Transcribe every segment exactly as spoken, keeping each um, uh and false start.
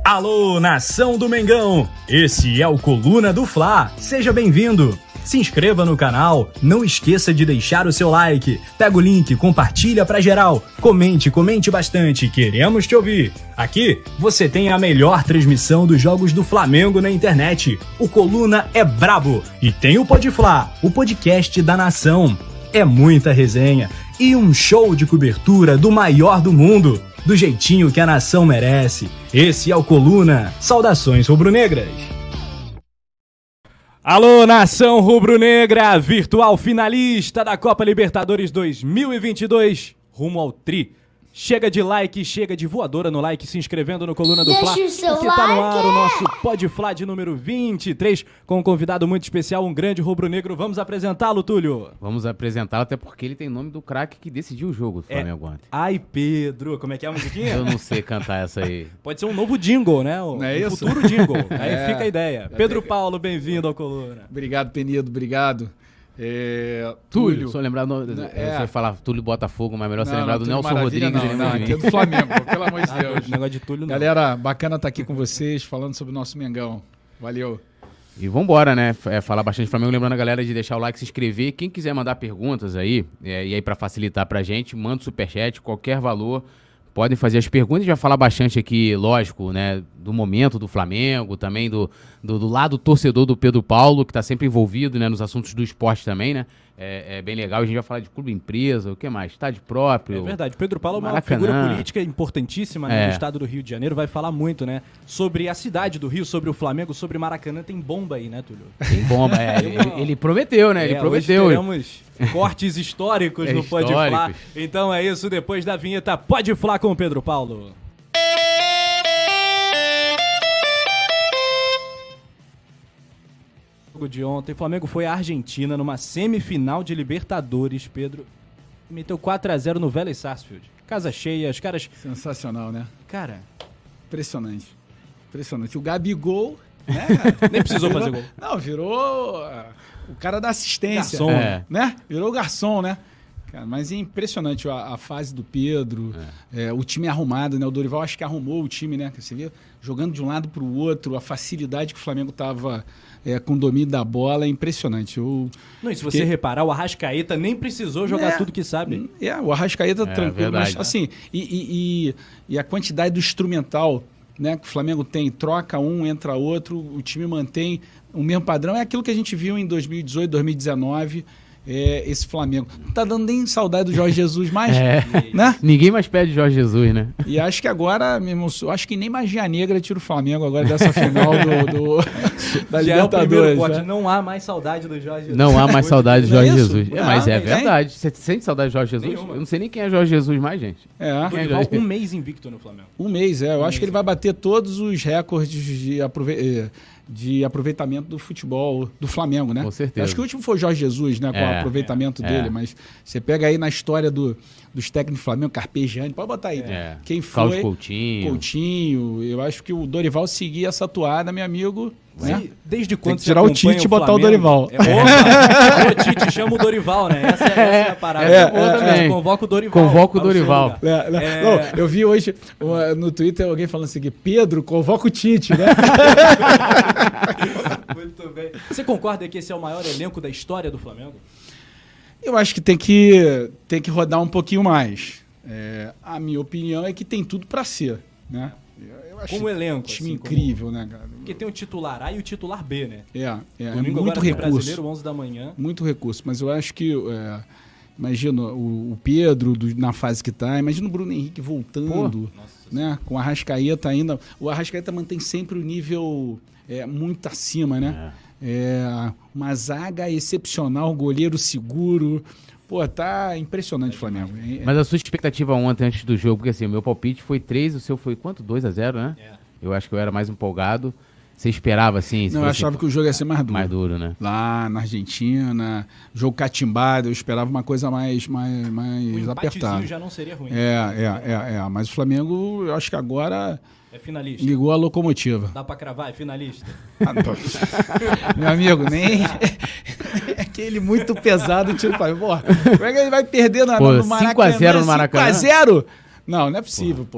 Alô, nação do Mengão! Esse é o Coluna do Fla. Seja bem-vindo! Se inscreva no canal, não esqueça de deixar o seu like, pega o link, compartilha pra geral, comente, comente bastante, queremos te ouvir. Aqui você tem a melhor transmissão dos jogos do Flamengo na internet. O Coluna é brabo e tem o Podfla, o podcast da nação. É muita resenha e um show de cobertura do maior do mundo, do jeitinho que a nação merece. Esse é o Coluna. Saudações rubro-negras. Alô, nação rubro-negra, virtual finalista da Copa Libertadores dois mil e vinte e dois, rumo ao tri. Chega de like, chega de voadora no like, se inscrevendo no Coluna do Fla, Deixa o seu porque tá no ar like. o nosso Podfla de número vinte e três, com um convidado muito especial, um grande rubro-negro. Vamos apresentá-lo, Túlio. Vamos apresentá-lo, até porque ele tem nome do craque que decidiu o jogo do Flamengo É. ontem. Ai, Pedro, como é que é a musiquinha? Eu não sei cantar essa aí. Pode ser um novo jingle, né? O, Não é um isso? futuro jingle. Aí É. fica a ideia. Pedro Paulo, bem-vindo ao Coluna. Obrigado, Penido, obrigado. É, Túlio, só lembrar, no, É. você ia falar Túlio Botafogo, mas melhor você Não, lembrar não, do Túlio Nelson Maravilha, Rodrigues. Não, e não, de aqui é mim. do Flamengo, pô, pelo amor de O Deus. negócio de Túlio não. Galera, bacana estar aqui com vocês, falando sobre o nosso Mengão. Valeu. E vambora, né? É, falar bastante do Flamengo, lembrando a galera de deixar o like, se inscrever. Quem quiser mandar perguntas aí, é, e aí pra facilitar pra gente, manda o superchat, qualquer valor. Podem fazer as perguntas, a gente vai falar bastante aqui, lógico, né, do momento do Flamengo, também do, do, do lado torcedor do Pedro Paulo, que tá sempre envolvido, né, nos assuntos do esporte também, né, é, é bem legal. A gente vai falar de clube empresa, o que mais? Estádio próprio. É verdade, Pedro Paulo é uma Maracanã. figura política importantíssima, né, É. no estado do Rio de Janeiro, vai falar muito, né, sobre a cidade do Rio, sobre o Flamengo, sobre Maracanã. Tem bomba aí, né, Túlio? Tem bomba, é, ele, ele prometeu, né, ele É, prometeu. Hoje teremos cortes históricos É, no Podfla. históricos. Então é isso, depois da vinheta, Podfla com o Pedro Paulo. Jogo de ontem, o Flamengo foi à Argentina numa semifinal de Libertadores, Pedro. Meteu quatro a zero no Vélez Sarsfield. Casa cheia, os caras... Sensacional, né? Cara, Impressionante. Impressionante. O Gabigol, né? nem precisou Virou- fazer gol. Não, virou ah, o cara da assistência. Garçom, É. Né? Virou o garçom, né? Cara, mas é impressionante a, a fase do Pedro, é, o time arrumado, né? O Dorival acho que arrumou o time, né? Você vê jogando de um lado para o outro, a facilidade que o Flamengo tava é, com o domínio da bola é impressionante. Eu, Não, e se você Que- reparar, o Arrascaeta nem precisou jogar É. tudo que sabe. É, o Arrascaeta tranquilo, verdade. mas assim, e, e, e, e a quantidade do instrumental, né, que o Flamengo tem, troca um, entra outro, o time mantém o mesmo padrão, é aquilo que a gente viu em dois mil e dezoito, dois mil e dezenove, é, esse Flamengo. Não tá dando nem saudade do Jorge Jesus mais, É. né? Ninguém mais pede Jorge Jesus, né? E acho que agora, mesmo, acho que nem magia negra tira o Flamengo agora dessa final do, do- da Já é o primeiro Libertadores. corte, né? não há mais saudade do Jorge Jesus. Não há mais saudade de Não é Jorge isso? Jesus. É, Não, mas é tem. verdade. Você sente saudade de Jorge Jesus? Nenhuma. Eu não sei nem quem é Jorge Jesus mais, gente. É. Dorival, um mês invicto no Flamengo. Um mês, é. Eu Um acho mês, que ele vai bater todos os recordes de, aprove eh, de aproveitamento do futebol do Flamengo, né? Com certeza. Eu acho que o último foi o Jorge Jesus, né? Com É, o aproveitamento é, dele. é. Mas você pega aí na história do, dos técnicos do Flamengo, Carpegiani, pode botar aí. É. Quem Carlos foi? Coutinho. Coutinho. Eu acho que o Dorival seguir essa toada, meu amigo. Né? Sim, desde quando que você tirar o acompanha Tite e botar o Flamengo- Dorival. É, opa, o Tite chama o Dorival, né? Essa, essa é a parada. É, Convoca- é, também. Convoca o Dorival. Convoca o para seu Dorival. lugar. É, né? É. Não, eu vi hoje uma- no Twitter alguém falando assim: que Pedro, convoca o Tite, né? Muito bem. Você concorda que esse é o maior elenco da história do Flamengo? Eu acho que tem que, tem que rodar um pouquinho mais. É, a minha opinião é que tem tudo para ser, né? Eu, eu acho Como elenco, um time assim, como- incrível, né, cara? Porque tem o titular A e o titular B, né? É, é, é Domingo muito agora tem recurso, Brasileiro, onze da manhã. muito recurso. Mas eu acho que, é, imagina o, o Pedro do- na fase que tá, imagina o Bruno Henrique voltando, Nossa né? Com o Arrascaeta ainda. O Arrascaeta mantém sempre o nível é, muito acima, né? É, uma zaga excepcional, goleiro seguro. Pô, tá impressionante o Flamengo. É- Mas a sua expectativa ontem, antes do jogo, porque assim, o meu palpite foi três, o seu foi quanto? dois a zero, né? É. Eu acho que eu era mais empolgado. Você esperava, assim? se Não, eu fosse achava que o jogo ia ser mais duro. mais duro, né? Lá na Argentina, jogo catimbado, eu esperava uma coisa mais, mais, O mais empatezinho apertada. já não seria ruim. É, é, é, é. Mas o Flamengo, eu acho que agora É finalista. ligou a locomotiva. Dá pra cravar? É finalista. Ah, não. Meu amigo, nem aquele muito pesado tiro para Porra, como é que ele vai perder na, Pô, no cinco Maracanã? a zero no Maracanã? cinco a zero? Não, não é possível, pô.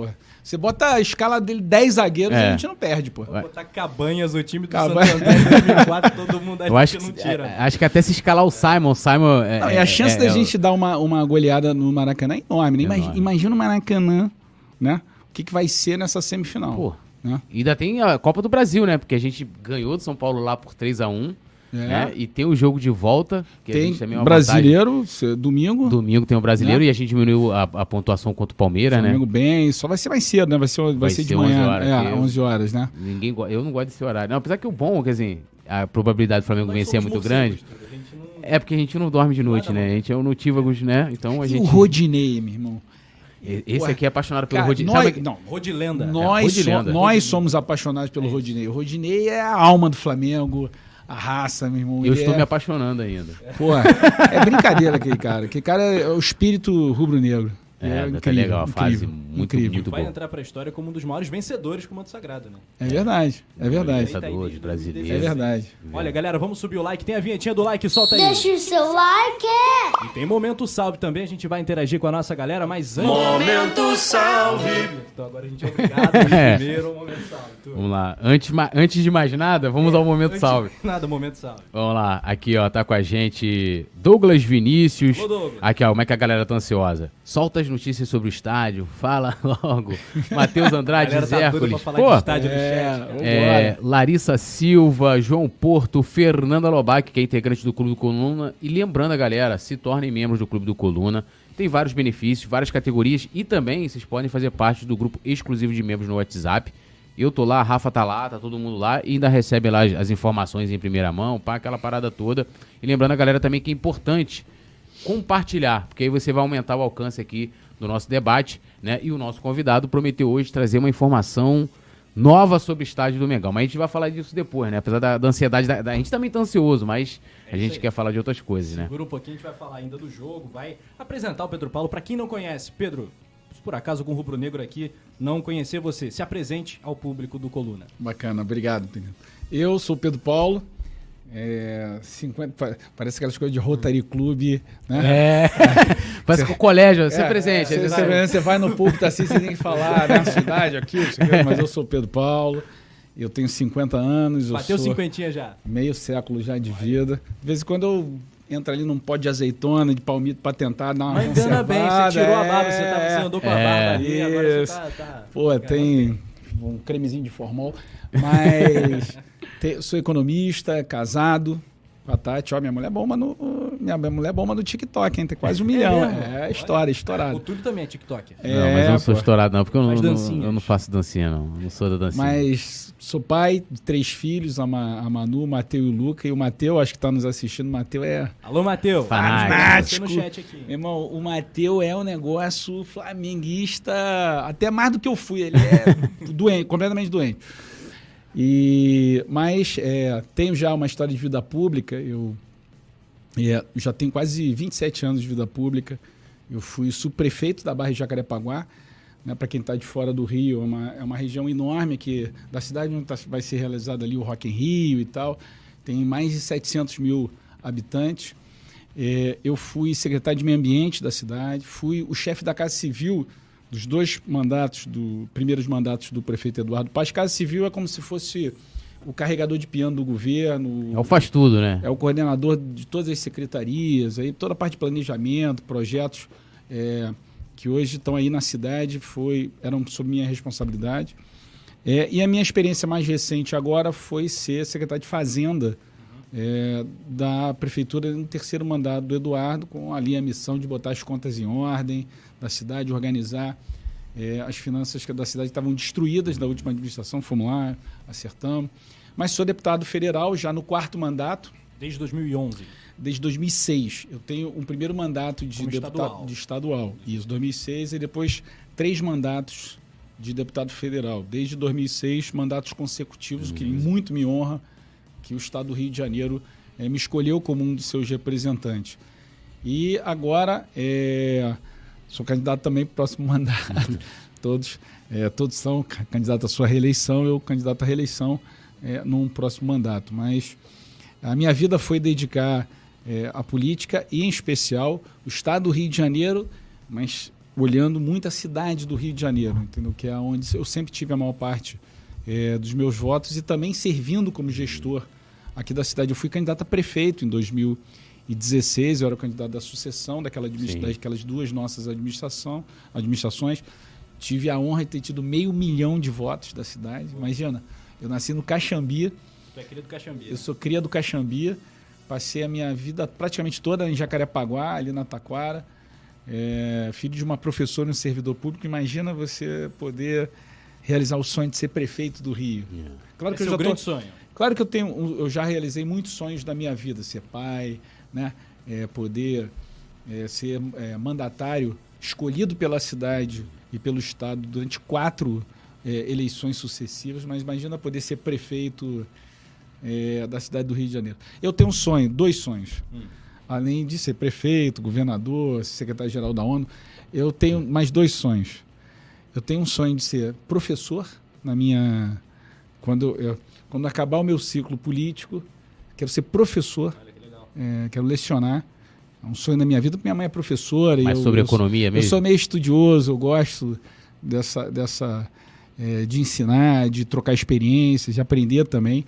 Você bota a escala dele dez zagueiros É. e a gente não perde, pô. Vou botar Cabanhas, o time do Cabanhas. Santo André em dois mil e quatro, todo mundo Eu acha acho que não que, tira. é, acho que até se escalar o Simon, Simon... É, Não, e a chance é, da é, gente dar uma, uma goleada no Maracanã é enorme, né? Imagina, Enorme. imagina o Maracanã, né? O que, que vai ser nessa semifinal. Pô, né? e ainda tem a Copa do Brasil, né? Porque a gente ganhou do São Paulo lá por três a um, É. né? E tem o jogo de volta, que a Tem gente também é uma brasileiro, cê- domingo. vantagem. Domingo tem o brasileiro Né? e a gente diminuiu a, a pontuação contra o Palmeiras, Flamengo né? bem, só vai ser mais cedo, né? Vai ser, vai Vai ser de ser manhã. onze horas, é, que eu- onze horas, né? Ninguém, go- eu não gosto desse horário. Não, apesar que o bom, quer dizer, a probabilidade do Flamengo Nós vencer é somos muito morcegos, grande. Túlio, a gente não- É porque a gente não dorme de noite, né? A gente é um notívagos, né? Então a E gente... o Rodinei, meu irmão. E- Esse Ué, aqui é apaixonado pelo Cara, Rodinei. nós, Sabe- não, Rodilenda. nós, Rodinei, so- né? nós somos apaixonados pelo Rodinei. O Rodinei é a alma do Flamengo, a raça, meu irmão. Eu Ele estou é, me apaixonando ainda. Pô, é brincadeira aquele cara. Aquele cara é o espírito rubro-negro. É, tá incrível, legal, a fase incrível, muito, incrível. muito Vai boa. entrar pra história como um dos maiores vencedores com o manto sagrado, né? É verdade, é verdade. Libertadores, Aí tá aí, brasileiro. É verdade. Olha, galera, vamos subir o like. Tem a vinhetinha do like, solta aí. Deixa o seu like. E tem momento salve também, a gente vai interagir com a nossa galera, mas antes... Momento salve. Então agora a gente é obrigado a ir É. primeiro ao momento salve. Tu. Vamos lá. Antes, ma- antes de mais nada, vamos ao momento Antes- salve. Nada, momento salve. Vamos lá. Aqui, ó, tá com a gente Douglas Vinícius. Ô, Douglas. Aqui, ó, como é que a galera tá ansiosa? Solta as notícias sobre o estádio, fala logo. Matheus A Andrade, galera tá doida pra Zércules. falar Pô, de estádio no É, chat. vambora. É, Larissa Silva, João Porto, Fernanda Lobac, que é integrante do Clube do Coluna. E lembrando a galera, se tornem membros do Clube do Coluna. Tem vários benefícios, várias categorias e também vocês podem fazer parte do grupo exclusivo de membros no WhatsApp. Eu tô lá, a Rafa tá lá, tá todo mundo lá e ainda recebe lá as, as informações em primeira mão, pá, aquela parada toda. E lembrando a galera também que é importante compartilhar, porque aí você vai aumentar o alcance aqui do nosso debate, né? E o nosso convidado prometeu hoje trazer uma informação nova sobre o estádio do Mengão. Mas a gente vai falar disso depois, né? Apesar da, da ansiedade, da, da- a gente também tá ansioso, mas a gente aí. quer falar de outras coisas, né? Segura um pouquinho, a gente vai falar ainda do jogo, vai apresentar o Pedro Paulo. Pra quem não conhece, Pedro, se por acaso algum rubro-negro aqui não conhecer você, se apresente ao público do Coluna. Bacana, obrigado, Pedro. Eu sou o Pedro Paulo. É, cinquenta, pa- parece aquelas coisas de Rotary Club, né? É. Parece que o colégio, você É, presente. Você, aí você você- vai- você vai no púlplico assim, você tem que falar, né? Cidade, aqui, não sei o quê, mas eu sou o Pedro Paulo, eu tenho cinquenta anos, eu Bateu sou cinquentinha já. meio século já de vida. De vez em quando eu entro ali num pó de azeitona, de palmito, pra tentar dar uma Mas engana bem, conservada, você tirou a barba, é, você, tá, você andou com a é, barba ali, agora isso. você tá... tá Pô, tem um cremezinho de formol, mas te- sou economista, casado com a Tati, ó, minha mulher é bomba no, minha mulher é bomba no TikTok, hein, tem quase um milhão, mesmo? é, história, O estourado. Túlio também é TikToker. Não, mas eu não sou pô. estourado não, porque eu não, Faz não- dancinhas. eu não faço dancinha não, eu não sou da dancinha. Mas sou pai de três filhos, a, Ma- a Manu, o Mateu e o Luca, e o Mateu, acho que tá nos assistindo, o Mateu é... Alô, Matheus. Fanático. Você no chat aqui. Meu irmão, o Mateu é um negócio flamenguista, até mais do que eu fui. Ele é doente, completamente doente. E, mas é, tenho já uma história de vida pública. Eu é, já tenho quase vinte e sete anos de vida pública. Eu fui subprefeito da Barra de Jacarepaguá. Né, para quem está de fora do Rio, é uma, é uma região enorme que, da cidade onde tá, vai ser realizado ali o Rock in Rio e tal. Tem mais de setecentos mil habitantes. É, eu fui secretário de Meio Ambiente da cidade, fui o chefe da Casa Civil dos dois mandatos, do primeiros mandatos do prefeito Eduardo Paz. Casa Civil é como se fosse o carregador de piano do governo, É o faz tudo, né? é o coordenador de todas as secretarias, aí toda a parte de planejamento, projetos é, que hoje estão aí na cidade, foi, eram sob minha responsabilidade. É, e a minha experiência mais recente agora foi ser secretário de Fazenda é, da Prefeitura no terceiro mandato do Eduardo, com ali a missão de botar as contas em ordem da cidade, organizar é, as finanças da cidade que estavam destruídas da última administração, fomos lá, acertamos. Mas sou deputado federal já no quarto mandato, Desde dois mil e onze. desde dois mil e seis. Eu tenho um primeiro mandato de Como deputado estadual. de estadual, isso, dois mil e seis, e depois três mandatos de deputado federal. Desde dois mil e seis, mandatos consecutivos, que muito me honra que o Estado do Rio de Janeiro eh, me escolheu como um dos seus representantes. E agora eh, sou candidato também para o próximo mandato. todos, eh, todos são ca- candidatos à sua reeleição, eu candidato à reeleição eh, num próximo mandato. Mas a minha vida foi dedicar eh, à política e, em especial, o Estado do Rio de Janeiro, mas olhando muito a cidade do Rio de Janeiro, entendeu? Que é onde eu sempre tive a maior parte é, dos meus votos e também servindo como gestor aqui da cidade. Eu fui candidato a prefeito em dois mil e dezesseis, eu era o candidato da sucessão daquela administra- daquelas duas nossas administração, administrações. Tive a honra de ter tido meio milhão de votos da cidade. Imagina, eu nasci no Caxambi. Tu é cria do Caxambi. Eu sou cria do Caxambi. Passei a minha vida praticamente toda em Jacarepaguá, ali na Taquara. É, filho de uma professora e um servidor público. Imagina você poder realizar o sonho de ser prefeito do Rio. Yeah. Claro que Esse eu é já o grande tô, sonho. Claro que eu tenho, eu já realizei muitos sonhos da minha vida, ser pai, né? É, poder é, ser é, mandatário escolhido pela cidade e pelo estado durante quatro é, eleições sucessivas, mas imagina poder ser prefeito é, da cidade do Rio de Janeiro. Eu tenho um sonho, dois sonhos. Hum. Além de ser prefeito, governador, secretário-geral da ONU, eu tenho mais dois sonhos. Eu tenho um sonho de ser professor na minha... Quando, eu, quando acabar o meu ciclo político, quero ser professor, Olha que legal. É, quero lecionar. É um sonho da minha vida, porque minha mãe é professora. Mas eu, sobre eu, economia mesmo? Eu sou meio estudioso, eu gosto dessa, dessa, é, de ensinar, de trocar experiências, de aprender também.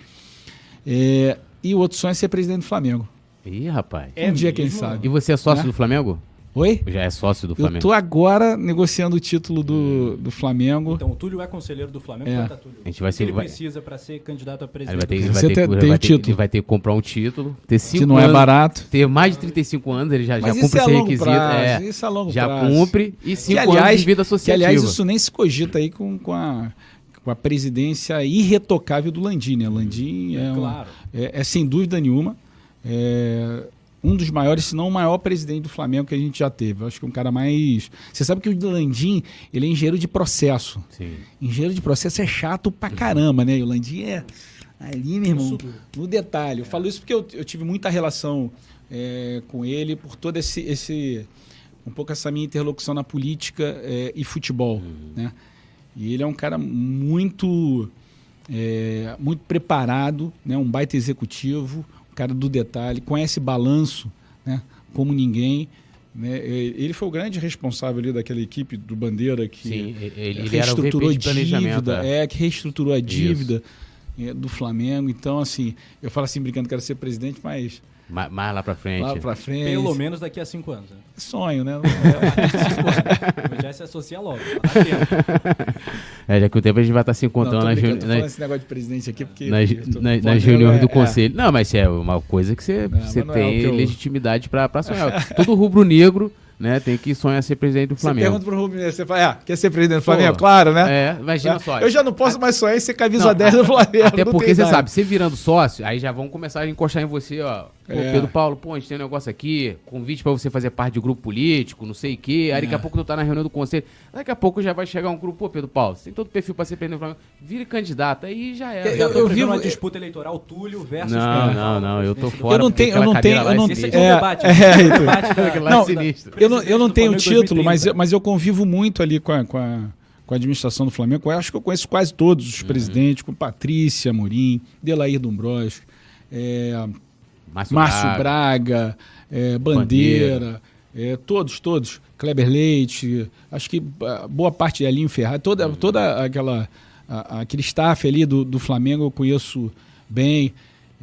É, e o outro sonho é ser presidente do Flamengo. Ih, rapaz. É um dia, quem mesmo? sabe. E você é sócio Né? do Flamengo? Oi? Já é sócio do Eu Flamengo? estou agora negociando o título do, do Flamengo. Então o Túlio é conselheiro do Flamengo. É. Tá, Túlio? A gente vai ser- O que ele vai- precisa para ser candidato a Aí presidente. ele vai ter, do ele vai Você ter, tem- ele tem vai o ter- título. ele vai ter que comprar um título, ter cinco Que não é anos, barato. ter mais de trinta e cinco anos, ele já, já Mas cumpre isso é a esse longo requisito. prazo. é, Isso é a longo já prazo. cumpre e cinco Que, aliás, anos de vida que, associativa. aliás, isso nem se cogita aí com, com, a, com a presidência irretocável do Landim, né? Landim é, uma- Claro. é, é sem dúvida nenhuma é, um dos maiores, se não o maior presidente do Flamengo que a gente já teve. Eu acho que é um cara mais... Você sabe que o Landim, ele é engenheiro de processo. Sim. Engenheiro de processo é chato pra caramba, né? E o Landim é ali, meu irmão, no detalhe. Eu falo isso porque eu, eu tive muita relação é, com ele por todo esse, esse... um pouco essa minha interlocução na política é, e futebol, Uhum. né? E ele é um cara muito, é, muito preparado, né? Um baita executivo, um cara do detalhe, conhece balanço, né? Como ninguém. Né? Ele foi o grande responsável ali daquela equipe do Bandeira que Sim, ele, ele era o V P reestruturou de planejamento. dívida, é. é, que reestruturou a dívida é, do Flamengo. Então, assim, eu falo assim, brincando, quero ser presidente, mas Ma- Mais lá pra frente. lá pra frente... Pelo menos daqui a cinco anos. Né? Sonho, né? Já se associa logo. Dá tempo. É, já que o tempo a gente vai estar se encontrando Não, tô nas, brincando, reuni- tô nas- falando esse negócio de presidente aqui porque... nas, eu tô- nas- pô, nas eu- reuniões do é, conselho. Não, mas é uma coisa que você, você mas não é o tem que eu- legitimidade pra, pra sonhar. Todo rubro-negro, né, tem que sonhar ser presidente do Você Flamengo. pergunta pro Rubinho, você fala, ah, quer ser presidente do Flamengo? Pô, Claro, né? É, imagina Né? só. Eu já não posso mais sonhar em ser camisa Não, dez do Flamengo. Até não porque tem você idade. sabe, você virando sócio, aí já vão começar a encostar em você, ó. Pô, É. Pedro Paulo, pô, a gente tem um negócio aqui, convite pra você fazer parte de grupo político, não sei o quê. Aí daqui a É. pouco tu tá na reunião do conselho. Daqui a pouco já vai chegar um grupo, pô, Pedro Paulo, você tem todo o perfil pra ser presidente do Flamengo. Vire candidato, aí já era. Eu- Já Já tô eu prevendo vivo- uma disputa eleitoral Túlio versus Não, Pedro não, Paulo, não, eu tô presidente do fora. Eu não porque tenho, eu não aquela tenho, cadeira eu lá não é Esse aqui sinistra. é um debate. é, Esse aqui é um então. debate da- Aquela Não, é sinistra. Eu não, eu não tenho Flamengo título, mas, eu- dois mil e trinta. mas eu convivo muito ali com a, com a, com a administração do Flamengo. Eu acho que eu conheço quase todos os presidentes, com Patrícia Amorim, Delair Dombrowski, é, Márcio, Márcio Braga. Braga, é, Bandeira, é, todos, todos. Kleber Leite, acho que ah, boa parte de Alinho Ferrari, toda, toda aquela, a- aquele staff ali do, do Flamengo eu conheço bem.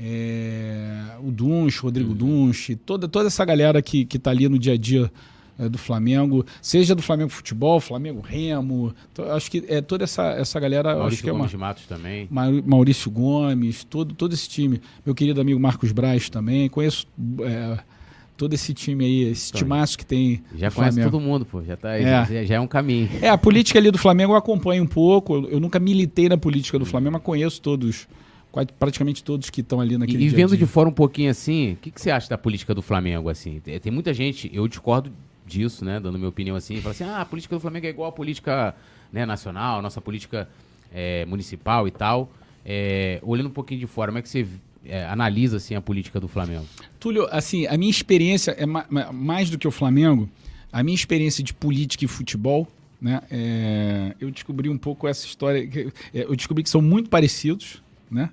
É, o Dunch, Rodrigo Dunch, toda, toda essa galera que está ali no dia a dia é, do Flamengo, seja do Flamengo Futebol, Flamengo Remo, to- acho que é toda essa, essa galera, eu acho Maurício que é uma... Gomes de Matos também. Mau- Maurício Gomes, todo, todo esse time. Meu querido amigo Marcos Braz também. Conheço é, todo esse time aí, esse Então, timaço que tem. Já no conhece Flamengo. todo mundo, pô. Já, tá, É. já, já é um caminho. É, a política ali do Flamengo eu acompanho um pouco. Eu, eu nunca militei na política do Flamengo, mas conheço todos, quase- praticamente todos que estão ali E, naquele e dia a vendo dia. de fora um pouquinho assim, o que, que você acha da política do Flamengo, assim? Tem, tem muita gente, eu discordo disso, né, dando minha opinião assim, fala assim, ah, a política do Flamengo é igual a política, né, nacional, nossa política é, municipal e tal. É, olhando um pouquinho de fora, como é que você é, analisa, assim, a política do Flamengo? Túlio, assim, a minha experiência é ma- ma- mais do que o Flamengo, a minha experiência de política e futebol, né, é, eu descobri um pouco essa história, que- é, eu descobri que são muito parecidos, né,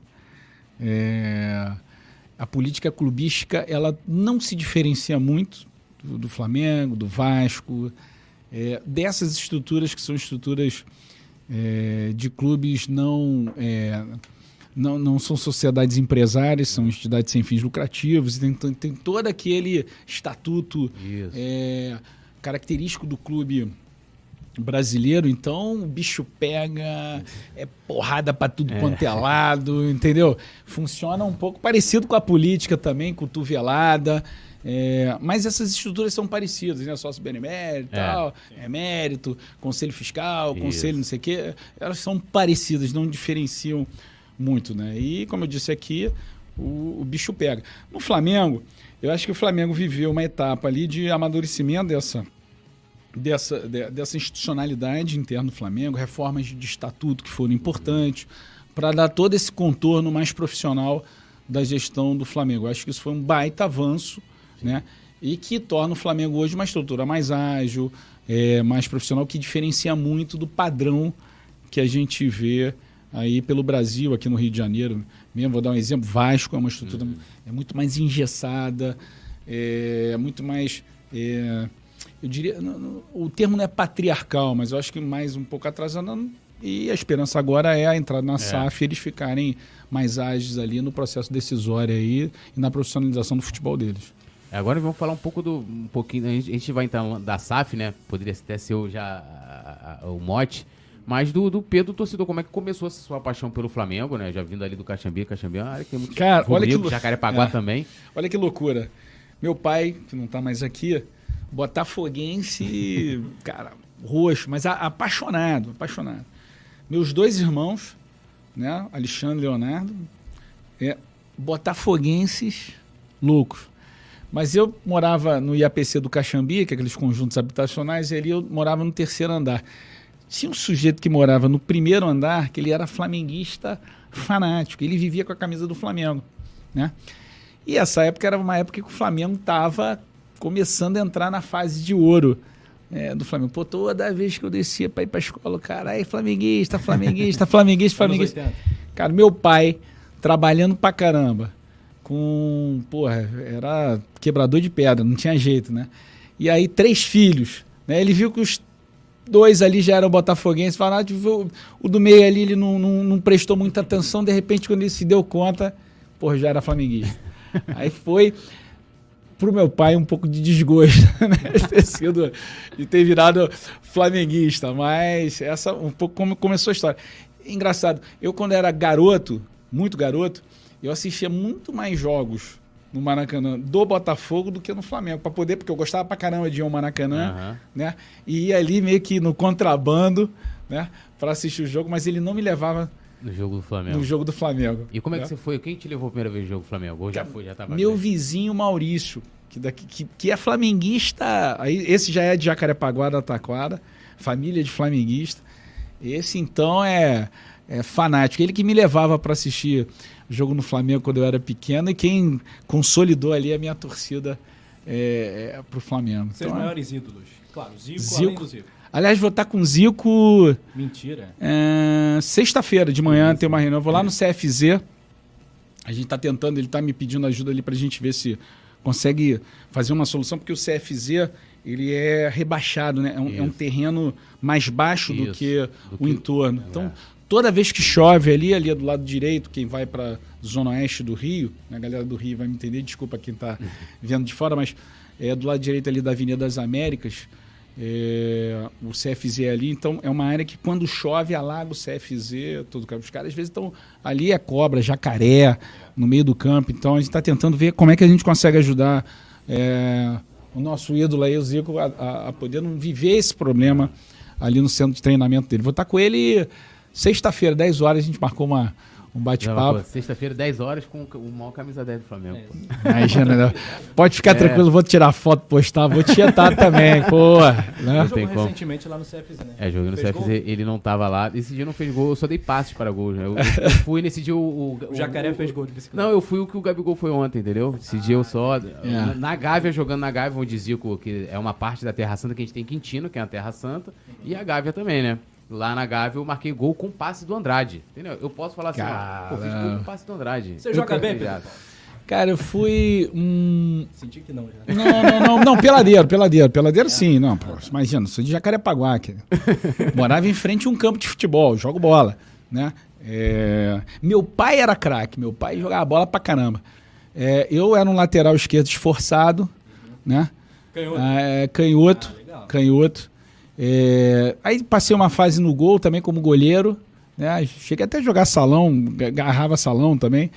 é, a política clubística, ela não se diferencia muito do, do Flamengo, do Vasco, é, dessas estruturas que são estruturas é, de clubes não, é, não, não são sociedades empresárias, são entidades sem fins lucrativos, e tem, tem todo aquele estatuto é, característico do clube brasileiro. Então o bicho pega, é porrada para tudo é. quanto é lado, entendeu? Funciona um pouco parecido com a política também, cotovelada. É, mas essas estruturas são parecidas, né? Sócio benemérito, é. tal, é mérito, conselho fiscal, Isso. conselho não sei o quê. Elas são parecidas, não diferenciam muito, né? E, como eu disse aqui, o, o bicho pega. No Flamengo, eu acho que o Flamengo viveu uma etapa ali de amadurecimento dessa, dessa, de, dessa institucionalidade interna do Flamengo, reformas de estatuto que foram importantes, para dar todo esse contorno mais profissional da gestão do Flamengo. Eu acho que isso foi um baita avanço, né? E que torna o Flamengo hoje uma estrutura mais ágil, é, mais profissional, que diferencia muito do padrão que a gente vê aí pelo Brasil, aqui no Rio de Janeiro mesmo. Vou dar um exemplo: Vasco é uma estrutura uhum. é muito mais engessada, é muito mais, é, eu diria, não, não, o termo não é patriarcal, mas eu acho que mais um pouco atrasada, e a esperança agora é a entrada na é. S A F e eles ficarem mais ágeis ali no processo decisório aí e na profissionalização do futebol deles. Agora vamos falar um pouco do um pouquinho, a gente, a gente vai então da S A F, né? Poderia até ser o, já a, a, o mote, mas do, do Pedro torcedor, como é que começou essa sua paixão pelo Flamengo, né? Já vindo ali do Caxambi, Caxambi é uma área que é muito Cara, olha que Jacarepaguá é. também. Olha que loucura. Meu pai, que não tá mais aqui, botafoguense, cara, roxo, mas a, apaixonado, apaixonado. Meus dois irmãos, né? Alexandre e Leonardo, é, botafoguenses loucos. Mas eu morava no I A P C do Caxambi, que é aqueles conjuntos habitacionais, e ali eu morava no terceiro andar. Tinha um sujeito que morava no primeiro andar, que ele era flamenguista fanático, ele vivia com a camisa do Flamengo, né? E essa época era uma época que o Flamengo estava começando a entrar na fase de ouro, é, do Flamengo. Pô, toda vez que eu descia para ir para a escola, cara, aí flamenguista, flamenguista, flamenguista, flamenguista. Cara, meu pai, trabalhando pra caramba, com, porra, era quebrador de pedra, não tinha jeito, né? E aí, três filhos, né? Ele viu que os dois ali já eram botafoguenses, falaram, ah, o do meio ali, ele não, não, não prestou muita atenção, de repente, quando ele se deu conta, porra, já era flamenguista. Aí foi, pro meu pai, um pouco de desgosto, né? De ter sido, de ter virado flamenguista, mas essa, um pouco como começou a história. Engraçado, eu quando era garoto, muito garoto, eu assistia muito mais jogos no Maracanã do Botafogo do que no Flamengo, para poder, porque eu gostava pra caramba de ir ao Maracanã, uhum. né? E ia ali meio que no contrabando, né? Para assistir o jogo, mas ele não me levava no jogo do Flamengo. No jogo do Flamengo. E como é né? que você foi? Quem te levou a primeira vez no jogo do Flamengo? Ou já foi, já tava Meu bem? vizinho Maurício, que, daqui, que, que é flamenguista, aí, esse já é de Jacarepaguá da Taquara, família de flamenguista. Esse então é, é fanático. Ele que me levava para assistir jogo no Flamengo quando eu era pequeno, e quem consolidou ali a minha torcida é, é, pro Flamengo. Seus então, maiores ídolos. Claro, Zico, Zico. além do Zico. Aliás, vou estar com o Zico... Mentira. É, sexta-feira de manhã Isso. tem uma reunião. Eu vou lá no C F Z. A gente está tentando, ele está me pedindo ajuda ali para a gente ver se consegue fazer uma solução, porque o C F Z ele é rebaixado, né? É um, é um terreno mais baixo Isso. do que do o que... entorno. É. Então, toda vez que chove ali, ali é do lado direito, quem vai para a zona oeste do Rio, a galera do Rio vai me entender, desculpa quem está uhum. vendo de fora, mas é do lado direito ali da Avenida das Américas, é, o C F Z ali, então é uma área que quando chove alaga o C F Z, todo os caras às vezes estão ali, é cobra, jacaré, no meio do campo, então a gente está tentando ver como é que a gente consegue ajudar é, o nosso ídolo aí, o Zico, a, a, a poder não viver esse problema ali no centro de treinamento dele. Vou estar com ele sexta-feira, dez horas, a gente marcou uma, um bate-papo. Sexta-feira, dez horas, com o maior camisa dez do Flamengo. É. Imagina, pode ficar é. tranquilo, vou tirar foto, postar, vou tietar também, pô. Né? Ele jogou recentemente lá no C F Z, né? É, jogou no C F Z, gol? Ele não tava lá. Esse dia não fez gol, eu só dei passes para gol. Né? Eu, eu fui nesse dia o... O, o Jacaré o, fez gol de bicicleta. Não, eu fui o que o Gabigol foi ontem, entendeu? Esse ah, dia eu só... É. Na, na Gávea, jogando na Gávea, onde Zico, que é uma parte da Terra Santa que a gente tem em Quintino, que é a Terra Santa, uhum. e a Gávea também, né? Lá na Gávea eu marquei gol com passe do Andrade. Entendeu? Eu posso falar assim, ó, pô, fiz gol com passe do Andrade. Você eu joga bem, Pedro? Cara, eu fui um... Senti que não, já. Não, não, não, não, peladeiro, peladeiro. Peladeiro sim, não, pô, imagina, sou de Jacarepaguá, que morava em frente a um campo de futebol, jogo bola, né? É, meu pai era craque, meu pai jogava bola pra caramba. É, eu era um lateral esquerdo esforçado, uhum. né? Canhoto. É, canhoto, ah, legal. canhoto. É, aí passei uma fase no gol também como goleiro, né? Cheguei até a jogar salão, agarrava salão também,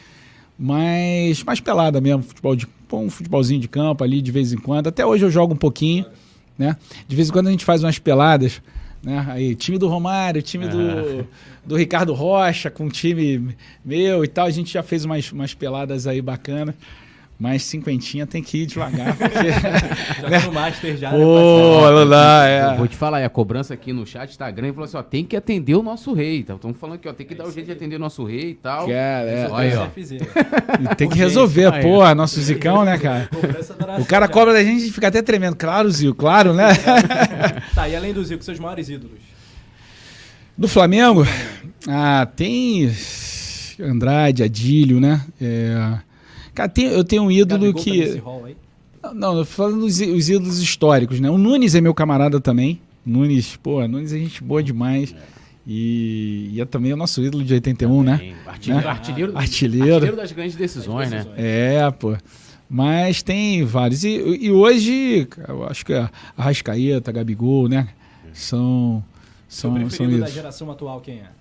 mas mais pelada mesmo, futebol de, um futebolzinho de campo ali de vez em quando. Até hoje eu jogo um pouquinho, né? De vez em quando a gente faz umas peladas, né? Aí, time do Romário, time ah. do, do Ricardo Rocha, com time meu e tal. A gente já fez umas, umas peladas aí bacanas. Mas cinquentinha tem que ir devagar. Porque, já né? no Master já. Pô, não dá, é. Vou te falar, a cobrança aqui no chat tá grande. Falou assim, ó, tem que atender o nosso rei. Estamos então, falando aqui, ó, tem que é dar o jeito de atender o nosso rei e tal. Cara, é. Olha, ó. E tem que resolver, aí, pô, nosso Zicão, né, cara? O cara cobra da gente e fica até tremendo. Claro, Zico, claro, né? Tá, e além do Zico, seus maiores ídolos? Do Flamengo? Ah, tem Andrade, Adílio, né? É... Cara, tem, eu tenho um ídolo Gabigol que... Tá não, não, falando dos os ídolos históricos, né? O Nunes é meu camarada também. Nunes, pô, Nunes é gente boa demais. É. E, e é também o nosso ídolo de oitenta e um, também. Né? Artilheiro, né? Artilheiro, artilheiro. Artilheiro das grandes decisões, né? É, pô. Mas tem vários. E, e hoje, eu acho que a Arrascaeta, Gabigol, né? São... são, o preferido são da geração atual quem é?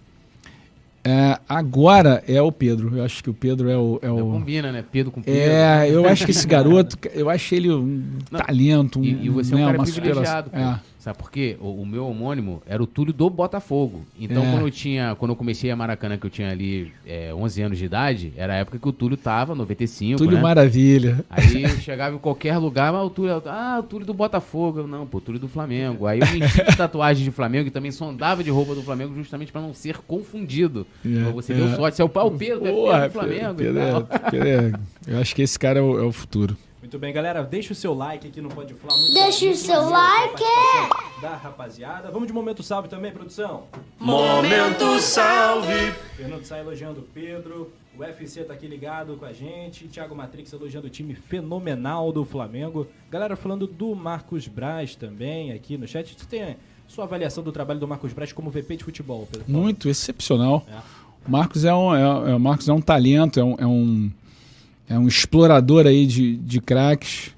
É, agora é o Pedro. Eu acho que o Pedro é o... É o... Combina, né? Pedro com Pedro. É, eu acho que esse garoto, eu acho ele um Não, talento. Um, e, e você é um né, cara uma privilegiado. É. Sabe por quê? O, o meu homônimo era o Túlio do Botafogo. Então, é. quando eu tinha, quando eu comecei a Maracanã, que eu tinha ali é, onze anos de idade, era a época que o Túlio tava, noventa e cinco, Túlio né? Maravilha. Aí eu chegava em qualquer lugar, mas o Túlio, ah, o Túlio do Botafogo. Eu, não, pô, o Túlio do Flamengo. Aí eu menti de tatuagem de Flamengo e também sondava de roupa do Flamengo justamente pra não ser confundido. É, então, você é. deu sorte. Você é o pau Pedro, Porra, é Pedro do Flamengo. Pedro, e tal. Pedro é, eu acho que esse cara é o, é o futuro. Muito bem, galera, deixa o seu like aqui no Pode Falar. Muito deixa bom, o seu like da rapaziada. Vamos de Momento Salve também, produção? Momento Salve. Fernando Sá elogiando o Pedro. O U F C tá aqui ligado com a gente. Thiago Matrix elogiando o time fenomenal do Flamengo. Galera falando do Marcos Braz também aqui no chat. Você tem sua avaliação do trabalho do Marcos Braz como V P de futebol, Pedro? Muito excepcional. É. O Marcos é um, é, é, Marcos é um talento, é um... É um... É um explorador aí de, de craques.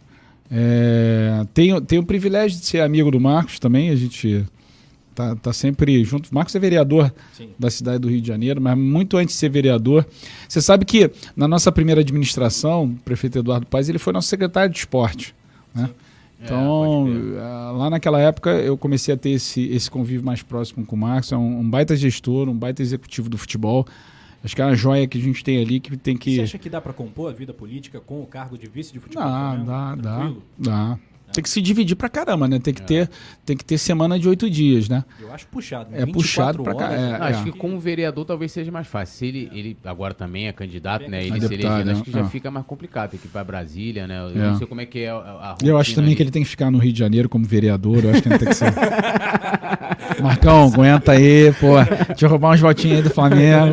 É, tenho, tenho o privilégio de ser amigo do Marcos também. A gente tá, tá sempre junto. O Marcos é vereador Sim. da cidade do Rio de Janeiro, mas muito antes de ser vereador. Você sabe que na nossa primeira administração, o prefeito Eduardo Paes, ele foi nosso secretário de esporte. Né? Então, é, lá naquela época, eu comecei a ter esse, esse convívio mais próximo com o Marcos. É um, um baita gestor, um baita executivo do futebol. Acho que é uma joia que a gente tem ali que tem que... Você acha que dá para compor a vida política com o cargo de vice de futebol? Dá, Flamengo? dá, Tranquilo? dá, dá. Tem que se dividir pra caramba, né? Tem que, é. ter, tem que ter semana de oito dias, né? Eu acho puxado. É puxado pra caramba. É, Não, acho é. que como vereador talvez seja mais fácil. Se ele, ele agora também é candidato, né? Ele é se deputado, elegendo, né? acho que já é. fica mais complicado. Tem que ir pra Brasília, né? Eu é. não sei como é que é a, a Eu acho também ali. que ele tem que ficar no Rio de Janeiro como vereador. Eu acho que ele tem que ser... Marcão, aguenta aí, pô. Deixa eu roubar uns votinhos aí do Flamengo.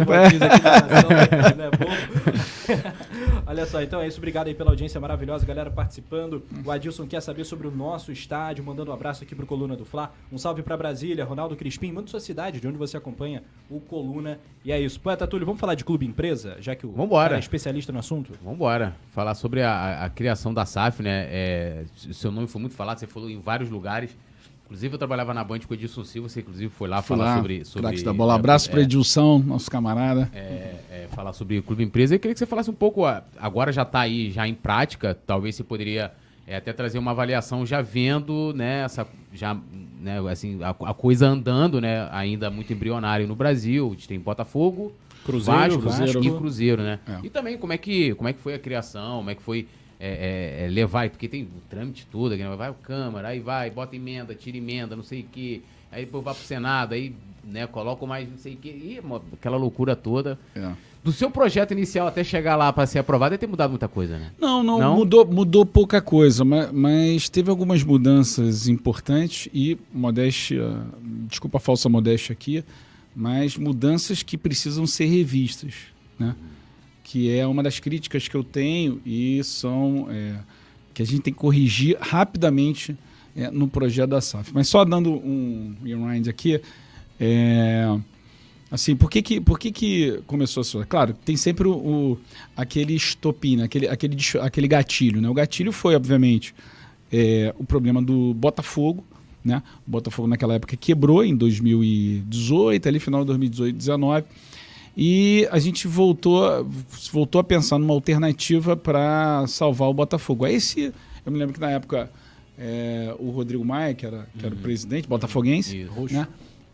Olha só, então é isso. Obrigado aí pela audiência maravilhosa, galera participando. O Adilson quer saber sobre o nosso estádio, mandando um abraço aqui pro Coluna do Fla. Um salve pra Brasília, Ronaldo Crispim, manda sua cidade, de onde você acompanha o Coluna. E é isso. Poeta Túlio, vamos falar de clube empresa, já que o Vambora. cara é especialista no assunto? Vambora. Falar sobre a, a, a criação da S A F, né? É, seu nome foi muito falado, você falou em vários lugares. Inclusive, eu trabalhava na Band com o Edilson Silva, você inclusive foi lá Fui falar lá, sobre... sobre da bola. Abraço é, para Edilson, nosso camarada. É, é, falar sobre o Clube Empresa. Eu queria que você falasse um pouco, agora já está aí, já em prática, talvez você poderia é, até trazer uma avaliação já vendo, né, essa, já, né, assim, a, a coisa andando, né, ainda muito embrionário no Brasil. A gente tem Botafogo, Cruzeiro, Vasco, Vasco. e Cruzeiro, né? É. E também como é, que, como é que foi a criação, como é que foi... É, é, é, levar, porque tem o trâmite todo, né? Vai o Câmara, aí vai, bota emenda, tira emenda, não sei o que, aí depois vai pro Senado, aí, né, coloca mais não sei o que, e aquela loucura toda. É. Do seu projeto inicial até chegar lá para ser aprovado, deve ter mudado muita coisa, né? Não, não, Não? Mudou, mudou pouca coisa, mas, mas teve algumas mudanças importantes e modéstia, desculpa a falsa modéstia aqui, mas mudanças que precisam ser revistas, né? que é uma das críticas que eu tenho e são é, que a gente tem que corrigir rapidamente é, no projeto da S A F. Mas só dando um rewind aqui, é, assim, por que que, por que que começou a sua? Claro, tem sempre o, o, aquele estopim, né? aquele, aquele, aquele gatilho. Né? O gatilho foi, obviamente, é, o problema do Botafogo. Né? O Botafogo naquela época quebrou em dois mil e dezoito, ali final de dois mil e dezoito, dois mil e dezenove, e a gente voltou, voltou a pensar numa alternativa para salvar o Botafogo. Aí esse, eu me lembro que na época é, o Rodrigo Maia, que era, que era o presidente botafoguense, né?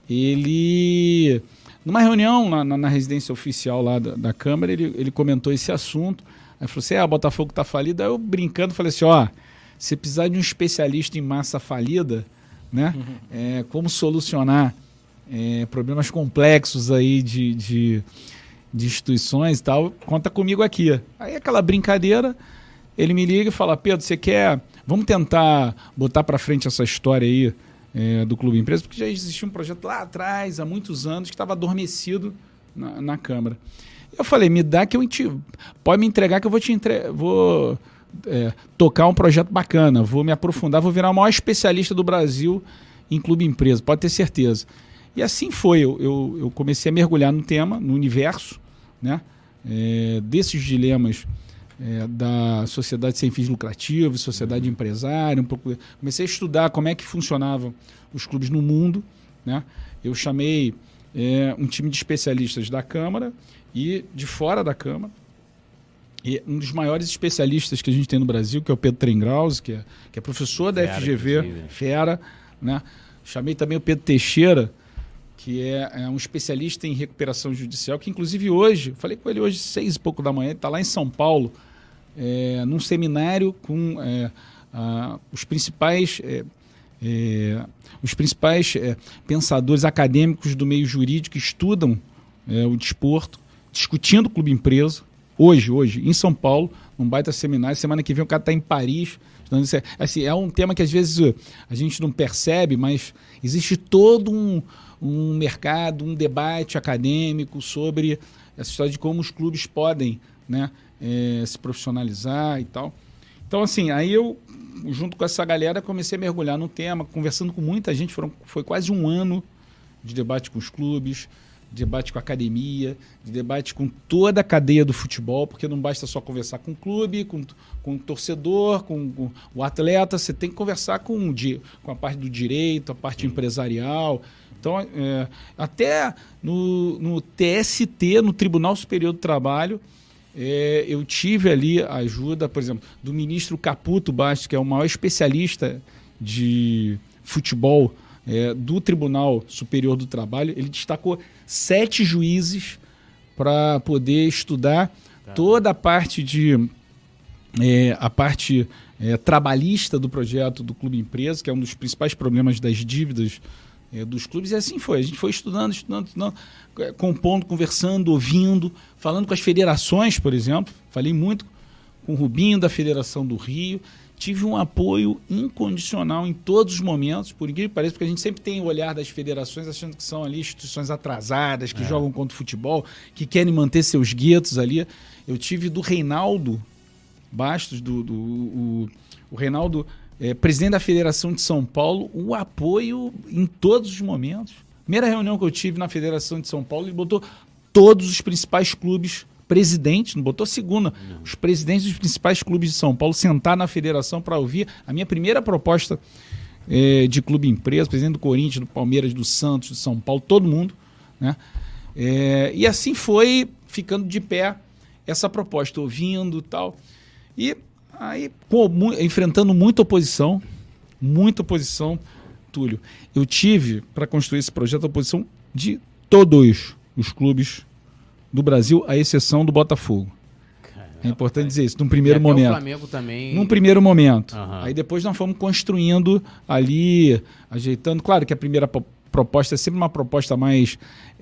Ele, numa reunião na, na, na residência oficial lá da, da Câmara, ele, ele comentou esse assunto. Aí falou assim, ah, o Botafogo está falido. Aí eu, brincando, falei assim, ó, se precisar de um especialista em massa falida, né? Uhum. É, como solucionar é, problemas complexos aí de, de, de instituições e tal, conta comigo aqui. Aí aquela brincadeira, ele me liga e fala, Pedro, você quer, vamos tentar botar para frente essa história aí é, do Clube Empresa, porque já existia um projeto lá atrás, há muitos anos, que estava adormecido na, na Câmara. Eu falei, me dá que eu te, pode me entregar que eu vou te entregar, vou é, tocar um projeto bacana, vou me aprofundar, vou virar o maior especialista do Brasil em Clube Empresa, pode ter certeza. E assim foi, eu, eu, eu comecei a mergulhar no tema, no universo, né, é, desses dilemas é, da sociedade sem fins lucrativos, sociedade empresária, um pouco, comecei a estudar como é que funcionavam os clubes no mundo, né, eu chamei é, um time de especialistas da Câmara e de fora da Câmara, e um dos maiores especialistas que a gente tem no Brasil, que é o Pedro Trengrause, que é, que é professor da Fera, F G V, inclusive. Fera, né? Chamei também o Pedro Teixeira, que é, é um especialista em recuperação judicial, que inclusive hoje, falei com ele hoje seis e pouco da manhã, ele está lá em São Paulo, é, num seminário com é, a, os principais, é, é, os principais é, pensadores acadêmicos do meio jurídico que estudam é, o desporto, discutindo o Clube Empresa, hoje, hoje, em São Paulo, num baita seminário. Semana que vem o cara está em Paris. Então, isso é, assim, é um tema que às vezes a gente não percebe, mas existe todo um, um mercado, um debate acadêmico sobre essa história de como os clubes podem, né, é, se profissionalizar e tal. Então, assim, aí eu, junto com essa galera, comecei a mergulhar no tema, conversando com muita gente. Foram, foi quase um ano de debate com os clubes, de debate com a academia, de debate com toda a cadeia do futebol, porque não basta só conversar com o clube, com, com o torcedor, com, com o atleta, você tem que conversar com, com a parte do direito, a parte empresarial. Então, é, até no, no T S T, no Tribunal Superior do Trabalho, é, eu tive ali a ajuda, por exemplo, do ministro Caputo Bastos, que é o maior especialista de futebol É, do Tribunal Superior do Trabalho. Ele destacou sete juízes para poder estudar tá. toda a parte de é, a parte é, trabalhista do projeto do Clube Empresa, que é um dos principais problemas das dívidas é, dos clubes, e assim foi. A gente foi estudando, estudando, estudando, compondo, conversando, ouvindo, falando com as federações, por exemplo. Falei muito com o Rubinho da Federação do Rio. Tive um apoio incondicional em todos os momentos, por incrível que pareça, porque a gente sempre tem o olhar das federações achando que são ali instituições atrasadas, que é. jogam contra o futebol, que querem manter seus guetos ali. Eu tive do Reinaldo Bastos, do, do, o, o Reinaldo, é, presidente da Federação de São Paulo, o apoio em todos os momentos. Primeira reunião que eu tive na Federação de São Paulo, ele botou todos os principais clubes presidente, não botou segunda, não. Os presidentes dos principais clubes de São Paulo sentar na federação para ouvir a minha primeira proposta é, de clube empresa, presidente do Corinthians, do Palmeiras, do Santos, de São Paulo, todo mundo, né? É, e assim foi ficando de pé essa proposta, ouvindo e tal. E aí, com, enfrentando muita oposição, muita oposição, Túlio, eu tive, para construir esse projeto, a oposição de todos os clubes do Brasil, à exceção do Botafogo. Caramba, é importante dizer isso, num primeiro e momento. O Flamengo também. Num primeiro momento. Uhum. Aí depois nós fomos construindo ali, ajeitando. Claro que a primeira proposta é sempre uma proposta mais,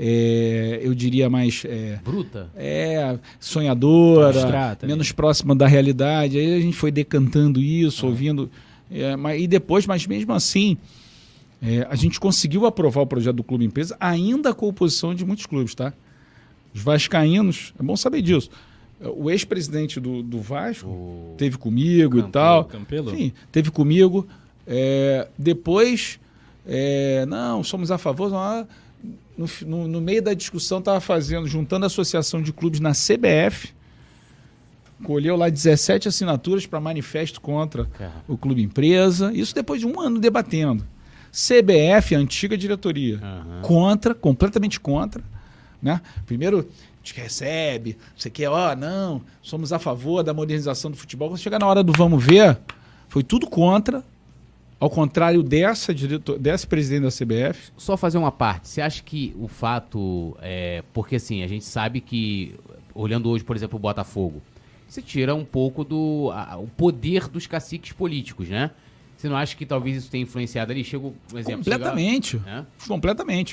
é, eu diria, mais... É, bruta? É, sonhadora, abstrata, menos né? próxima da realidade. Aí a gente foi decantando isso, uhum. ouvindo. É, mas, e depois, mas mesmo assim, é, a gente conseguiu aprovar o projeto do Clube Empresa, ainda com a oposição de muitos clubes, tá? Os vascaínos, é bom saber disso, o ex-presidente do, do Vasco O teve comigo Campelo, e tal. Campelo? Sim, teve comigo. É, depois, é, não, somos a favor. Não, no, no, no meio da discussão, estava fazendo, juntando a associação de clubes na C B F. Colheu lá dezessete assinaturas para manifesto contra Cara. o clube empresa. Isso depois de um ano debatendo. C B F, a antiga diretoria, Aham. contra, completamente contra. Né? Primeiro, a gente recebe, você quer, ó, não, somos a favor da modernização do futebol. Quando chegar na hora do vamos ver, foi tudo contra. Ao contrário dessa, diretor, dessa presidente da C B F. Só fazer uma parte. Você acha que o fato... É, porque assim, a gente sabe que, olhando hoje, por exemplo, o Botafogo, você tira um pouco do a, o poder dos caciques políticos, né? Você não acha que talvez isso tenha influenciado ali? Chega um exemplo... Completamente. Chega, Completamente.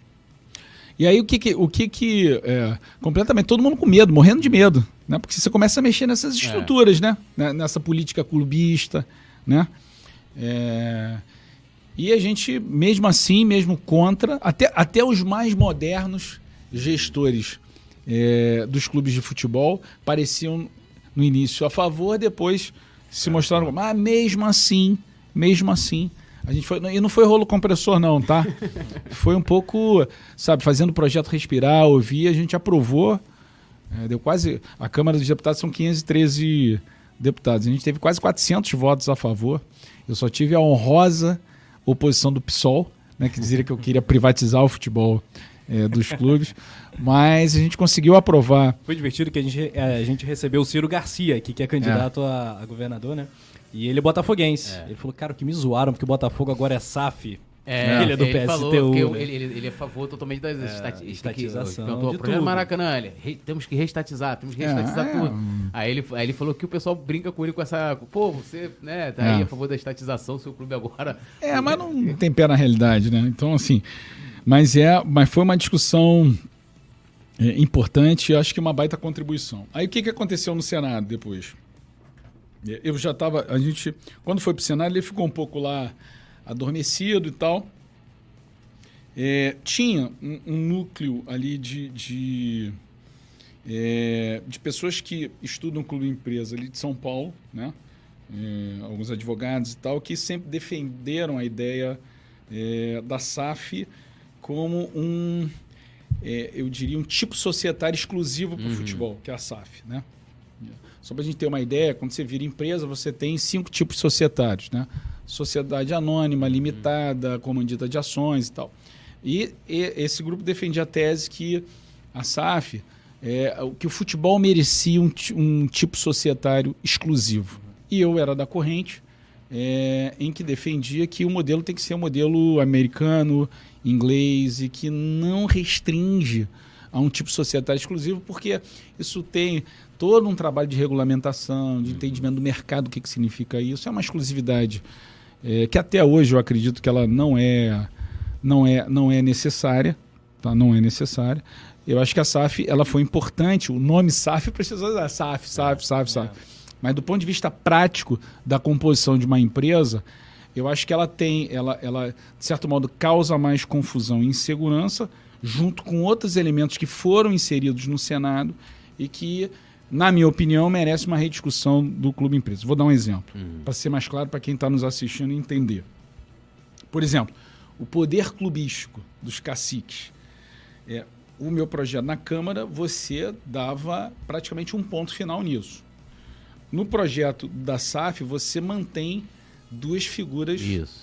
E aí o que que... O que, que é, completamente, todo mundo com medo, morrendo de medo. Né? Porque você começa a mexer nessas estruturas, é. né? Nessa política clubista, né? É, e a gente, mesmo assim, mesmo contra, até, até os mais modernos gestores é, dos clubes de futebol pareciam no início a favor, depois se mostraram como, ah, mesmo assim, mesmo assim, a gente foi, e não foi rolo compressor não, tá? Foi um pouco, sabe, fazendo o projeto respirar, ouvir, a gente aprovou, é, deu quase, a Câmara dos Deputados são quinhentos e treze deputados, a gente teve quase quatrocentos votos a favor. Eu só tive a honrosa oposição do PSOL, né, que dizia que eu queria privatizar o futebol é, dos clubes, mas a gente conseguiu aprovar. Foi divertido que a gente, a gente recebeu o Ciro Garcia, aqui, que é candidato é. A, a governador, né? E ele é botafoguense. É. Ele falou, cara, o que me zoaram, porque o Botafogo agora é S A F. É, ele é do ele P S T U. Falou, né? ele, ele, ele é a favor totalmente das é, estati estatização. Cantou o projeto Maracanã, ele, re, temos que reestatizar, temos que restatizar é, tudo. É. Aí, ele, aí ele falou que o pessoal brinca com ele com essa. Pô, você né, tá é. aí a favor da estatização, seu clube agora. É, mas não tem pé na realidade, né? Então, assim. Mas, é, mas foi uma discussão é, importante e acho que uma baita contribuição. Aí o que, que aconteceu no Senado depois? Eu já estava. A gente. Quando foi para o Senado, ele ficou um pouco lá adormecido e tal. É, tinha um, um núcleo ali de, de, é, de pessoas que estudam clube empresa ali de São Paulo, né? É, alguns advogados e tal, que sempre defenderam a ideia é, da S A F como um, é, eu diria, um tipo societário exclusivo para o uhum. futebol, que é a S A F, né? Só para a gente ter uma ideia, quando você vira empresa, você tem cinco tipos societários, né? Sociedade anônima, limitada, comandita de ações e tal. E, e esse grupo defendia a tese que a S A F, é, que o futebol merecia um, um tipo societário exclusivo. E eu era da corrente é, em que defendia que o modelo tem que ser um modelo americano, inglês, e que não restringe a um tipo societário exclusivo, porque isso tem todo um trabalho de regulamentação, de entendimento do mercado, o que, que significa isso. É uma exclusividade é, que até hoje eu acredito que ela não é... Não é, não é necessária, tá? Não é necessária. Eu acho que a S A F ela foi importante. O nome S A F precisa usar S A F, S A F, S A F, S A F. É. Mas do ponto de vista prático da composição de uma empresa, eu acho que ela tem, ela, ela de certo modo causa mais confusão e insegurança, junto com outros elementos que foram inseridos no Senado e que, na minha opinião, merece uma rediscussão do clube empresa. Vou dar um exemplo, uhum. para ser mais claro para quem está nos assistindo entender. Por exemplo, o poder clubístico dos caciques. É, o meu projeto na Câmara, você dava praticamente um ponto final nisso. No projeto da S A F, você mantém duas figuras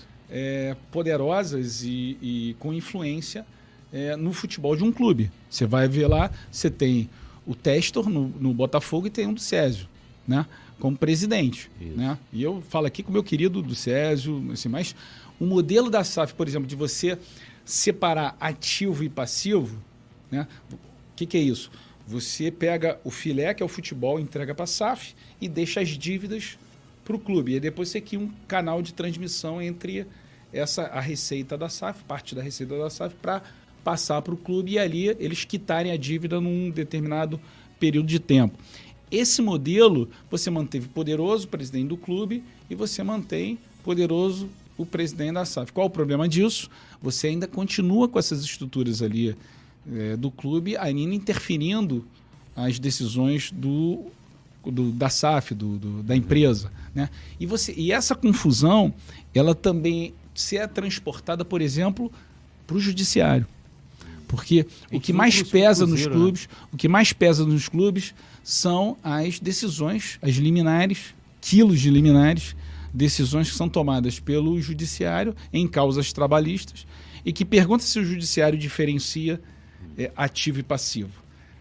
é, poderosas e, e com influência é, no futebol de um clube. Você vai ver lá, você tem o Testor no, no Botafogo e tem um do Césio, né, como presidente. Né? E eu falo aqui com o meu querido do Césio, assim, mas... O modelo da S A F, por exemplo, de você separar ativo e passivo, né? O que, que é isso? Você pega o filé, que é o futebol, entrega para a S A F e deixa as dívidas para o clube. E aí depois você cria um canal de transmissão entre essa, a receita da S A F, parte da receita da S A F, para passar para o clube e ali eles quitarem a dívida num determinado período de tempo. Esse modelo, você manteve poderoso o presidente do clube e você mantém poderoso o presidente da S A F. Qual o problema disso? Você ainda continua com essas estruturas ali é, do clube, ainda interferindo as decisões do, do, da S A F, do, do, da empresa. Né? E, você, e essa confusão, ela também se é transportada, por exemplo, para o judiciário. Porque E o que no mais Cruzeiro, pesa nos né? clubes, o que mais pesa nos clubes são as decisões, as liminares, quilos de liminares, decisões que são tomadas pelo judiciário em causas trabalhistas e que pergunta se o judiciário diferencia é, ativo e passivo.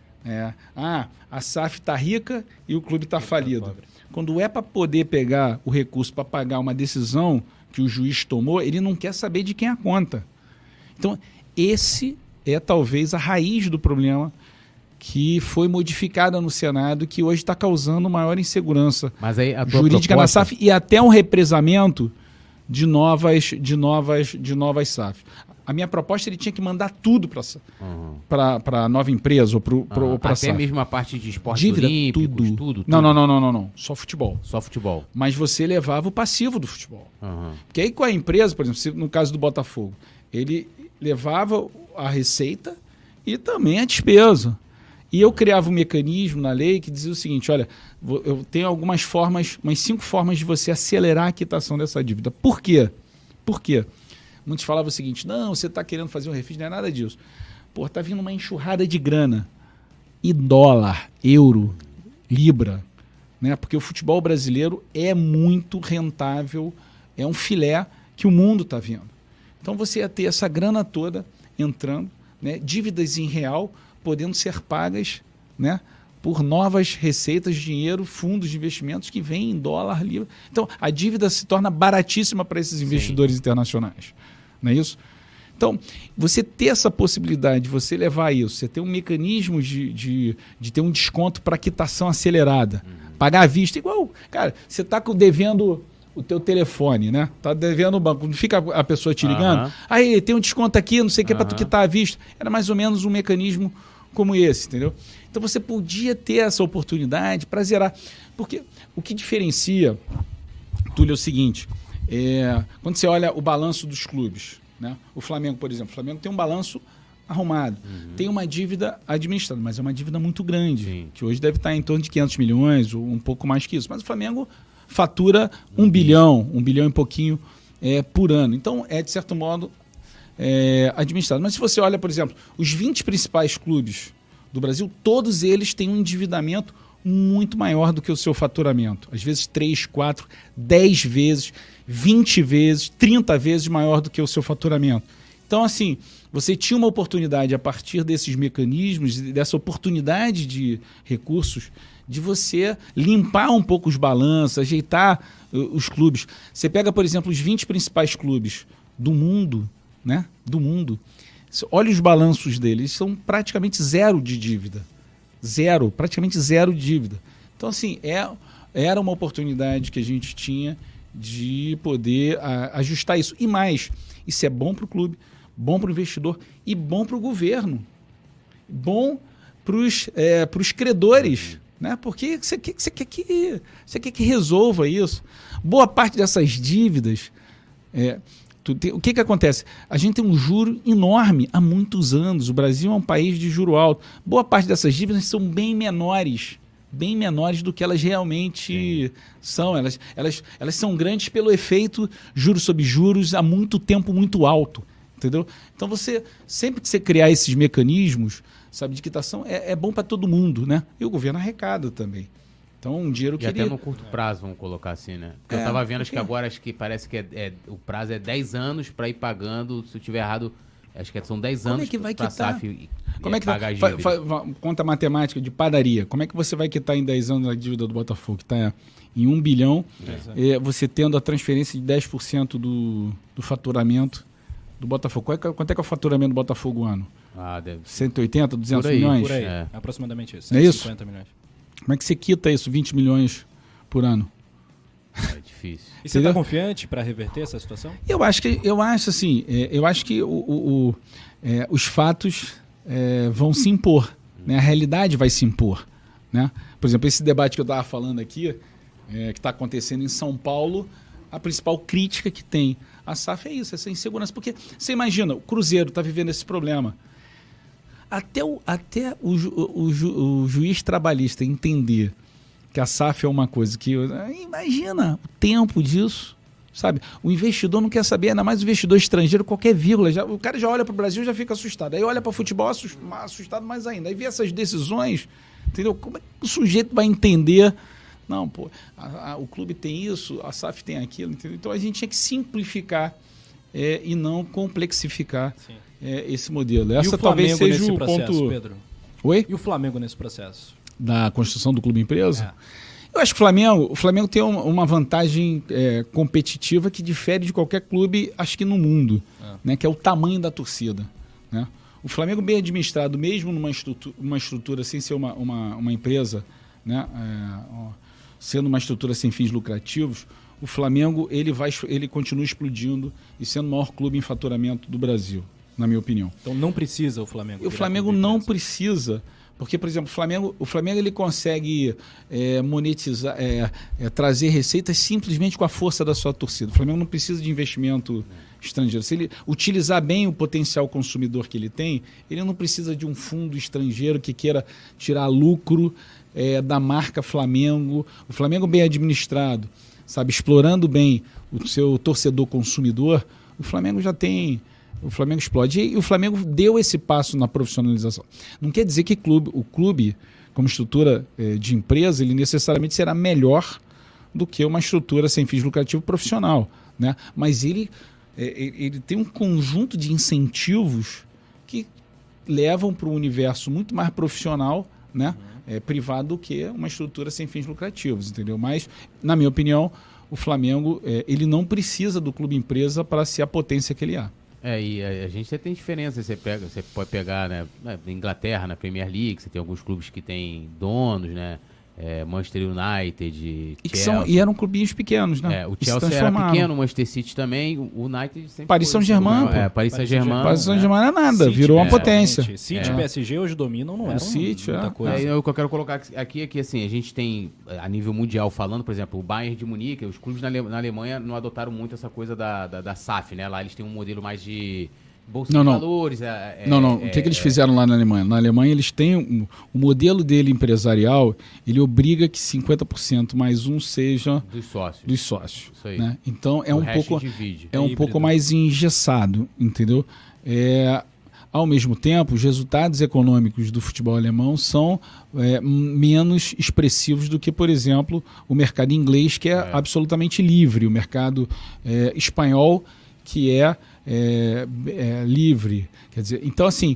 É, ah, a S A F está rica e o clube está falido. Quando é para poder pegar o recurso para pagar uma decisão que o juiz tomou, ele não quer saber de quem é a conta. Então, esse é talvez a raiz do problema que foi modificada no Senado, que hoje está causando maior insegurança Mas aí a tua jurídica proposta... na S A F e até um represamento de novas, de novas, de novas S A F. A minha proposta, ele tinha que mandar tudo para Uhum. a nova empresa ou para Uhum. a S Até A F. mesmo a parte de esportes Dívida, olímpicos, tudo. tudo, tudo. Não, não, não, não, não, não. Só futebol. Só futebol. Mas você levava o passivo do futebol. Uhum. Porque aí com a empresa, por exemplo, se, no caso do Botafogo, ele levava a receita e também a despesa. E eu criava um mecanismo na lei que dizia o seguinte, olha, vou- eu tenho algumas formas, umas cinco formas de você acelerar a quitação dessa dívida. Por quê? Por quê? Muitos falavam o seguinte, não, você está querendo fazer um refis, não é nada disso. Pô, está vindo uma enxurrada de grana. E dólar, euro, libra, né? Porque o futebol brasileiro é muito rentável, é um filé que o mundo está vendo. Então você ia ter essa grana toda entrando, né? Dívidas em real podendo ser pagas, né? Por novas receitas, dinheiro, fundos de investimentos que vêm em dólar, libra. Então a dívida se torna baratíssima para esses investidores internacionais. Não é isso? Então, você ter essa possibilidade de você levar isso, você ter um mecanismo de, de, de ter um desconto para quitação acelerada, uhum. pagar à vista, igual, cara, você está devendo o teu telefone, né? Tá devendo o banco, não fica a pessoa te ligando, Uhum. aí tem um desconto aqui, não sei o que, Uhum. para tu quitar à vista. Era mais ou menos um mecanismo como esse, entendeu? Então você podia ter essa oportunidade para zerar. Porque o que diferencia, Túlio, é o seguinte, é, quando você olha o balanço dos clubes, né? O Flamengo, por exemplo, o Flamengo tem um balanço arrumado, uhum. tem uma dívida administrada, mas é uma dívida muito grande, Sim. que hoje deve estar em torno de quinhentos milhões ou um pouco mais que isso. Mas o Flamengo fatura um uhum. bilhão, um bilhão e pouquinho é, por ano. Então é, de certo modo, é, administrado. Mas se você olha, por exemplo, os vinte principais clubes do Brasil, todos eles têm um endividamento muito maior do que o seu faturamento. Às vezes três, quatro, dez vezes, vinte vezes, trinta vezes maior do que o seu faturamento. Então, assim, você tinha uma oportunidade, a partir desses mecanismos, dessa oportunidade de recursos, de você limpar um pouco os balanços, ajeitar uh, os clubes. Você pega, por exemplo, os vinte principais clubes do mundo, né? Do mundo. Olha os balanços deles, são praticamente zero de dívida. Zero, praticamente zero de dívida. Então, assim, é, era uma oportunidade que a gente tinha de poder a, ajustar isso. E mais, isso é bom para o clube, bom para o investidor e bom para o governo. Bom para os é, pros credores, né? Porque você quer, você, quer que, você quer que resolva isso. Boa parte dessas dívidas... É, Tem, o que, que acontece? A gente tem um juro enorme há muitos anos. O Brasil é um país de juro alto. Boa parte dessas dívidas são bem menores, bem menores do que elas realmente Sim. são. Elas, elas, elas são grandes pelo efeito juros sobre juros há muito tempo muito alto. Entendeu? Então, você sempre que você criar esses mecanismos, sabe, de quitação, é, é bom para todo mundo, né? E o governo arrecada também. Então, um dinheiro que E ele... até no curto prazo, vamos colocar assim, né? Porque É, eu tava vendo, acho porque- que agora, acho que parece que é, é- o prazo é dez anos para ir pagando, se eu tiver errado, acho que são dez Como anos é que vai pra quitar? S A F e- Como é que pagar vai? as Fa, dívidas. fa, fa- conta matemática de padaria. Como é que você vai quitar em dez anos a dívida do Botafogo? Que está em um bilhão, é, você tendo a transferência de dez por cento do, do faturamento do Botafogo. Qual é que é- quanto é que é o faturamento do Botafogo ano? Ah, deve ser. cento e oitenta, duzentos Por aí, milhões? Por aí, É. aproximadamente isso. Não é isso? cento e cinquenta milhões. Como é que você quita isso, vinte milhões por ano? É difícil. E você Entendeu? está confiante para reverter essa situação? Eu acho que, eu acho assim, é, eu acho que o, o- o, é, os fatos é, vão se impor, né? A realidade vai se impor, né? Por exemplo, esse debate que eu estava falando aqui, é, que está acontecendo em São Paulo, a principal crítica que tem a S A F é isso, essa insegurança. Porque você imagina, o Cruzeiro está vivendo esse problema. até o, até o, ju, o, ju, o juiz trabalhista entender que a S A F é uma coisa que... Imagina o tempo disso, sabe? O investidor não quer saber, ainda mais o investidor estrangeiro, qualquer vírgula. Já, o cara já olha para o Brasil e já fica assustado. Aí olha para o futebol assustado mais ainda. Aí vê essas decisões, entendeu? Como é que o sujeito vai entender... Não, pô, a, a, o clube tem isso, a S A F tem aquilo, entendeu? Então a gente tinha que simplificar é, e não complexificar é, esse modelo. Essa talvez seja o processo, ponto... Pedro? Oi? E o Flamengo nesse processo? Da construção do clube empresa? É. Eu acho que o Flamengo, o Flamengo tem uma, uma vantagem é, competitiva que difere de qualquer clube, acho que no mundo, é. né, que é o tamanho da torcida. Né? O Flamengo bem administrado, mesmo numa estrutura, uma estrutura sem ser uma, uma, uma empresa, né, é, ó, sendo uma estrutura sem fins lucrativos, o Flamengo ele vai, ele continua explodindo e sendo o maior clube em faturamento do Brasil, na minha opinião. Então não precisa o Flamengo. E o Flamengo não precisa, porque, por exemplo, o Flamengo, o Flamengo ele consegue é, monetizar, é, é, trazer receitas simplesmente com a força da sua torcida. O Flamengo não precisa de investimento estrangeiro. Se ele utilizar bem o potencial consumidor que ele tem, ele não precisa de um fundo estrangeiro que queira tirar lucro É, da marca Flamengo. O Flamengo bem administrado, sabe, explorando bem o seu torcedor consumidor, o Flamengo já tem, o Flamengo explode. E, e o Flamengo deu esse passo na profissionalização. Não quer dizer que clube, o clube, como estrutura é, de empresa, ele necessariamente será melhor do que uma estrutura sem fins lucrativos profissional, né? Mas ele, é, ele tem um conjunto de incentivos que levam para um universo muito mais profissional, né? É, privado do que uma estrutura sem fins lucrativos, entendeu? Mas, na minha opinião, o Flamengo é, ele não precisa do clube empresa para ser a potência que ele é. É, e a, a gente tem diferença, você, pega, você pode pegar, né, na Inglaterra, na Premier League, você tem alguns clubes que têm donos, né? É, Manchester United, e, que são, e eram clubinhos pequenos, né? É, o Chelsea era pequeno, o Manchester City também, o United sempre Paris Saint-Germain, é, Paris Saint-Germain. Paris Saint-Germain não é nada, City, virou uma é, potência. City e é. P S G hoje dominam, não é? O City, muita é. coisa. É, o que eu quero colocar aqui é que assim, a gente tem, a nível mundial falando, por exemplo, o Bayern de Munique, os clubes na, Ale- na Alemanha não adotaram muito essa coisa da, da, da S A F, né? Lá eles têm um modelo mais de bolsa não, de não. valores. É, não, não. É, o que, é, que eles é, fizeram lá na Alemanha? Na Alemanha eles têm um, o modelo dele empresarial, ele obriga que cinquenta por cento mais um seja dos sócios. Dos sócios, isso aí. Né? Então é o um pouco divide. é um é pouco mais engessado, entendeu? É, ao mesmo tempo, os resultados econômicos do futebol alemão são é, menos expressivos do que, por exemplo, o mercado inglês, que é, é. absolutamente livre, o mercado é, espanhol, que é É, é, livre, quer dizer, então assim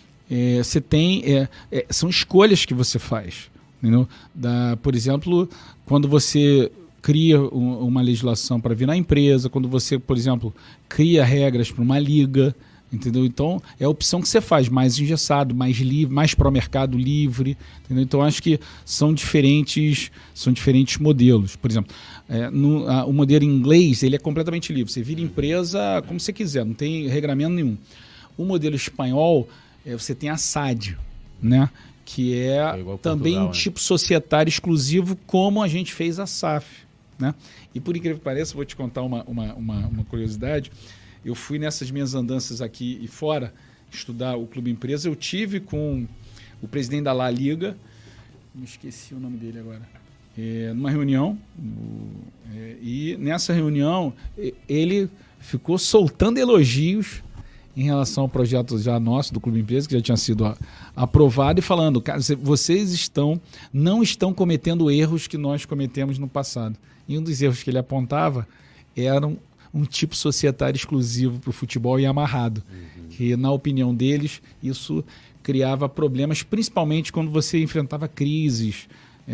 é, você tem é, é, são escolhas que você faz, entendeu? Da, por exemplo, quando você cria um, uma legislação para vir na empresa, quando você, por exemplo, cria regras para uma liga, entendeu? Então é a opção que você faz, mais engessado, mais livre, mais para o mercado livre, entendeu? Então acho que são diferentes, são diferentes modelos. Por exemplo, é, no, a, o modelo inglês ele é completamente livre, você vira empresa como você quiser, não tem regramento nenhum. O modelo espanhol, é, você tem a S A D, né? Que é, é também Portugal, um tipo né? societário exclusivo, como a gente fez a S A F, né? E por incrível que pareça, vou te contar uma, uma, uma, uma curiosidade. Eu fui nessas minhas andanças aqui e fora estudar o Clube Empresa. Eu tive com o presidente da La Liga, me esqueci o nome dele agora, é, numa reunião. O, é, e nessa reunião ele ficou soltando elogios em relação ao projeto já nosso do Clube Empresa, que já tinha sido a, aprovado, e falando, cara, vocês estão, não estão cometendo erros que nós cometemos no passado. E um dos erros que ele apontava eram um tipo societário exclusivo para o futebol e amarrado. Uhum. Que, na opinião deles, isso criava problemas, principalmente quando você enfrentava crises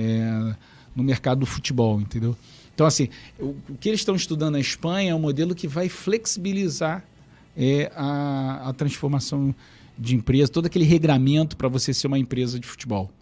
é, no mercado do futebol, entendeu? Então, assim, o, o que eles estão estudando na Espanha é um modelo que vai flexibilizar é, a, a transformação de empresa, todo aquele regramento para você ser uma empresa de futebol.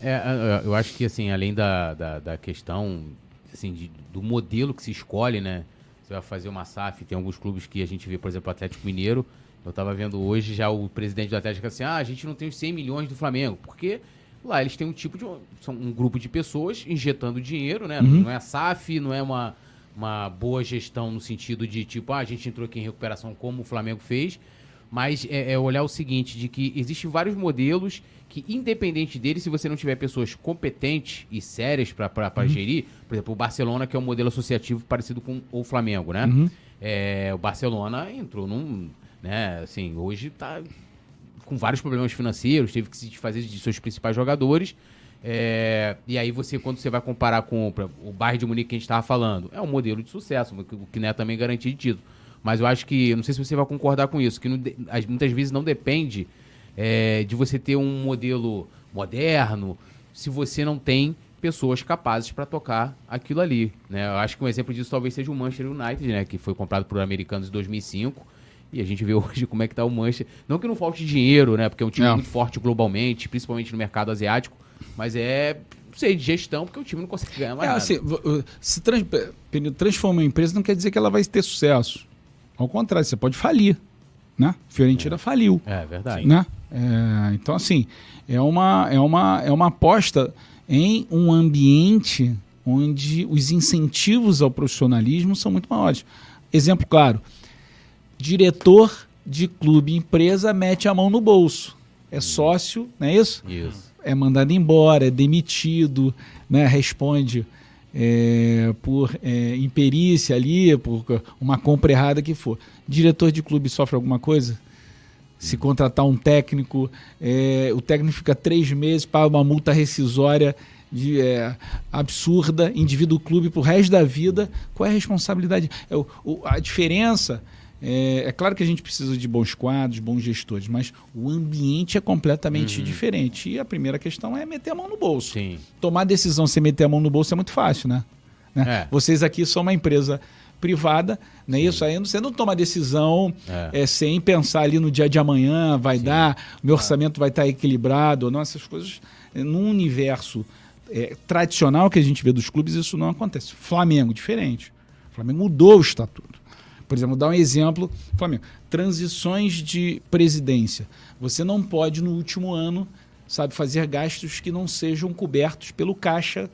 É, eu acho que, assim, além da, da, da questão assim, de, do modelo que se escolhe, né? Você vai fazer uma S A F, tem alguns clubes que a gente vê, por exemplo, o Atlético Mineiro. Eu estava vendo hoje já o presidente do Atlético assim, ah, a gente não tem os cem milhões do Flamengo, porque lá eles têm um tipo de... São um grupo de pessoas injetando dinheiro, né? Uhum. Não é S A F, não é uma, uma boa gestão no sentido de, tipo, ah, a gente entrou aqui em recuperação como o Flamengo fez, Mas é, é olhar o seguinte, de que existem vários modelos que, independente dele, se você não tiver pessoas competentes e sérias para uhum. gerir, por exemplo, o Barcelona, que é um modelo associativo parecido com o Flamengo, né? Uhum. É, o Barcelona entrou num... Né, assim, hoje está com vários problemas financeiros, teve que se desfazer de seus principais jogadores. É, e aí você, quando você vai comparar com o Bayern de Munique que a gente estava falando, é um modelo de sucesso, o que não é também garantia de título. Mas eu acho que, não sei se você vai concordar com isso, que não, muitas vezes não depende é, de você ter um modelo moderno se você não tem pessoas capazes para tocar aquilo ali. Né? Eu acho que um exemplo disso talvez seja o Manchester United, né, que foi comprado por americanos em dois mil e cinco, e a gente vê hoje como é que está o Manchester. Não que não falte dinheiro, né, porque é um time não. muito forte globalmente, principalmente no mercado asiático, mas é, não sei, de gestão, porque o time não consegue ganhar mais é, nada. Assim, se trans, transforma uma empresa não quer dizer que ela vai ter sucesso. Ao contrário, você pode falir, né? Fiorentina é. faliu. É verdade. Né? É, então, assim, é uma, é, uma, é uma aposta em um ambiente onde os incentivos ao profissionalismo são muito maiores. Exemplo claro, diretor de clube empresa mete a mão no bolso. É sócio, não é isso? Isso. É mandado embora, é demitido, né? Responde... É, por é, imperícia ali, por uma compra errada que for. Diretor de clube sofre alguma coisa? Se contratar um técnico, é, o técnico fica três meses, paga uma multa rescisória de, é, absurda, endivida o clube pro resto da vida. Qual é a responsabilidade? É, o, o, a diferença... É, é claro que a gente precisa de bons quadros, bons gestores, mas o ambiente é completamente uhum. diferente. E a primeira questão é meter a mão no bolso. Sim. Tomar decisão sem meter a mão no bolso é muito fácil, né? né? É. Vocês aqui são uma empresa privada, não é isso? Aí você não toma decisão é. É, sem pensar ali no dia de amanhã, vai Sim. dar, o meu orçamento vai estar equilibrado, ou não, essas coisas. Num universo é, tradicional que a gente vê dos clubes, isso não acontece. Flamengo, diferente. O Flamengo mudou o estatuto. Por exemplo, dar um exemplo, Flamengo, transições de presidência. Você não pode, no último ano, sabe, fazer gastos que não sejam cobertos pelo caixa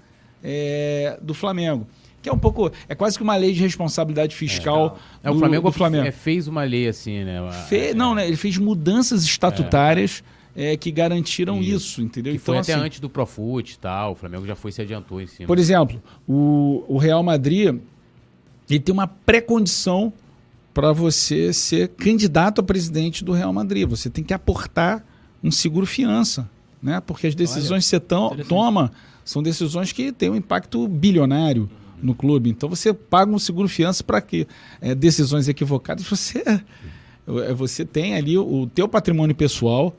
é, do Flamengo. Que é um pouco, é quase que uma lei de responsabilidade fiscal é, do, o Flamengo, do Flamengo. É, fez uma lei assim, né? Fe, é, não, né? Ele fez mudanças estatutárias é. É, que garantiram isso, isso entendeu? Que então, foi até assim, antes do Profut e tal, o Flamengo já foi se adiantou em cima. Por exemplo, o, o Real Madrid... ele tem uma pré-condição para você ser candidato a presidente do Real Madrid. Você tem que aportar um seguro-fiança, né? Porque as decisões Olha, que você tão, toma são decisões que têm um impacto bilionário no clube. Então você paga um seguro-fiança para que é, decisões equivocadas você, é, você tem ali o, o teu patrimônio pessoal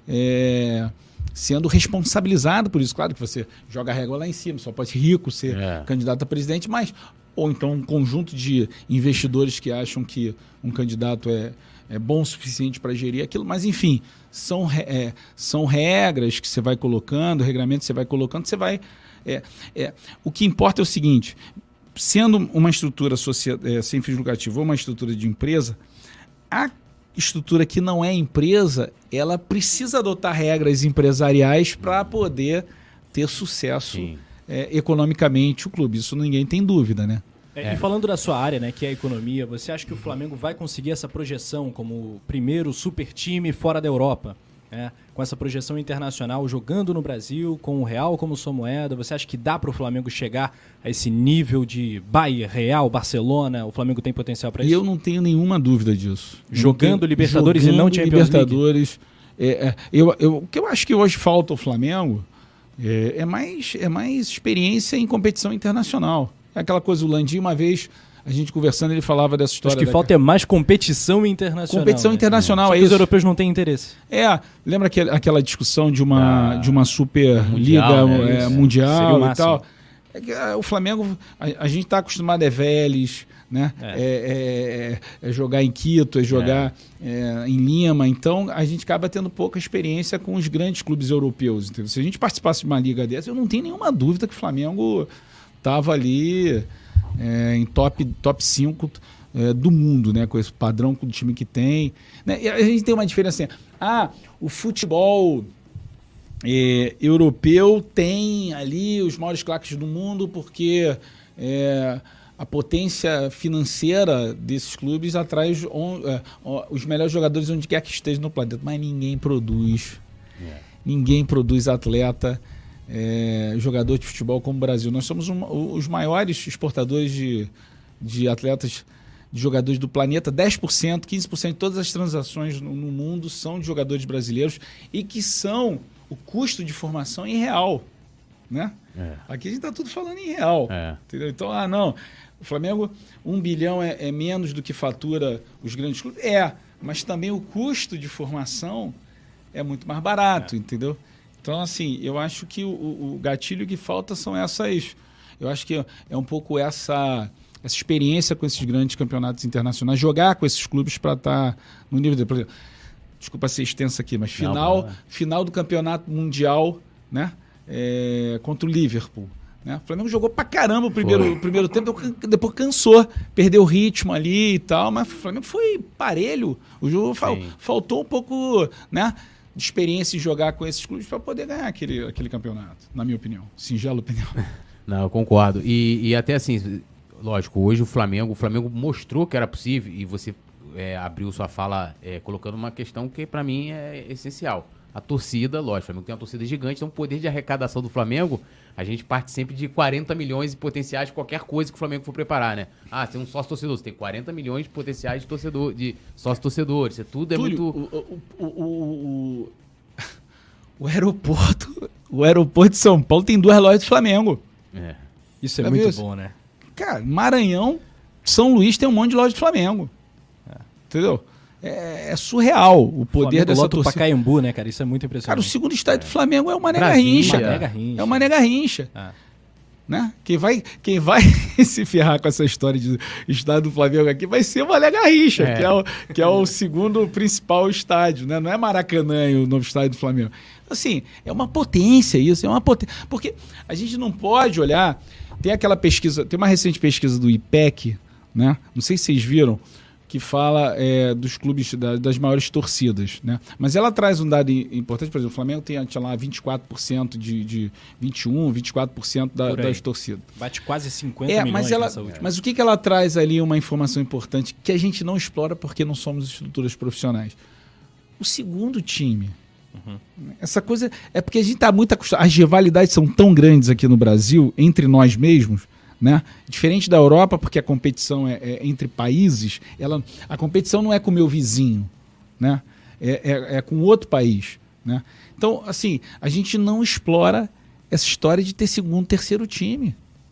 é, sendo responsabilizado por isso. Claro que você joga a régua lá em cima, só pode rico ser é. candidato a presidente, mas... ou então um conjunto de investidores que acham que um candidato é, é bom o suficiente para gerir aquilo, mas enfim, são, é, são regras que você vai colocando, regramentos que você vai colocando, você vai... É, é, o que importa é o seguinte, sendo uma estrutura associa, é, sem fins lucrativos ou uma estrutura de empresa, a estrutura que não é empresa, ela precisa adotar regras empresariais para poder ter sucesso. Sim. É, economicamente o clube, isso ninguém tem dúvida, né? É, e falando da sua área, né, que é a economia, você acha que o Flamengo vai conseguir essa projeção como o primeiro super time fora da Europa? Né? Com essa projeção internacional, jogando no Brasil, com o Real como sua moeda, você acha que dá para o Flamengo chegar a esse nível de Bayern, Real, Barcelona? O Flamengo tem potencial para isso? E eu não tenho nenhuma dúvida disso. Jogando tenho, Libertadores jogando e não Champions Libertadores, League? É, é, eu, eu, o que eu acho que hoje falta ao Flamengo é, é, mais, é mais experiência em competição internacional. É aquela coisa, o Landim, uma vez, a gente conversando, ele falava dessa história. Acho que da... falta é mais competição internacional. Competição né? internacional, é, é isso. Os europeus não têm interesse. É, lembra aquele, aquela discussão de uma, ah, de uma super mundial, liga né? é, mundial o e tal? É que, é, o Flamengo, a, a gente está acostumado a Vélez, né? É. É, é, é jogar em Quito, é jogar é. É, em Lima. Então, a gente acaba tendo pouca experiência com os grandes clubes europeus. Entendeu? Se a gente participasse de uma liga dessa, eu não tenho nenhuma dúvida que o Flamengo estava ali é, em top, top cinco é, do mundo, né? Com esse padrão do time que tem. Né? E a gente tem uma diferença assim. Ah, o futebol é, europeu tem ali os maiores craques do mundo porque... É, a potência financeira desses clubes atrai os, on, é, os melhores jogadores onde quer que esteja no planeta, mas ninguém produz. É. Ninguém produz atleta, é, jogador de futebol como o Brasil. Nós somos um, os maiores exportadores de, de atletas, de jogadores do planeta. dez por cento, quinze por cento de todas as transações no, no mundo são de jogadores brasileiros e que são o custo de formação em real. Né? É. Aqui a gente está tudo falando em real. É. Entendeu? Então, ah, não... O Flamengo, um bilhão é, é menos do que fatura os grandes clubes? É, mas também o custo de formação é muito mais barato, é. entendeu? Então, assim, eu acho que o, o gatilho que falta são essas... Eu acho que é um pouco essa, essa experiência com esses grandes campeonatos internacionais, jogar com esses clubes para estar tá no nível... De, por exemplo, desculpa ser extenso aqui, mas final, não, final do campeonato mundial, né? É, contra o Liverpool. Né? O Flamengo jogou pra caramba o primeiro, o primeiro tempo, depois cansou, perdeu o ritmo ali e tal, mas o Flamengo foi parelho. O jogo fal, faltou um pouco, né, de experiência em jogar com esses clubes para poder ganhar aquele, aquele campeonato, na minha opinião. Singela opinião. Não, eu concordo. E, e até assim, lógico, hoje o Flamengo, o Flamengo mostrou que era possível e você é, abriu sua fala é, colocando uma questão que para mim é essencial. A torcida, lógico, o Flamengo tem uma torcida gigante, então o poder de arrecadação do Flamengo, a gente parte sempre de quarenta milhões de potenciais de qualquer coisa que o Flamengo for preparar, né? Ah, tem um sócio torcedor, você tem quarenta milhões de potenciais de torcedor, de sócio torcedores, isso tudo é Túlio, muito... O, o, o, o, o, aeroporto, o aeroporto de São Paulo tem duas lojas do Flamengo. É. Isso é Já muito bom, né? Cara, Maranhão, São Luís tem um monte de loja do Flamengo. É. Entendeu? É, é surreal o poder dessa torcida. O Pacaembu, né, cara? Isso é muito impressionante. Cara, o segundo estádio é. do Flamengo é o Mané Garrincha. É o Mané Garrincha. É. Né? Quem vai, quem vai se ferrar com essa história de estádio do Flamengo aqui vai ser o Mané Garrincha, é. que, é o, que é o segundo principal estádio, né? Não é Maracanã e o novo estádio do Flamengo. Assim, é uma potência isso, é uma potência. Porque a gente não pode olhar... Tem aquela pesquisa, tem uma recente pesquisa do I P E C, né? Não sei se vocês viram, que fala é, dos clubes, da, das maiores torcidas, né? Mas ela traz um dado importante, por exemplo, o Flamengo tem, tinha lá, vinte e quatro por cento de, de vinte e um por cento, vinte e quatro por cento da, das torcidas. Bate quase cinquenta é, milhões mas ela, nessa última. Mas o que, que ela traz ali, uma informação importante, que a gente não explora porque não somos estruturas profissionais? O segundo time. Uhum. Essa coisa é porque a gente está muito acostumado, as rivalidades são tão grandes aqui no Brasil, entre nós mesmos, né? Diferente da Europa, porque a competição é, é entre países, ela, a competição não é com o meu vizinho, né? é, é, é com outro país. Né? Então, assim, a gente não explora essa história de ter segundo, terceiro time.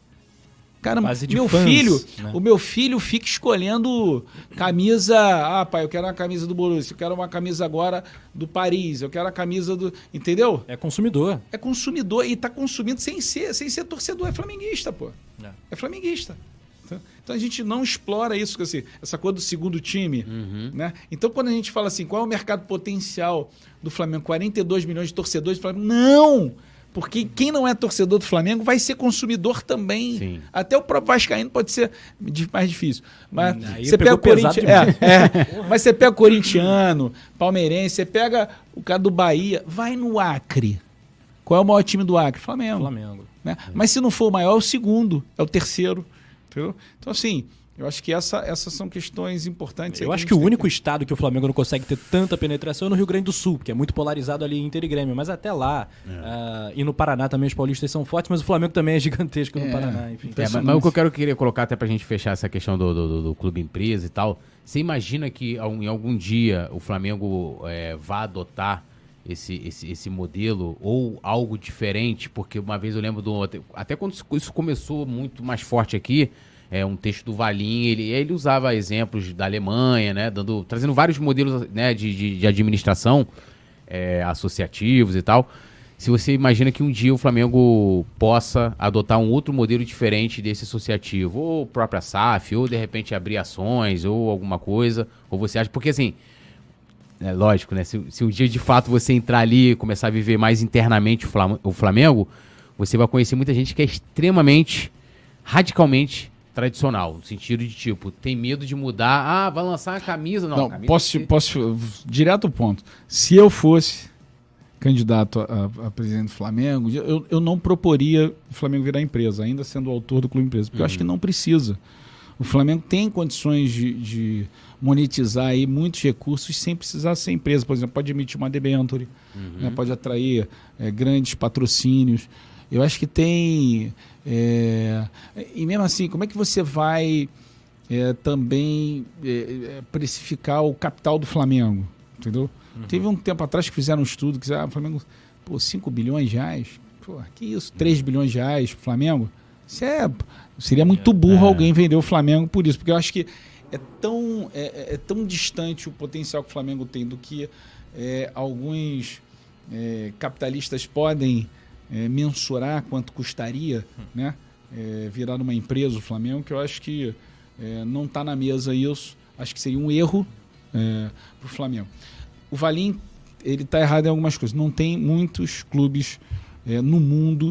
Cara, meu fãs, filho, né? O meu filho fica escolhendo camisa. Ah, pai, eu quero uma camisa do Borussia, eu quero uma camisa agora do Paris, eu quero a camisa do. Entendeu? É consumidor. É consumidor e tá consumindo sem ser, sem ser torcedor. É flamenguista, pô. É, é flamenguista. Então a gente não explora isso, assim, essa coisa do segundo time. Uhum. Né? Então quando a gente fala assim, qual é o mercado potencial do Flamengo? quarenta e dois milhões de torcedores do Flamengo? Não! Porque quem não é torcedor do Flamengo vai ser consumidor também. Sim. Até o próprio vascaíno pode ser mais difícil. Mas Aí você pega o corintiano, é, é, mas você pega o corintiano, palmeirense, você pega o cara do Bahia, vai no Acre. Qual é o maior time do Acre? Flamengo. Flamengo. Né? É. Mas se não for o maior, é o segundo, é o terceiro. Entendeu? Então, assim, eu acho que essa, essas são questões importantes. Eu acho que, que o único que... estado que o Flamengo não consegue ter tanta penetração é no Rio Grande do Sul, que é muito polarizado ali Inter e Grêmio, mas até lá, é. uh, e no Paraná também os paulistas são fortes, mas o Flamengo também é gigantesco no é. Paraná. Enfim. É, mas, mas o que eu quero queria colocar até pra gente fechar essa questão do, do, do clube empresa e tal, você imagina que em algum dia o Flamengo é, vá adotar esse, esse, esse modelo ou algo diferente? Porque uma vez eu lembro, do até quando isso começou muito mais forte aqui, é um texto do Valim, ele, ele usava exemplos da Alemanha, né, dando, trazendo vários modelos, né, de, de, de administração é, associativos e tal. Se você imagina que um dia o Flamengo possa adotar um outro modelo diferente desse associativo, ou própria S A F, ou de repente abrir ações, ou alguma coisa, ou você acha... Porque assim, é lógico, né, se, se um dia de fato você entrar ali e começar a viver mais internamente o Flamengo, você vai conhecer muita gente que é extremamente, radicalmente tradicional, no sentido de, tipo, tem medo de mudar, ah, vai lançar a camisa, não. não camisa posso, que... posso, direto ao ponto, se eu fosse, candidato a, a presidente do Flamengo, eu, eu não proporia o Flamengo virar empresa, ainda sendo o autor do clube empresa, porque uhum. eu acho que não precisa. O Flamengo tem condições de, de monetizar aí muitos recursos sem precisar ser empresa. Por exemplo, pode emitir uma debenture, uhum. né, pode atrair é, grandes patrocínios. Eu acho que tem... É, e mesmo assim, como é que você vai é, também é, precificar o capital do Flamengo? Entendeu? Uhum. Teve um tempo atrás que fizeram um estudo que ah, o Flamengo, pô, cinco bilhões de reais? Pô, que isso? três bilhões de reais pro Flamengo? Isso é... Seria muito burro é. alguém vender o Flamengo por isso, porque eu acho que é tão, é, é tão distante o potencial que o Flamengo tem do que é, alguns é, capitalistas podem é, mensurar quanto custaria, né, é, virar uma empresa o Flamengo, que eu acho que é, não está na mesa isso. Acho que seria um erro é, para o Flamengo. O Valim, ele está errado em algumas coisas. Não tem muitos clubes é, no mundo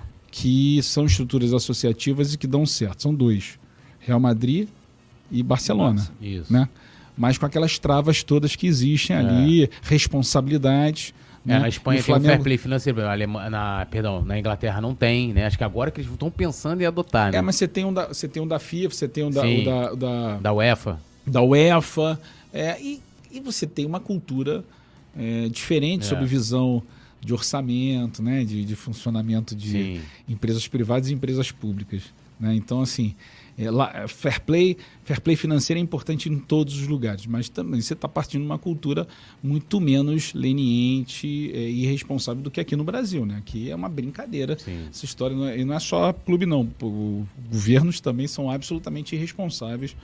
que são estruturas associativas e que dão certo. São dois, Real Madrid e Barcelona. Nossa, isso. Né? Mas com aquelas travas todas que existem é. ali, responsabilidades. É, né? Na Espanha o tem Flamengo... o fair play financeiro, na, na, perdão, na Inglaterra não tem, né? Acho que agora que eles estão pensando em adotar, né? É, mas você tem um da, você tem um da FIFA, você tem um da, o da, da... da UEFA. Da UEFA, é, e, e você tem uma cultura é, diferente é. sobre visão de orçamento, né, de, de funcionamento de Sim. empresas privadas e empresas públicas. Né? Então, assim, é, lá, fair play, fair play financeiro é importante em todos os lugares, mas também você está partindo de uma cultura muito menos leniente é, e irresponsável do que aqui no Brasil. Né? Aqui é uma brincadeira Sim. essa história. Não é, e não é só clube, não. Os governos também são absolutamente irresponsáveis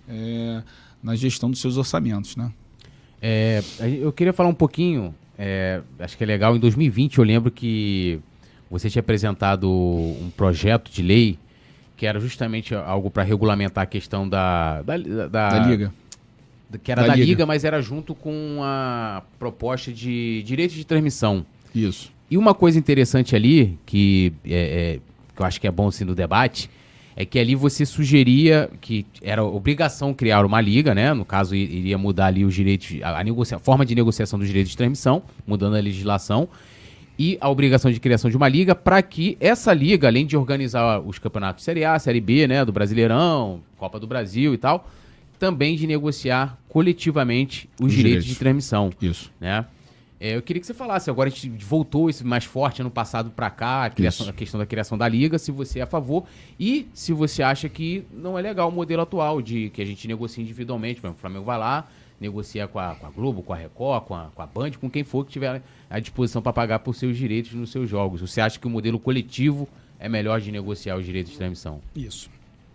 é, na gestão dos seus orçamentos. Né? É, eu queria falar um pouquinho... É, acho que é legal, em dois mil e vinte eu lembro que você tinha apresentado um projeto de lei que era justamente algo para regulamentar a questão da... Da, da, da Liga. Da, que era da, da Liga. Liga, mas era junto com a proposta de direito de transmissão. Isso. E uma coisa interessante ali, que, é, é, que eu acho que é bom assim no debate, é que ali você sugeria que era obrigação criar uma liga, né? No caso, iria mudar ali os direitos, a, negocia- a forma de negociação dos direitos de transmissão, mudando a legislação, e a obrigação de criação de uma liga para que essa liga, além de organizar os campeonatos Série A, Série B, né? Do Brasileirão, Copa do Brasil e tal, também de negociar coletivamente os, os direitos, direitos de transmissão. Isso. Né? É, eu queria que você falasse, agora a gente voltou isso mais forte ano passado para cá, a, criação, a questão da criação da liga, se você é a favor e se você acha que não é legal o modelo atual de que a gente negocia individualmente. Por exemplo, o Flamengo vai lá, negocia com a, com a Globo, com a Record, com a, com a Band, com quem for que tiver à disposição para pagar por seus direitos nos seus jogos. Você acha que o modelo coletivo é melhor de negociar os direitos de transmissão? Isso.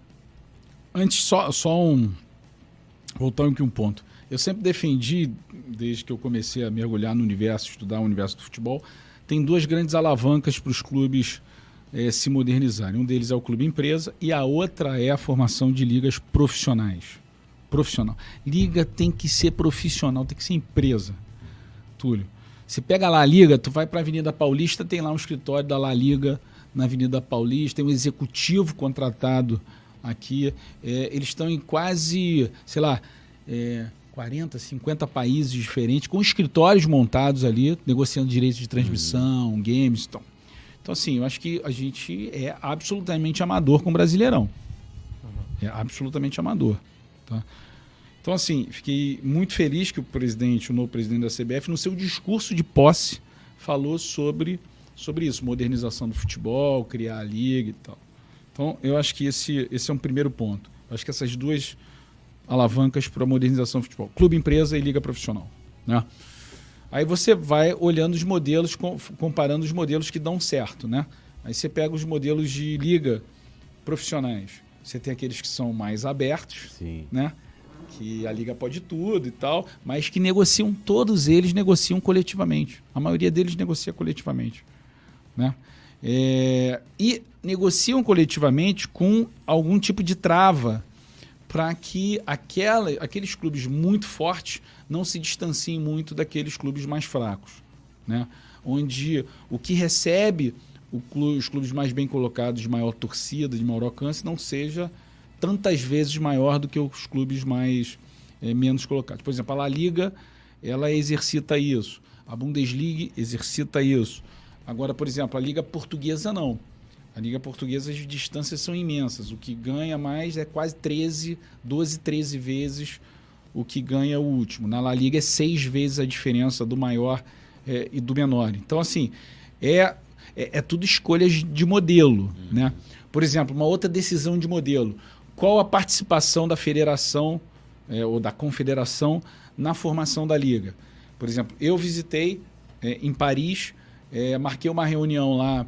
Antes, só, só um... Voltando aqui um ponto. Eu sempre defendi, desde que eu comecei a mergulhar no universo, estudar o universo do futebol, tem duas grandes alavancas para os clubes eh, se modernizarem. Um deles é o clube empresa e a outra é a formação de ligas profissionais. Profissional. Liga tem que ser profissional, tem que ser empresa. Túlio, você pega lá a liga, tu vai para a Avenida Paulista, tem lá um escritório da La Liga na Avenida Paulista, tem um executivo contratado aqui. Eh, eles estão em quase, sei lá... Eh, quarenta, cinquenta países diferentes, com escritórios montados ali, negociando direitos de transmissão, uhum. games. Então. então, assim, eu acho que a gente é absolutamente amador com o Brasileirão. Uhum. É absolutamente amador. Tá? Então, assim, fiquei muito feliz que o presidente, o novo presidente da C B F, no seu discurso de posse, falou sobre, sobre isso, modernização do futebol, criar a liga e tal. Então, eu acho que esse, esse é um primeiro ponto. Eu acho que essas duas... alavancas para a modernização do futebol. Clube, empresa e liga profissional. Né? Aí você vai olhando os modelos, comparando os modelos que dão certo. Né? Aí você pega os modelos de liga profissionais. Você tem aqueles que são mais abertos, Sim. né? Que a liga pode tudo e tal, mas que negociam, todos eles negociam coletivamente. A maioria deles negocia coletivamente. Né? É, e negociam coletivamente com algum tipo de trava para que aquela, aqueles clubes muito fortes não se distanciem muito daqueles clubes mais fracos. Né? Onde o que recebe o clube, os clubes mais bem colocados, de maior torcida, de maior alcance, não seja tantas vezes maior do que os clubes mais é, menos colocados. Por exemplo, a La Liga, ela exercita isso. A Bundesliga exercita isso. Agora, por exemplo, a Liga Portuguesa não. A Liga Portuguesa, as distâncias são imensas. O que ganha mais é quase treze, doze, treze vezes o que ganha o último. Na La Liga é seis vezes a diferença do maior é, e do menor. Então, assim, é, é, é tudo escolhas de modelo. Uhum. Né? Por exemplo, uma outra decisão de modelo. Qual a participação da federação é, ou da confederação na formação da Liga? Por exemplo, eu visitei é, em Paris, é, marquei uma reunião lá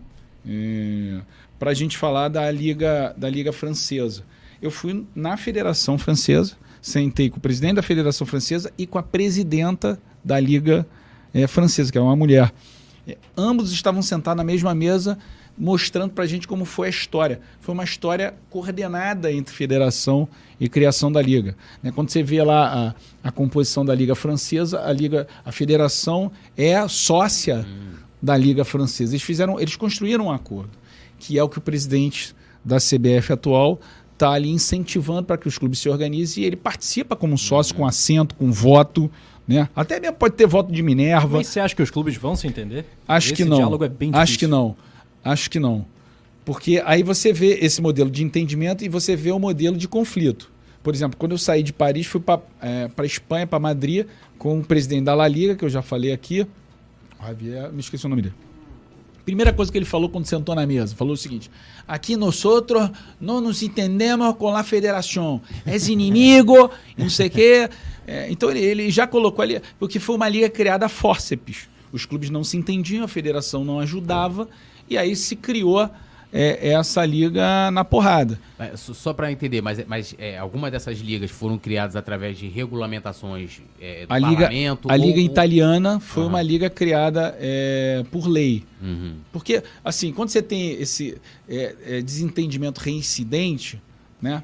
é, para a gente falar da Liga, da Liga Francesa. Eu fui na Federação Francesa, sentei com o presidente da Federação Francesa e com a presidenta da Liga é, Francesa, que é uma mulher. É, ambos estavam sentados na mesma mesa, mostrando para a gente como foi a história. Foi uma história coordenada entre federação e criação da Liga. Né? Quando você vê lá a, a composição da Liga Francesa, a, Liga, a federação é sócia hum. da Liga Francesa. Eles, fizeram, eles construíram um acordo, que é o que o presidente da C B F atual está ali incentivando para que os clubes se organizem, e ele participa como sócio, uhum. com assento, com voto, né? Até mesmo pode ter voto de Minerva. Mas você acha que os clubes vão se entender? Acho Esse que não. diálogo é bem difícil. Acho que não. Acho que não. Porque aí você vê esse modelo de entendimento e você vê o modelo de conflito. Por exemplo, quando eu saí de Paris, fui para é, a Espanha, para Madrid, com o presidente da La Liga, que eu já falei aqui. Javier, me esqueci o nome dele. Primeira coisa que ele falou quando sentou na mesa, falou o seguinte: aqui nós não nos entendemos com a federação, é inimigo, não sei o quê. É, então ele, ele já colocou ali, porque foi uma liga criada a fórceps. Os clubes não se entendiam, a federação não ajudava, e aí se criou é, essa liga na porrada. Só para entender, mas, mas é, algumas dessas ligas foram criadas através de regulamentações é, do a liga, parlamento? A ou, liga ou... italiana foi uhum. uma liga criada é, por lei. Uhum. Porque, assim, quando você tem esse é, é, desentendimento reincidente, né,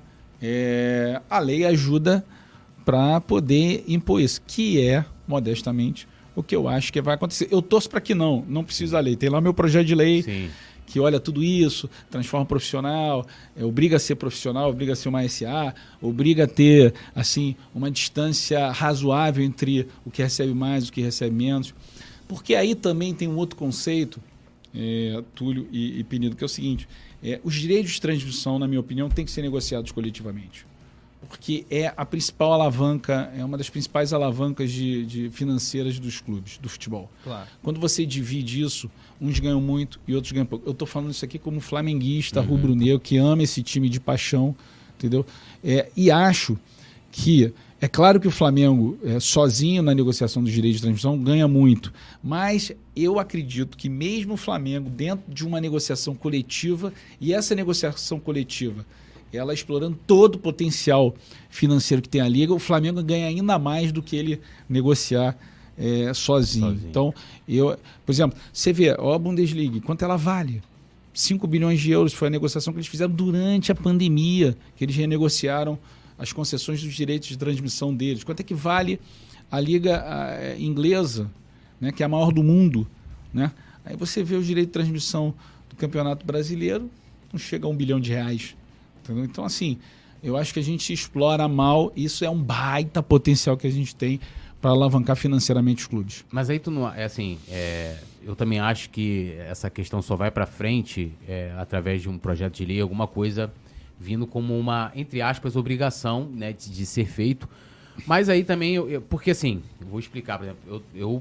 é, a lei ajuda para poder impor isso, que é, modestamente, o que eu acho que vai acontecer. Eu torço para que não, não precisa a lei. Tem lá o meu projeto de lei. Sim. Que olha tudo isso, transforma profissional, é, obriga a ser profissional, obriga a ser uma S A, obriga a ter assim, uma distância razoável entre o que recebe mais e o que recebe menos. Porque aí também tem um outro conceito, é, Túlio e, e Penido, que é o seguinte: é, os direitos de transmissão, na minha opinião, têm que ser negociados coletivamente. Porque é a principal alavanca, é uma das principais alavancas de, de financeiras dos clubes, do futebol. Claro. Quando você divide isso, uns ganham muito e outros ganham pouco. Eu estou falando isso aqui como flamenguista, uhum. rubro-negro, que ama esse time de paixão, entendeu? É, e acho que, é claro que o Flamengo, é, sozinho na negociação dos direitos de transmissão, ganha muito. Mas eu acredito que mesmo o Flamengo, dentro de uma negociação coletiva, e essa negociação coletiva, ela explorando todo o potencial financeiro que tem a Liga, o Flamengo ganha ainda mais do que ele negociar é, sozinho. sozinho. Então, eu, por exemplo, você vê, ó, a Bundesliga, quanto ela vale? cinco bilhões de euros foi a negociação que eles fizeram durante a pandemia, que eles renegociaram as concessões dos direitos de transmissão deles. Quanto é que vale a Liga a, inglesa, né, que é a maior do mundo? Né? Aí você vê o direito de transmissão do Campeonato Brasileiro, não chega a um bilhão de reais. Então, assim, eu acho que a gente explora mal, isso é um baita potencial que a gente tem para alavancar financeiramente os clubes. Mas aí tu não, é assim, é, eu também acho que essa questão só vai para frente é, através de um projeto de lei, alguma coisa vindo como uma, entre aspas, obrigação, né, de, de ser feito. Mas aí também, eu, eu, porque assim, eu vou explicar, por exemplo, eu, eu,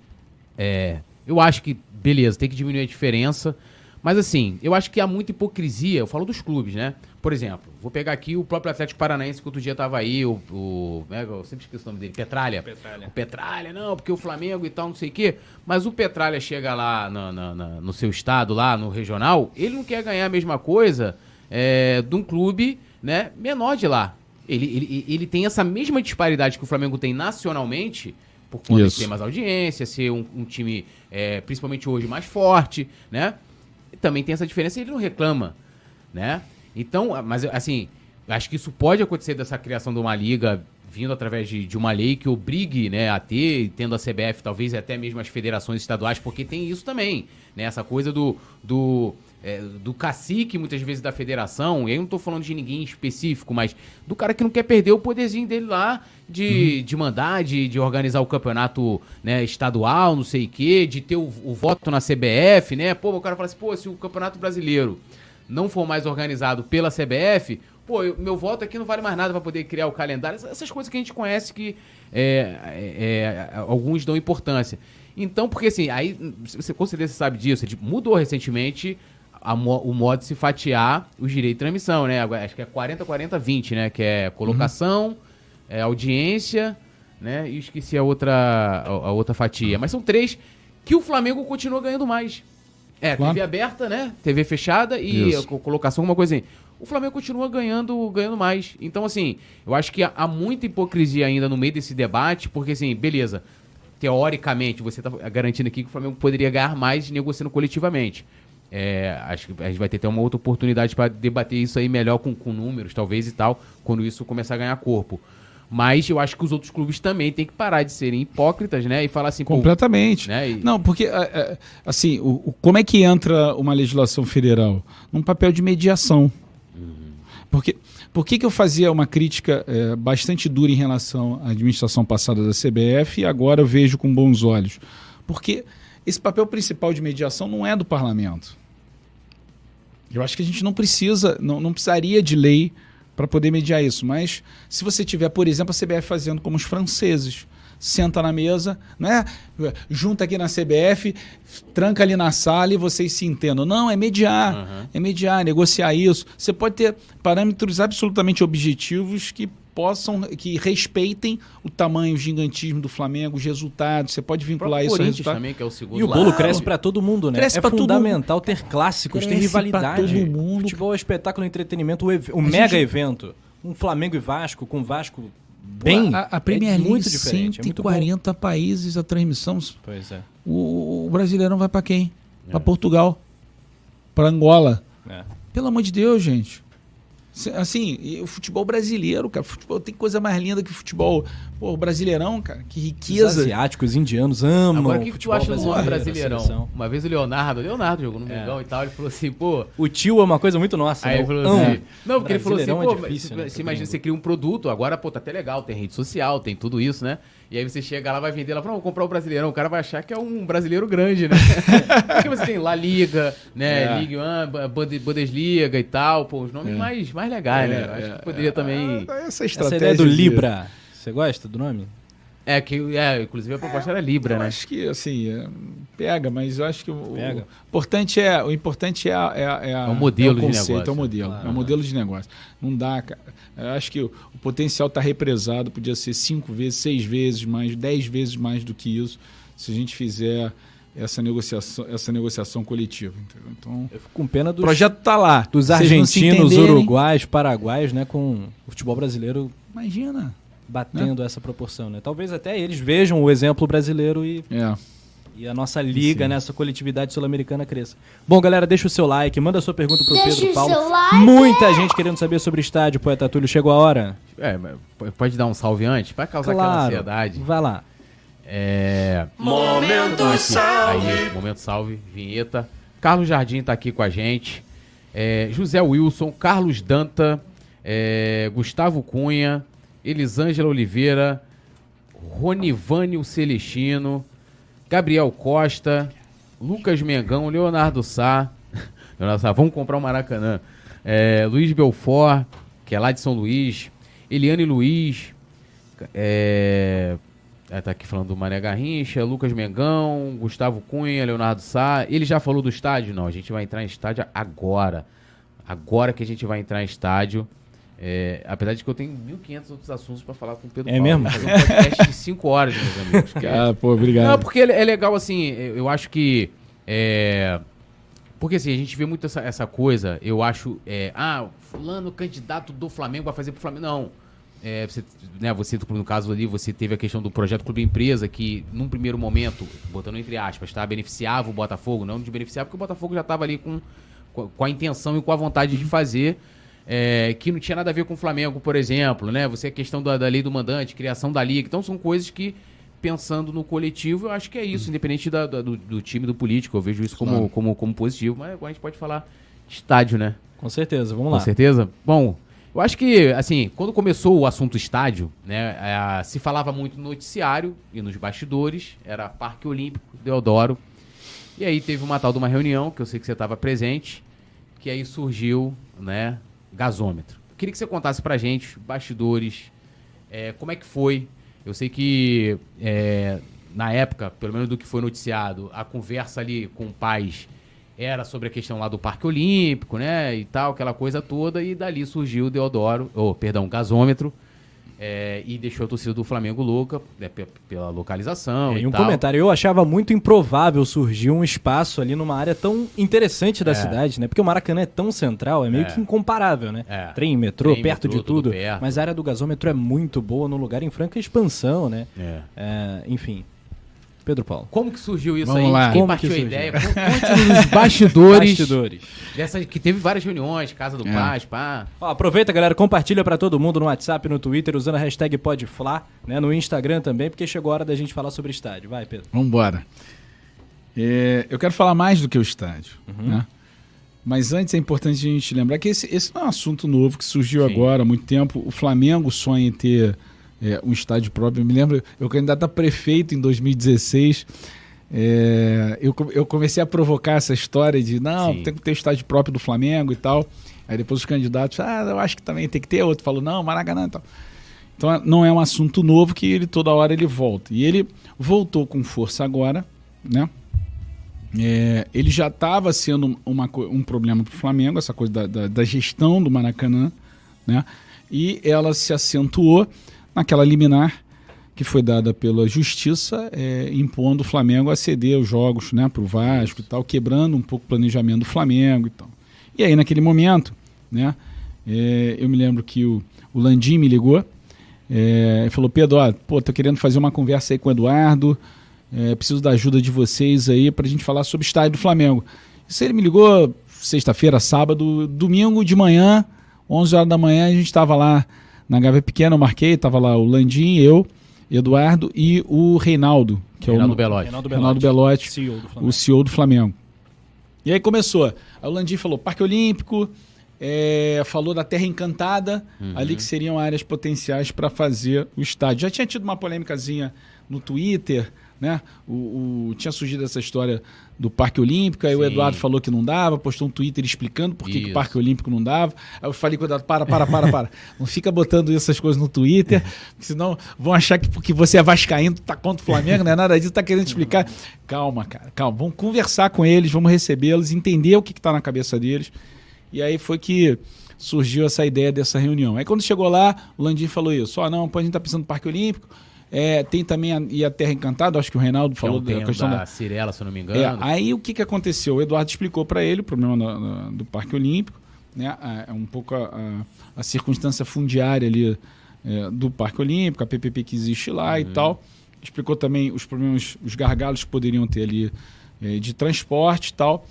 é, eu acho que, beleza, tem que diminuir a diferença. Mas assim, eu acho que há muita hipocrisia, eu falo dos clubes, né? Por exemplo, vou pegar aqui o próprio Atlético Paranaense, que outro dia tava aí, o, o né, eu sempre esqueço o nome dele, Petralha. Petralha. O Petralha, não, porque o Flamengo e tal, não sei o quê. Mas o Petralha chega lá no, no, no, no seu estado, lá no regional, ele não quer ganhar a mesma coisa é, de um clube, né, menor de lá. Ele, ele, ele tem essa mesma disparidade que o Flamengo tem nacionalmente, por conta de ter mais audiência, ser um, um time, é, principalmente hoje, mais forte, né? Também tem essa diferença e ele não reclama, né? Então, mas assim, acho que isso pode acontecer dessa criação de uma liga vindo através de, de uma lei que obrigue, né, a ter, tendo a C B F, talvez até mesmo as federações estaduais, porque tem isso também, né? Essa coisa do, do é, do cacique, muitas vezes, da federação, e aí eu não tô falando de ninguém específico, mas do cara que não quer perder o poderzinho dele lá de, uhum. de mandar, de, de organizar o campeonato, né, estadual, não sei o quê, de ter o, o voto na C B F, né? Pô, o cara fala assim, pô, se o Campeonato Brasileiro não for mais organizado pela C B F, pô, eu, meu voto aqui não vale mais nada para poder criar o calendário. Essas coisas que a gente conhece que é, é, é, alguns dão importância. Então, porque assim, aí, você com certeza sabe disso, mudou recentemente a, o modo de se fatiar os direitos de transmissão, né? Acho que é quarenta, quarenta, vinte, né? Que é colocação, uhum. é audiência, né? E esqueci a outra, a, a outra fatia. Mas são três que o Flamengo continua ganhando mais. É, claro. T V aberta, né? T V fechada e a colocação, alguma coisa assim. O Flamengo continua ganhando, ganhando mais. Então, assim, eu acho que há muita hipocrisia ainda no meio desse debate, porque, assim, beleza, teoricamente, você está garantindo aqui que o Flamengo poderia ganhar mais negociando coletivamente. É, acho que a gente vai ter até uma outra oportunidade para debater isso aí melhor com, com números, talvez, e tal, quando isso começar a ganhar corpo. Mas eu acho que os outros clubes também têm que parar de serem hipócritas, né? E falar assim... Completamente. Pô, né? E... Não, porque, assim, o, o, como é que entra uma legislação federal? Num papel de mediação. Uhum. Porque, por que que eu fazia uma crítica é, bastante dura em relação à administração passada da C B F e agora eu vejo com bons olhos? Porque esse papel principal de mediação não é do parlamento. Eu acho que a gente não precisa, não, não precisaria de lei para poder mediar isso. Mas se você tiver, por exemplo, a C B F fazendo como os franceses, senta na mesa, né? Junta aqui na C B F, tranca ali na sala e vocês se entendam. Não, é mediar, uhum. é mediar, negociar isso. Você pode ter parâmetros absolutamente objetivos que possam, que respeitem o tamanho, o gigantismo do Flamengo, os resultados. Você pode vincular isso ao resultado. Também, que é o segundo e o bolo cresce para todo mundo, né? Cresce é fundamental ter clássicos, ter rivalidade. Todo mundo. Futebol é espetáculo, entretenimento, o, ev- o mega gente... evento. Um Flamengo e Vasco, com Vasco bem... A, a Premier League, é muito diferente. cento e quarenta é países a transmissão. Pois é. O, o Brasileirão vai para quem? É. Para Portugal. Para Angola. É. Pelo amor de Deus, gente. Assim, o futebol brasileiro, cara, futebol tem coisa mais linda que o futebol, pô, o Brasileirão, cara, que riqueza. Os asiáticos, os indianos amam. Agora, o que, que tu acha do nome Brasileirão? Uma vez o Leonardo, Leonardo jogou no Mengão é. e tal, ele falou assim, pô... O tio é uma coisa muito nossa, aí né? ele falou assim, é. não, porque ele falou assim, pô, é difícil, você, né, você imagina, você cria um produto, agora, pô, tá até legal, tem rede social, tem tudo isso, né? E aí você chega lá, vai vender, ela fala, vou comprar o Brasileirão, o cara vai achar que é um brasileiro grande, né? Porque você tem La Liga, né, é. Ligue um, Bundesliga e tal, pô, os nomes é. mais, mais legais, é, né? Acho que poderia é. também... Essa estratégia... Essa ideia do Libra, você gosta do nome? É, que, é, inclusive a proposta é, era Libra, eu né? Acho que, assim, é, pega, mas eu acho que o, pega. o importante é, o importante é, a, é, a, é, a, é o modelo é o conceito, de negócio. É o modelo, ah, é o modelo de negócio. Não dá, cara. Eu acho que o, o potencial está represado, podia ser cinco vezes, seis vezes mais, dez vezes mais do que isso, se a gente fizer essa negociação, essa negociação coletiva. Entendeu? Então, eu fico com pena dos... O projeto está lá. Dos argentinos, uruguais, paraguaios, né, com o futebol brasileiro... Imagina... batendo é. essa proporção, né? Talvez até eles vejam o exemplo brasileiro e, é. e a nossa liga, né, essa coletividade sul-americana cresça. Bom, galera, deixa o seu like, manda a sua pergunta pro deixa Pedro Paulo. Like. Muita gente querendo saber sobre estádio, Poeta Túlio. Chegou a hora? É, pode dar um salve antes? Para causar claro. aquela ansiedade. Vai lá. É... Momento aqui. Salve. Aí, momento salve, vinheta. Carlos Jardim tá aqui com a gente. É, José Wilson, Carlos Danta, é, Gustavo Cunha, Elisângela Oliveira, Ronivânio Celestino, Gabriel Costa, Lucas Mengão, Leonardo Sá, Leonardo Sá, vamos comprar o um Maracanã, é, Luiz Belfort, que é lá de São Luís, Eliane Luiz, é, é, tá aqui falando do Mané Garrincha, Lucas Mengão, Gustavo Cunha, Leonardo Sá. Ele já falou do estádio? Não, a gente vai entrar em estádio agora, agora que a gente vai entrar em estádio. É, apesar de que eu tenho mil e quinhentos outros assuntos para falar com o Pedro é Paulo. Mesmo? Fazer um podcast de cinco horas, meus amigos. Ah, pô, obrigado. Não, porque é legal, assim, eu acho que... É, porque, assim, a gente vê muito essa, essa coisa, eu acho... É, ah, fulano, candidato do Flamengo, vai fazer pro Flamengo. Não. É, você, né, você, no caso ali, você teve a questão do projeto Clube Empresa, que, num primeiro momento, botando entre aspas, tá, beneficiava o Botafogo. Não de beneficiar, porque o Botafogo já estava ali com, com a intenção e com a vontade de fazer... É, que não tinha nada a ver com o Flamengo, por exemplo, né? Você a questão da, da lei do mandante, criação da liga. Então são coisas que pensando no coletivo, eu acho que é isso, hum. independente da, da, do, do time, do político, eu vejo isso como, claro. como, como positivo, mas agora a gente pode falar estádio, né? Com certeza, vamos lá. Com certeza? Bom, eu acho que, assim, quando começou o assunto estádio, né, é, se falava muito no noticiário e nos bastidores, era Parque Olímpico, Deodoro, e aí teve uma tal de uma reunião, que eu sei que você estava presente, que aí surgiu, né, gasômetro. Eu queria que você contasse pra gente, bastidores, é, como é que foi. Eu sei que, é, na época, pelo menos do que foi noticiado, a conversa ali com o Paz era sobre a questão lá do Parque Olímpico, né, e tal, aquela coisa toda, e dali surgiu o Deodoro, ou, oh, perdão, o gasômetro, é, e deixou a torcida do Flamengo louca, né, pela localização é, e, e um tal. Comentário, eu achava muito improvável surgir um espaço ali numa área tão interessante da é. cidade, né, porque o Maracanã é tão central, é meio é. que incomparável, né, é. trem, metrô, trem, perto metrô, de tudo, perto. Mas a área do gasômetro é muito boa, num lugar em franca expansão, né, é. É, enfim... Pedro Paulo. Como que surgiu isso Vamos aí? Lá. Quem Como partiu que a surgiu? ideia? Conte nos bastidores. bastidores. Dessa, que teve várias reuniões, Casa do é. Paz, pá. Ó, aproveita, galera, compartilha pra todo mundo no WhatsApp, no Twitter, usando a hashtag PodFla, né, no Instagram também, porque chegou a hora da gente falar sobre estádio. Vai, Pedro. Vamos embora. É, eu quero falar mais do que o estádio, uhum. né? Mas antes é importante a gente lembrar que esse, esse não é um assunto novo que surgiu Sim. agora há muito tempo. O Flamengo sonha em ter é, um estádio próprio. Eu me lembro, eu candidato a prefeito em dois mil e dezesseis. É, eu, eu comecei a provocar essa história de não, Sim. tem que ter o estádio próprio do Flamengo e tal. Aí depois os candidatos, ah, eu acho que também tem que ter. Outro falou, não, Maracanã e tal. Então não é um assunto novo que ele toda hora ele volta. E ele voltou com força agora, né? É, ele já estava sendo uma, um problema para o Flamengo, essa coisa da, da, da gestão do Maracanã, né? E ela se acentuou naquela liminar que foi dada pela Justiça, é, impondo o Flamengo a ceder os jogos, né, para o Vasco e tal, quebrando um pouco o planejamento do Flamengo e tal. E aí, naquele momento, né, é, eu me lembro que o, o Landim me ligou é, e falou, Pedro, ó, pô, tô querendo fazer uma conversa aí com o Eduardo, é, preciso da ajuda de vocês aí pra gente falar sobre o estádio do Flamengo. Isso ele me ligou sexta-feira, sábado, domingo de manhã, onze horas da manhã, a gente estava lá na Gávea Pequena, eu marquei, tava lá o Landim, eu, Eduardo e o Reinaldo, que Reinaldo é o Belotti. Reinaldo Belotti, Reinaldo Belotti C E O do Flamengo. O C E O do Flamengo. E aí começou. Aí o Landim falou Parque Olímpico, é, falou da Terra Encantada, uhum. ali que seriam áreas potenciais para fazer o estádio. Já tinha tido uma polêmicazinha no Twitter, né? O, o, tinha surgido essa história do Parque Olímpico, aí Sim. o Eduardo falou que não dava, postou um Twitter explicando por que, que o Parque Olímpico não dava. Aí eu falei com o Eduardo, para, para, para, para. Não fica botando essas coisas no Twitter, senão vão achar que porque você é vascaíno, tá contra o Flamengo, não é nada disso, tá querendo explicar. Calma, cara, calma. Vamos conversar com eles, vamos recebê-los, entender o que que tá na cabeça deles. E aí foi que surgiu essa ideia dessa reunião. Aí quando chegou lá, o Landim falou isso, ó, oh, não, a gente tá pensando no Parque Olímpico, É, tem também a, e a Terra Encantada, acho que o Reinaldo falou é um da questão da, da Cirela, se eu não me engano. É, aí o que, que aconteceu? O Eduardo explicou para ele o problema na, na, do Parque Olímpico, né? É um pouco a, a, a circunstância fundiária ali é, do Parque Olímpico, a P P P que existe lá uhum. e tal. Explicou também os problemas, os gargalos que poderiam ter ali é, de transporte e tal.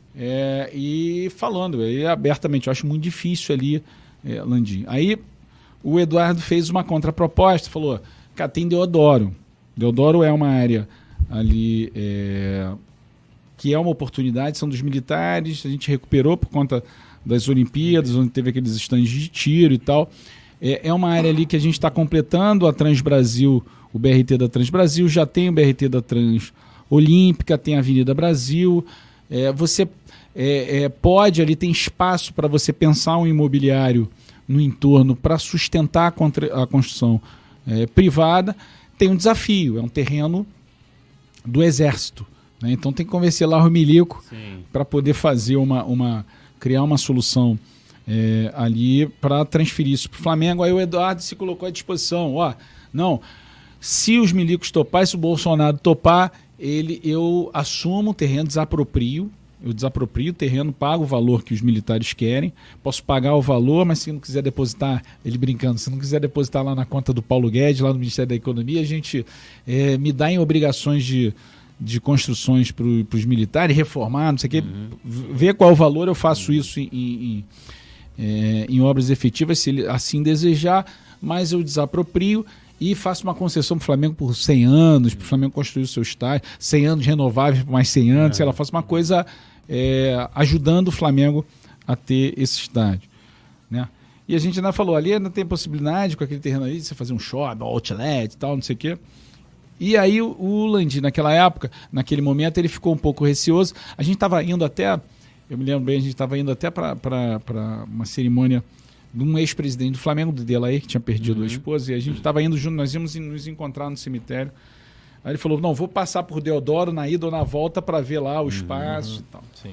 É, e falando aí, abertamente, eu acho muito difícil ali, é, Landim. Aí o Eduardo fez uma contraproposta, falou... Cara, tem Deodoro. Deodoro é uma área ali é, que é uma oportunidade, são dos militares, a gente recuperou por conta das Olimpíadas, onde teve aqueles estandes de tiro e tal. É, é uma área ali que a gente está completando a Transbrasil, o B R T da Transbrasil, já tem o B R T da Transolímpica, tem a Avenida Brasil. É, você é, é, pode ali, tem espaço para você pensar um imobiliário no entorno para sustentar a, contra, a construção É, privada. Tem um desafio, é um terreno do Exército, né? Então tem que convencer lá o Milico para poder fazer uma, uma criar uma solução é, ali para transferir isso para o Flamengo. Aí o Eduardo se colocou à disposição, ó, não, se os milicos topar, se o Bolsonaro topar, ele, eu assumo o terreno, desaproprio, eu desaproprio o terreno, pago o valor que os militares querem, posso pagar o valor, mas se não quiser depositar, ele brincando, se não quiser depositar lá na conta do Paulo Guedes, lá no Ministério da Economia, a gente é, me dá em obrigações de, de construções para os militares, reformar, não sei o quê, uhum. ver qual é o valor, eu faço uhum. isso em, em, é, em obras efetivas, se ele assim desejar, mas eu desaproprio e faço uma concessão para o Flamengo por cem anos, para o Flamengo construir o seu estádio, cem anos renováveis por mais cem anos, é. sei lá, faço uma coisa é, ajudando o Flamengo a ter esse estádio, né? E a gente ainda falou, ali ainda tem possibilidade com aquele terreno aí de você fazer um shopping, um outlet e tal, não sei o quê. E aí o, o Landim, naquela época, naquele momento, ele ficou um pouco receoso. A gente estava indo até, eu me lembro bem, a gente estava indo até para uma cerimônia de um ex-presidente do Flamengo, do Delair, que tinha perdido uhum. a esposa, e a gente estava indo junto, nós íamos nos encontrar no cemitério. Aí ele falou, não, vou passar por Deodoro na ida ou na volta para ver lá o espaço uhum. e tal. Sim.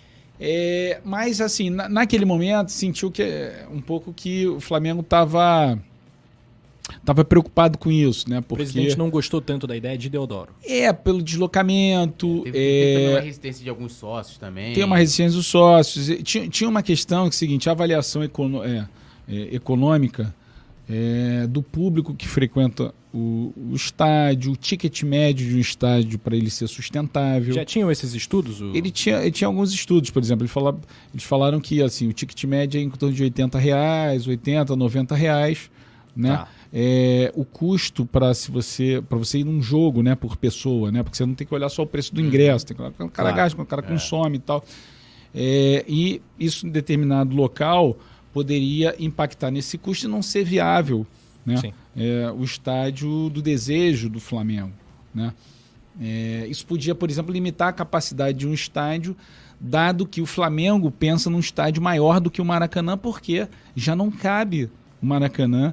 É, mas, assim, na, naquele momento, sentiu que um pouco que o Flamengo estava tava preocupado com isso, né? Porque... O presidente não gostou tanto da ideia de Deodoro. É, pelo deslocamento... É, teve, é... teve uma resistência de alguns sócios também. Tem uma resistência dos sócios. Tinha, tinha uma questão que é o seguinte, a avaliação econo é, é, econômica é, do público que frequenta o, o estádio, o ticket médio de um estádio para ele ser sustentável. Já tinham esses estudos? O... Ele, tinha, ele tinha alguns estudos, por exemplo, ele falava, eles falaram que assim, o ticket médio é em torno de oitenta reais, oitenta, noventa reais, né? Ah. É, o custo para se você para você ir num jogo, né, por pessoa, né, porque você não tem que olhar só o preço do ingresso, tem que olhar o cara claro. gasta, o cara é. consome e tal. É, e isso em determinado local poderia impactar nesse custo e não ser viável, né? É, o estádio do desejo do Flamengo, né? É, isso podia, por exemplo, limitar a capacidade de um estádio, dado que o Flamengo pensa num estádio maior do que o Maracanã, porque já não cabe o Maracanã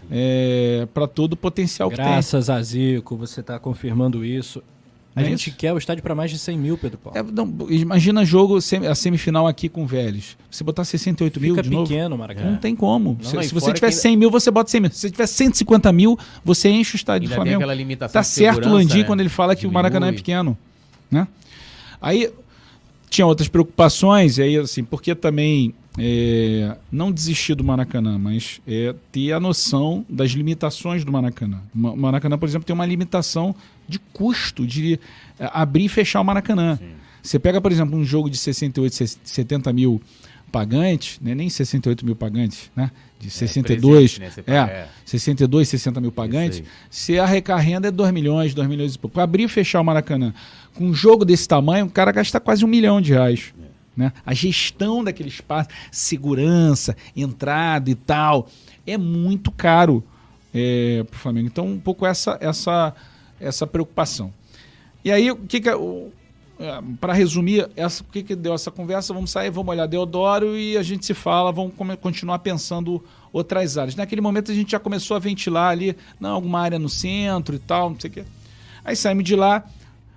é, para todo o potencial que tem. Graças a Zico, você está confirmando isso. A é gente isso? quer o estádio para mais de cem mil, Pedro Paulo. É, não, imagina jogo, a semifinal aqui com o Vélez. Você botar sessenta e oito mil de novo? Fica pequeno, Maracanã. Não tem como. Não, se se você tiver cem mil, você bota cem mil. Se você tiver cento e cinquenta mil, você enche o estádio do Flamengo. Tá certo o Landim, né? Quando ele fala que Diminui. o Maracanã é pequeno, né? Aí tinha outras preocupações, e aí assim, porque também é, não desistir do Maracanã, mas é, ter a noção das limitações do Maracanã. O Maracanã, por exemplo, tem uma limitação de custo de é, abrir e fechar o Maracanã. Sim. Você pega, por exemplo, um jogo de sessenta e oito, setenta mil pagantes, né? Nem sessenta e oito mil pagantes, né? De sessenta e dois, é, presente, né? é, é. sessenta e dois, sessenta mil pagantes, se a renda é dois milhões, dois milhões e pouco. Para abrir e fechar o Maracanã, com um jogo desse tamanho, o cara gasta quase um milhão de reais. É. Né? A gestão daquele espaço, segurança, entrada e tal, é muito caro é, para o Flamengo. Então, um pouco essa, essa, essa preocupação. E aí, o que que é... Para resumir, essa, o que, que deu essa conversa? Vamos sair, vamos olhar Deodoro e a gente se fala, vamos come, continuar pensando outras áreas. Naquele momento a gente já começou a ventilar ali, não, alguma área no centro e tal, não sei o quê. Aí saímos de lá,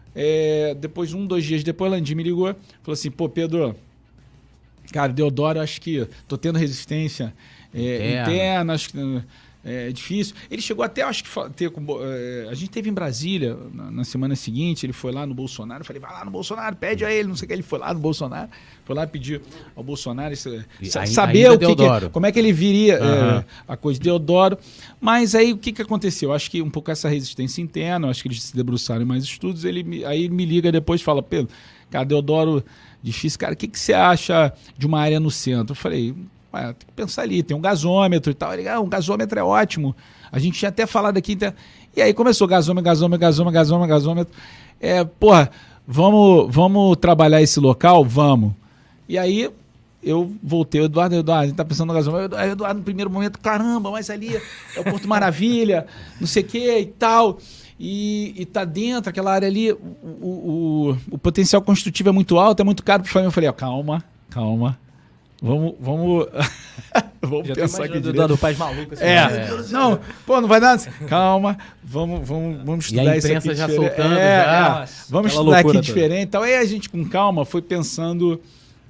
é, depois, um, dois dias depois, Landim me ligou, falou assim, pô, Pedro, cara, Deodoro, acho que tô tendo resistência é, interna, acho que... É difícil. Ele chegou até, acho que ter, é, a gente teve em Brasília na, na semana seguinte, ele foi lá no Bolsonaro, eu falei, vai lá no Bolsonaro, pede a ele, não sei o que, ele foi lá no Bolsonaro, foi lá pedir ao Bolsonaro isso, aí, saber o que, que como é que ele viria uhum. é, a coisa de Deodoro. Mas aí o que, que aconteceu? Acho que um pouco essa resistência interna, acho que eles se debruçaram em mais estudos, ele, aí ele me liga depois e fala, Pedro, cara, Deodoro, difícil, cara, o que, que você acha de uma área no centro? Eu falei... tem que pensar ali, tem um gasômetro e tal. Ele, ah, um gasômetro é ótimo. A gente tinha até falado aqui. Então... E aí começou gasômetro, gasômetro, gasômetro, gasômetro, gasômetro. É, porra, vamos, vamos trabalhar esse local? Vamos. E aí eu voltei, Eduardo, Eduardo, a gente tá pensando no gasômetro. Eduardo, no primeiro momento, caramba, mas ali é o Porto Maravilha, não sei o que e tal. E, e tá dentro, aquela área ali, o, o, o, o potencial construtivo é muito alto, é muito caro pro Flamengo. Eu falei, ó, calma, calma. Vamos, vamos, vamos pensar aqui direito. Do Paz maluco, assim, é. é, não, pô, não vai dar. Calma, vamos, vamos, vamos estudar isso aqui. Já diferente. soltando, é, já. É. Vamos estudar aqui toda. diferente. Então, aí a gente com calma foi pensando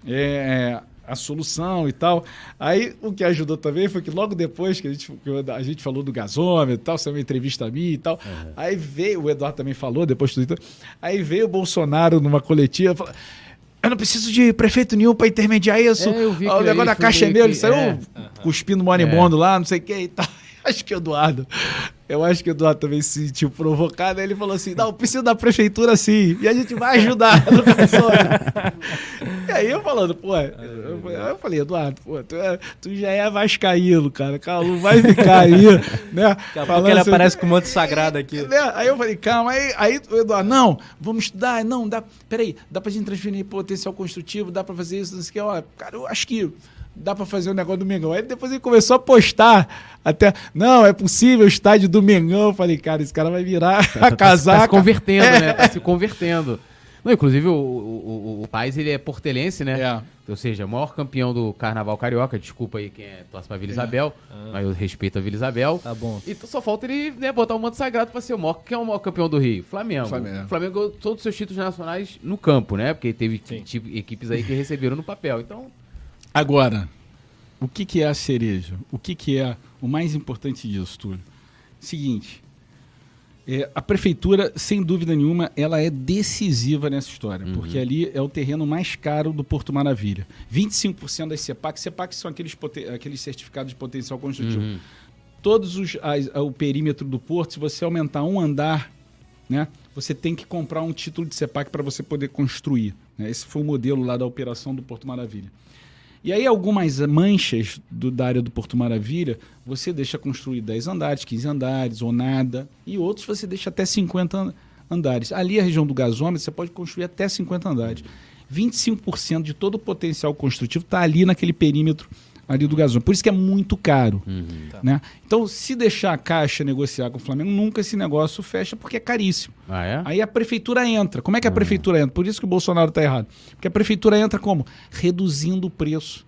é, a solução e tal. Aí o que ajudou também foi que logo depois que a gente, que a gente falou do gasômetro e tal, saiu uma entrevista a mim e tal. Uhum. Aí veio, o Eduardo também falou, depois do Twitter. Aí veio o Bolsonaro numa coletiva e falou. Eu não preciso de prefeito nenhum para intermediar isso. É, o negócio da caixa é meu, ele saiu é. cuspindo moribundo é. lá, não sei o que e tal. Acho que o Eduardo eu acho que o Eduardo também se sentiu provocado, aí ele falou assim, não, precisa da prefeitura sim, e a gente vai ajudar no consórcio. E aí eu falando, pô, eu, eu falei, Eduardo, pô, tu, é, tu já é vascaíno, cara, calma, não vai ficar aí, né? Daqui a pouco ele assim, aparece com um monte sagrado aqui. Né? Aí eu falei, calma, aí, aí o Eduardo, não, vamos estudar, não, dá, peraí, dá pra gente transferir potencial construtivo, dá pra fazer isso, não sei o que, ó, cara, eu acho que dá pra fazer o um negócio do Mengão. Aí depois ele começou a postar até, não, é possível o estádio do Mengão. Eu falei, cara, esse cara vai virar tá, a casaca. Tá se convertendo, é. né? Tá se convertendo. Não, inclusive, o, o, o, o Paes, ele é portelense, né? É. Ou seja, o maior campeão do Carnaval Carioca. Desculpa aí quem é, torce pra Vila Isabel, é. ah. mas eu respeito a Vila Isabel. Tá bom. Então só falta ele, né, botar o manto sagrado pra ser o maior. Quem é o maior campeão do Rio? Flamengo. Flamengo. O Flamengo ganhou todos os seus títulos nacionais no campo, né? Porque teve tipo, equipes aí que receberam no papel. Então... Agora... O que, que é a cereja? O que, que é o mais importante disso, Túlio? Seguinte, é, a prefeitura, sem dúvida nenhuma, ela é decisiva nessa história, uhum. porque ali é o terreno mais caro do Porto Maravilha. vinte e cinco por cento das CEPAC, CEPAC são aqueles, aqueles certificados de potencial construtivo. Uhum. Todos os, as, o perímetro do Porto, se você aumentar um andar, né, você tem que comprar um título de CEPAC para você poder construir. Né? Esse foi o modelo lá da operação do Porto Maravilha. E aí algumas manchas do, da área do Porto Maravilha, você deixa construir dez andares, quinze andares ou nada, e outros você deixa até cinquenta andares. Ali a região do gasômetro você pode construir até cinquenta andares. vinte e cinco por cento de todo o potencial construtivo está ali naquele perímetro ali do gasômetro. Por isso que é muito caro. Uhum. Né? Então, se deixar a Caixa negociar com o Flamengo, nunca esse negócio fecha porque é caríssimo. Ah, é? Aí a prefeitura entra. Como é que a prefeitura entra? Por isso que o Bolsonaro está errado. Porque a prefeitura entra como? Reduzindo o preço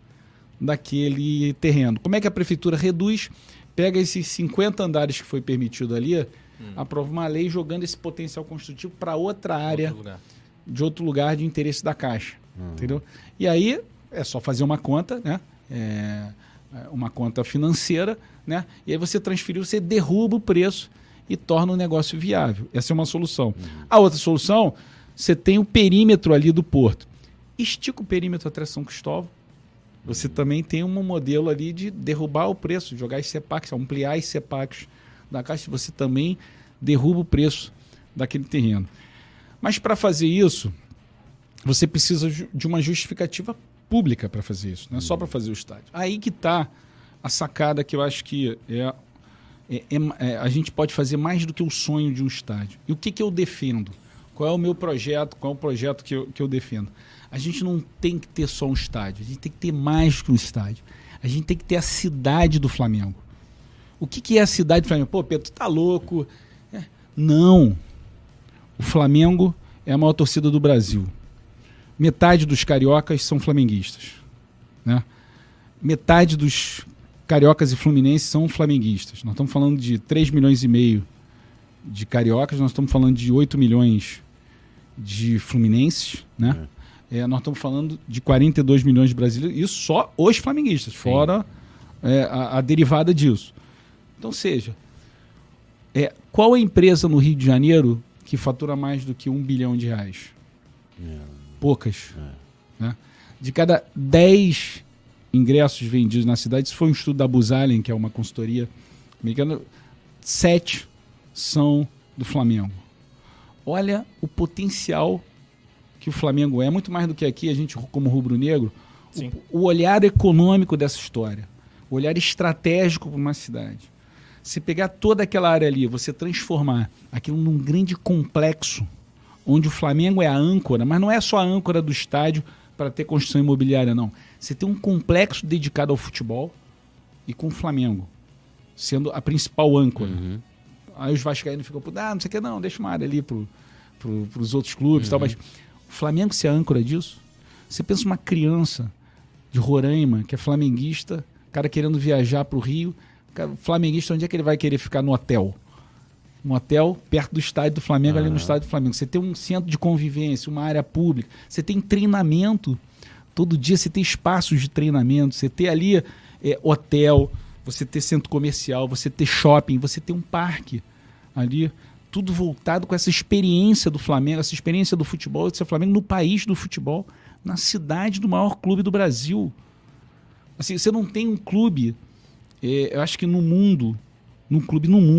daquele terreno. Como é que a prefeitura reduz? Pega esses cinquenta andares que foi permitido ali, hum. aprova uma lei jogando esse potencial construtivo para outra área, outro de outro lugar de interesse da Caixa. Hum. Entendeu? E aí é só fazer uma conta, né? É, uma conta financeira, né? E aí você transferiu, você derruba o preço e torna o negócio viável. Essa é uma solução. Hum. A outra solução, você tem o perímetro ali do porto. Estica o perímetro até São Cristóvão. Você hum. também tem um modelo ali de derrubar o preço, jogar as CEPACs, ampliar as CEPACs da Caixa. Você também derruba o preço daquele terreno. Mas para fazer isso, você precisa de uma justificativa pública para fazer isso, não é só para fazer o estádio. Aí que está a sacada que eu acho que é, é, é, a gente pode fazer mais do que o sonho de um estádio. E o que, que eu defendo? Qual é o meu projeto? Qual é o projeto que eu, que eu defendo? A gente não tem que ter só um estádio, a gente tem que ter mais que um estádio. A gente tem que ter a cidade do Flamengo. O que, que é a cidade do Flamengo? Pô, Pedro, tu tá louco? É. Não. O Flamengo é a maior torcida do Brasil. Metade dos cariocas são flamenguistas. Né? Metade dos cariocas e fluminenses são flamenguistas. Nós estamos falando de três milhões e meio de cariocas, nós estamos falando de oito milhões de fluminenses. Né? É. É, nós estamos falando de quarenta e dois milhões de brasileiros. Isso só os flamenguistas, Sim. fora é, a, a derivada disso. Então, seja, é, qual a empresa no Rio de Janeiro que fatura mais do que um bilhão de reais? É. Poucas. É. Né? De cada dez ingressos vendidos na cidade, isso foi um estudo da Buzalem, que é uma consultoria americana, sete são do Flamengo. Olha o potencial que o Flamengo é, muito mais do que aqui, a gente como rubro-negro, o, o olhar econômico dessa história, o olhar estratégico para uma cidade. Se pegar toda aquela área ali, você transformar aquilo num grande complexo, onde o Flamengo é a âncora, mas não é só a âncora do estádio para ter construção imobiliária, não. Você tem um complexo dedicado ao futebol e com o Flamengo sendo a principal âncora. Uhum. Aí os vascaínos ficam, ah, não sei o que, não, deixa uma área ali para pro, os outros clubes e uhum. tal, mas o Flamengo ser a âncora disso, você pensa uma criança de Roraima, que é flamenguista, cara querendo viajar para o Rio, cara, flamenguista, onde é que ele vai querer ficar no hotel? Um hotel perto do estádio do Flamengo, ah. ali no estádio do Flamengo. Você tem um centro de convivência, uma área pública, você tem treinamento, todo dia você tem espaços de treinamento, você tem ali é, hotel, você tem centro comercial, você tem shopping, você tem um parque ali, tudo voltado com essa experiência do Flamengo, essa experiência do futebol, do Flamengo no país do futebol, na cidade do maior clube do Brasil. Assim, você não tem um clube, é, eu acho que no mundo, num clube no mundo,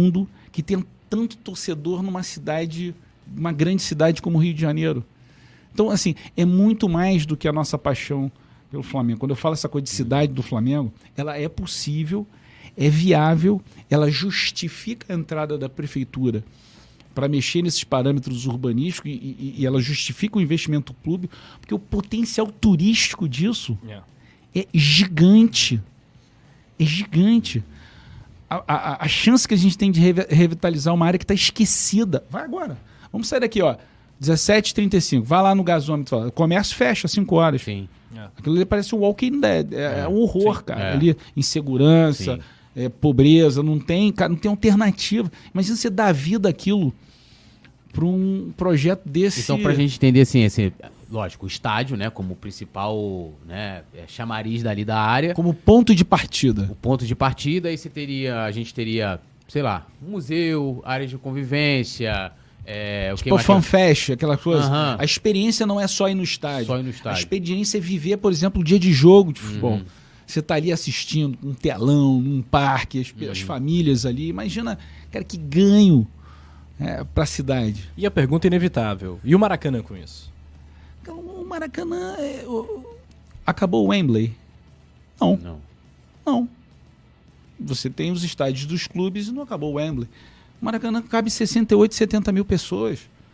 que tenha tanto torcedor numa cidade, uma grande cidade como o Rio de Janeiro. Então, assim, é muito mais do que a nossa paixão pelo Flamengo. Quando eu falo essa coisa de cidade do Flamengo, ela é possível, é viável, ela justifica a entrada da prefeitura para mexer nesses parâmetros urbanísticos e, e, e ela justifica o investimento do clube, porque o potencial turístico disso yeah. é gigante. É gigante. A, a, a chance que a gente tem de re revitalizar uma área que está esquecida. Vai agora. Vamos sair daqui, ó. dezessete e trinta e cinco. Vai lá no gasômetro. O comércio fecha às cinco horas. Sim. É. Aquilo ali parece um Walking Dead. É, é. é um horror, Sim. cara. É. Ali, insegurança, é, pobreza, não tem, cara, não tem alternativa. Imagina você dar vida àquilo para um projeto desse. Então, para a gente entender assim, assim, lógico, o estádio, né, como o principal, né, chamariz dali da área. Como ponto de partida. O ponto de partida, aí você teria, a gente teria, sei lá, um museu, áreas de convivência. É, o tipo que fanfest, aquela coisa. Uhum. A experiência não é só ir no estádio. Só ir no estádio. A experiência é viver, por exemplo, o dia de jogo de futebol. Uhum. Você está ali assistindo um telão, num parque, as, uhum. as famílias ali. Imagina, cara, que ganho é, para a cidade. E a pergunta inevitável, e o Maracanã com isso? O Maracanã... É, o... Acabou o Wembley? Não. Não. Não. Você tem os estádios dos clubes e não acabou o Wembley. O Maracanã cabe sessenta e oito, setenta mil pessoas.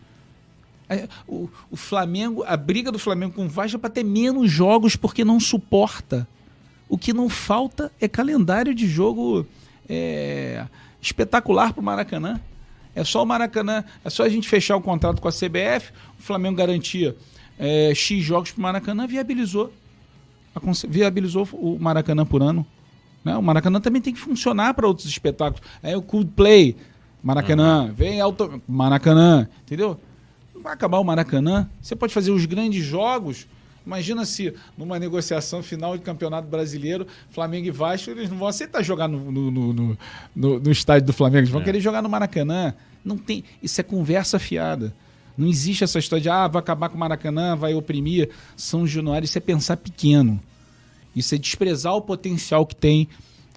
O, o Flamengo, a briga do Flamengo com o Vasco é para ter menos jogos porque não suporta. O que não falta é calendário de jogo é, espetacular para o Maracanã. É só o Maracanã, é só a gente fechar o contrato com a C B F, o Flamengo garantia é, X jogos para o Maracanã, viabilizou. Viabilizou o Maracanã por ano. Né? O Maracanã também tem que funcionar para outros espetáculos. Aí o Coldplay, Maracanã, uhum. vem auto... Maracanã, entendeu? Não vai acabar o Maracanã. Você pode fazer os grandes jogos. Imagina se numa negociação final de campeonato brasileiro, Flamengo e Vasco, eles não vão aceitar jogar no, no, no, no, no estádio do Flamengo, eles vão é. querer jogar no Maracanã. Não tem, isso é conversa fiada. Não existe essa história de ah, vai acabar com o Maracanã, vai oprimir São Januário. Isso é pensar pequeno. Isso é desprezar o potencial que tem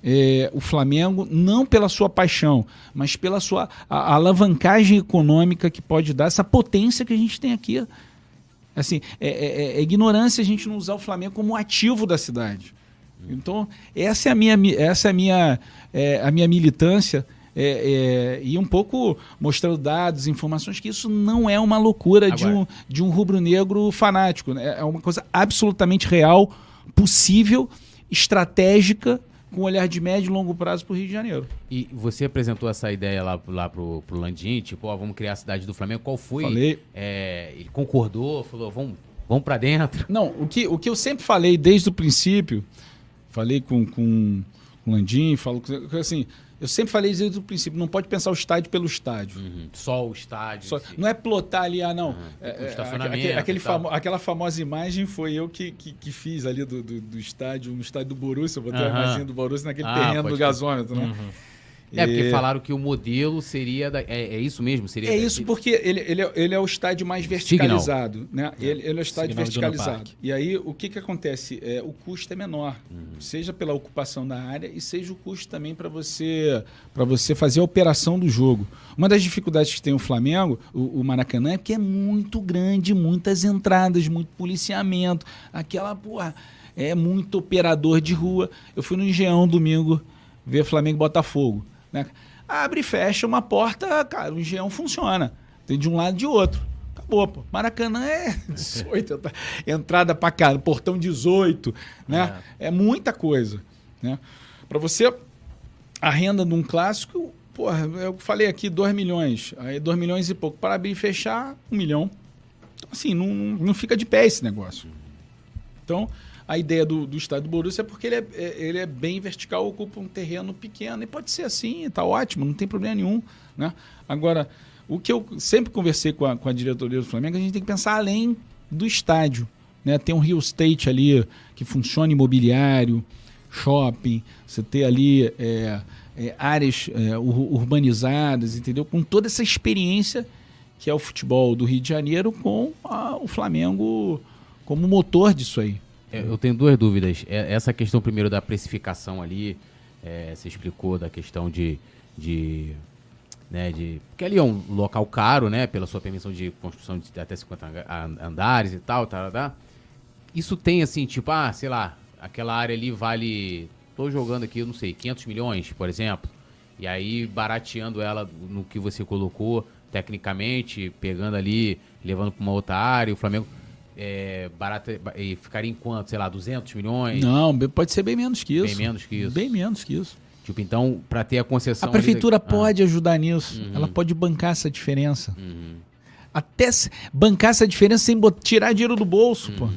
É, o Flamengo, não pela sua paixão, mas pela sua a, a alavancagem econômica que pode dar, essa potência que a gente tem aqui. Assim, é, é, é ignorância a gente não usar o Flamengo como ativo da cidade. Então, essa é a minha, essa é a minha, é, a minha militância é, é, e um pouco mostrando dados, informações, que isso não é uma loucura Agora. de um, de um rubro-negro fanático. Né? É uma coisa absolutamente real, possível, estratégica, com um olhar de médio e longo prazo para o Rio de Janeiro. E você apresentou essa ideia lá, lá pro, pro Landim, tipo, ó, vamos criar a cidade do Flamengo. Qual foi? Falei. É, ele concordou, falou, vamos, vamos para dentro. Não, o que, o que eu sempre falei desde o princípio, falei com, com, com o Landim, falo assim, eu sempre falei desde o princípio, não pode pensar o estádio pelo estádio. Uhum. Só o estádio. Só, não é plotar ali, ah, não. Uhum. É, o estacionamento. Aquele, aquele famo, aquela famosa imagem foi eu que, que, que fiz ali do, do, do estádio, no estádio do Borussia, eu botei uhum. a imagem do Borussia naquele ah, terreno do gasômetro, né? Uhum. É, porque e... falaram que o modelo seria... Da, é, é isso mesmo? Seria é da, isso porque ele, ele, é, ele é o estádio mais verticalizado. Né? Ele, ele é o estádio Signal verticalizado. E aí, o que, que acontece? É, o custo é menor. Uhum. Seja pela ocupação da área e seja o custo também para você, para você fazer a operação do jogo. Uma das dificuldades que tem o Flamengo, o, o Maracanã, é que é muito grande, muitas entradas, muito policiamento. Aquela, porra, é muito operador de rua. Eu fui no Engenhão domingo ver Flamengo e Botafogo. Né? Abre e fecha uma porta, cara, o Engenhão funciona. Tem de um lado e de outro. Acabou, pô. Maracanã é dezoito, entrada pra cá, portão dezoito, né? É, é muita coisa, né? Pra você, a renda de um clássico, porra, eu falei aqui, dois milhões. Aí dois milhões e pouco. Para abrir e fechar, um milhão. Então, assim, não, não fica de pé esse negócio. Então, a ideia do, do estádio do Borussia é porque ele é, ele é bem vertical, ocupa um terreno pequeno. E pode ser assim, está ótimo, não tem problema nenhum. Né? Agora, o que eu sempre conversei com a, com a diretoria do Flamengo, a gente tem que pensar além do estádio. Né? Tem um real estate ali que funciona imobiliário, shopping, você ter ali é, é, áreas é, urbanizadas, entendeu? Com toda essa experiência que é o futebol do Rio de Janeiro com a, o Flamengo como motor disso aí. Eu tenho duas dúvidas. Essa questão primeiro da precificação ali, é, você explicou da questão de, de né, de, porque ali é um local caro, né, pela sua permissão de construção de até cinquenta andares e tal, tá, tá. Isso tem assim, tipo, ah, sei lá, aquela área ali vale, tô jogando aqui, eu não sei, quinhentos milhões, por exemplo, e aí barateando ela no que você colocou, tecnicamente, pegando ali, levando para uma outra área, o Flamengo é, barata, e ficaria em quanto, sei lá, duzentos milhões? Não, pode ser bem menos que isso. Bem menos que isso. Bem menos que isso. Tipo, então, para ter a concessão... A prefeitura ali, pode ah. ajudar nisso. Uhum. Ela pode bancar essa diferença. Uhum. Até bancar essa diferença sem botar, tirar dinheiro do bolso, uhum. pô.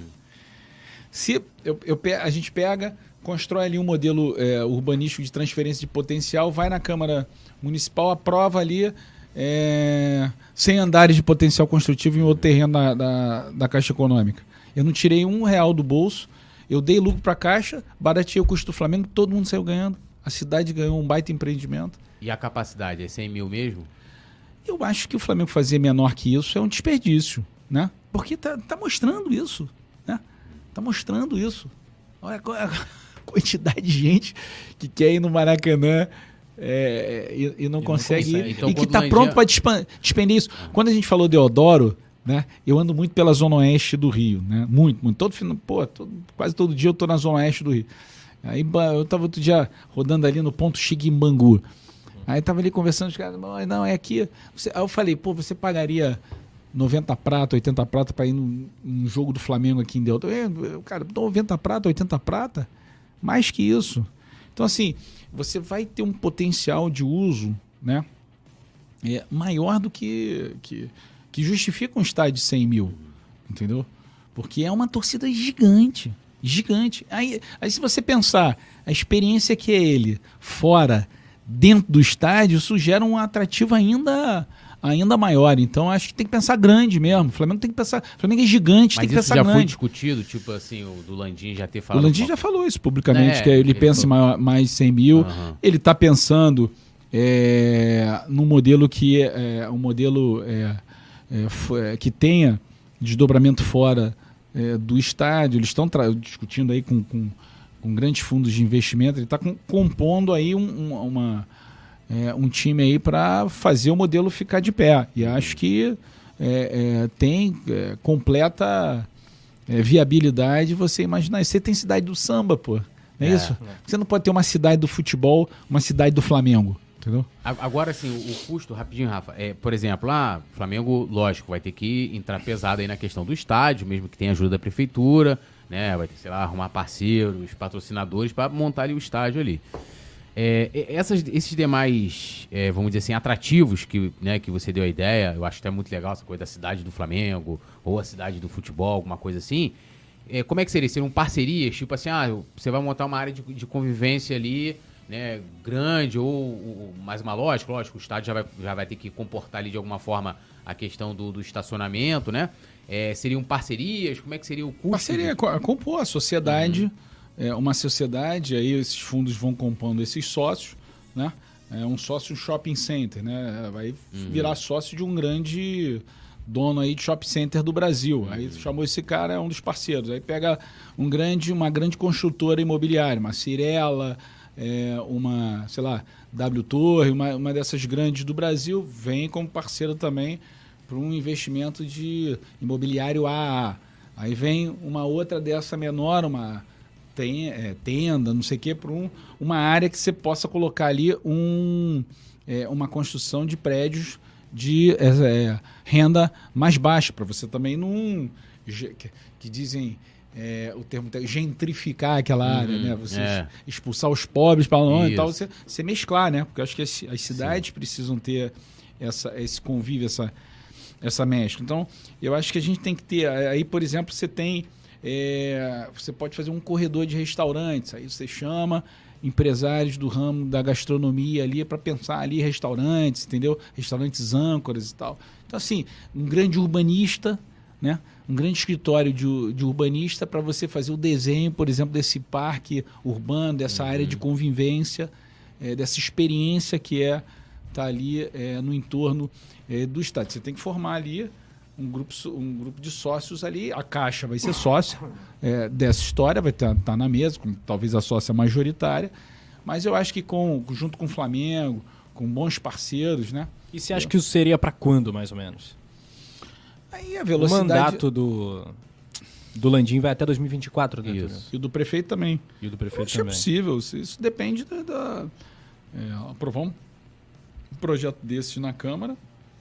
Se eu, eu, a gente pega, constrói ali um modelo é, urbanístico de transferência de potencial, vai na Câmara Municipal, aprova ali é, cem andares de potencial construtivo em outro terreno da, da, da Caixa Econômica. Eu não tirei um real do bolso, eu dei lucro para a Caixa, barateei o custo do Flamengo, todo mundo saiu ganhando. A cidade ganhou um baita empreendimento. E a capacidade é cem mil mesmo? Eu acho que o Flamengo fazer menor que isso é um desperdício, né? Porque tá, tá mostrando isso, né? Tá mostrando isso. Olha a quantidade de gente que quer ir no Maracanã é, e, e não e consegue, não consegue. Ir, então, e que tá pronto para despender isso. Ah. Quando a gente falou de Deodoro, né? Eu ando muito pela Zona Oeste do Rio, né? Muito, muito. Todo final, pô, todo, quase todo dia eu tô na Zona Oeste do Rio. Aí eu tava outro dia rodando ali no ponto Xiguimbangu. Aí tava ali conversando, os caras, não, é aqui. Você... Aí eu falei, pô, você pagaria noventa prata, oitenta prata para ir num, num jogo do Flamengo aqui em Delta? Eu, cara, noventa prata, oitenta prata? Mais que isso. Então, assim, você vai ter um potencial de uso, né, é, maior do que, que, que justifica um estádio de cem mil, entendeu? Porque é uma torcida gigante. Gigante. Aí, aí se você pensar a experiência que é ele fora, dentro do estádio, isso gera um atrativo ainda, ainda maior. Então acho que tem que pensar grande mesmo. O Flamengo tem que pensar. O Flamengo é gigante, mas tem que pensar grande. Mas grande. Mas isso já foi discutido, tipo assim, o do Landim já ter falado. O Landim já falou isso publicamente, é, que ele, ele pensa falou. em maior, mais cem mil. Uhum. Ele está pensando é, num modelo que é um modelo é, é, que tenha desdobramento fora É, do estádio. Eles estão discutindo aí com, com, com grandes fundos de investimento. Ele está com, compondo aí um, um, uma, é, um time aí para fazer o modelo ficar de pé. E acho que é, é, tem é, completa é, viabilidade você imaginar. Você tem cidade do samba, pô. Não é, é isso? É. Você não pode ter uma cidade do futebol, uma cidade do Flamengo. Entendeu? Agora, assim, o, o custo, rapidinho, Rafa, é, por exemplo, lá, ah, Flamengo, lógico, vai ter que entrar pesado aí na questão do estádio, mesmo que tenha ajuda da prefeitura, né? Vai ter, sei lá, arrumar parceiros, patrocinadores para montar ali o estádio ali. É, essas, esses demais, é, vamos dizer assim, atrativos que, né, que você deu a ideia, eu acho que é muito legal essa coisa da cidade do Flamengo, ou a cidade do futebol, alguma coisa assim. É, como é que seria? Seriam parcerias? Tipo assim, ah, você vai montar uma área de, de convivência ali, né, grande, ou, ou mais uma lógica, lógico, o estádio já vai, já vai ter que comportar ali de alguma forma a questão do, do estacionamento, né? É, seriam parcerias? Como é que seria o custo? Parceria, de... compor a sociedade, uhum. é, uma sociedade, aí esses fundos vão compondo esses sócios, né? É um sócio shopping center, né? Vai uhum. virar sócio de um grande dono aí de shopping center do Brasil. Uhum. Aí chamou esse cara, é um dos parceiros. Aí pega um grande, uma grande construtora imobiliária, uma Cirela, É, uma, sei lá, W Torre, uma, uma dessas grandes do Brasil, vem como parceiro também para um investimento de imobiliário A A. Aí vem uma outra dessa menor, uma tem, é, tenda, não sei o quê, para um, uma área que você possa colocar ali um, é, uma construção de prédios de é, renda mais baixa, para você também não... que, que dizem... É, o termo gentrificar aquela uhum, área, né? Você é. expulsar os pobres para lá e tal, você, você mesclar, né? Porque eu acho que as, as cidades Sim. precisam ter essa, esse convívio, essa, essa mescla. Então, eu acho que a gente tem que ter... Aí, por exemplo, você tem... É, você pode fazer um corredor de restaurantes, aí você chama empresários do ramo da gastronomia ali para pensar ali restaurantes, entendeu? Restaurantes âncoras e tal. Então, assim, um grande urbanista, né? Um grande escritório de, de urbanista para você fazer o desenho, por exemplo, desse parque urbano, dessa uhum. área de convivência, é, dessa experiência que é estar tá ali é, no entorno é, do estádio. Você tem que formar ali um grupo, um grupo de sócios ali. A Caixa vai ser sócia é, dessa história, vai estar tá, tá na mesa, com, talvez a sócia majoritária, mas eu acho que com, junto com o Flamengo, com bons parceiros, né? E você acha que isso seria para quando, mais ou menos? Aí a velocidade... O mandato do, do Landim vai até dois mil e vinte e quatro, né? Isso. E do prefeito também. E do prefeito Acho também. é possível. Isso depende da... da é, aprovar um projeto desses na Câmara,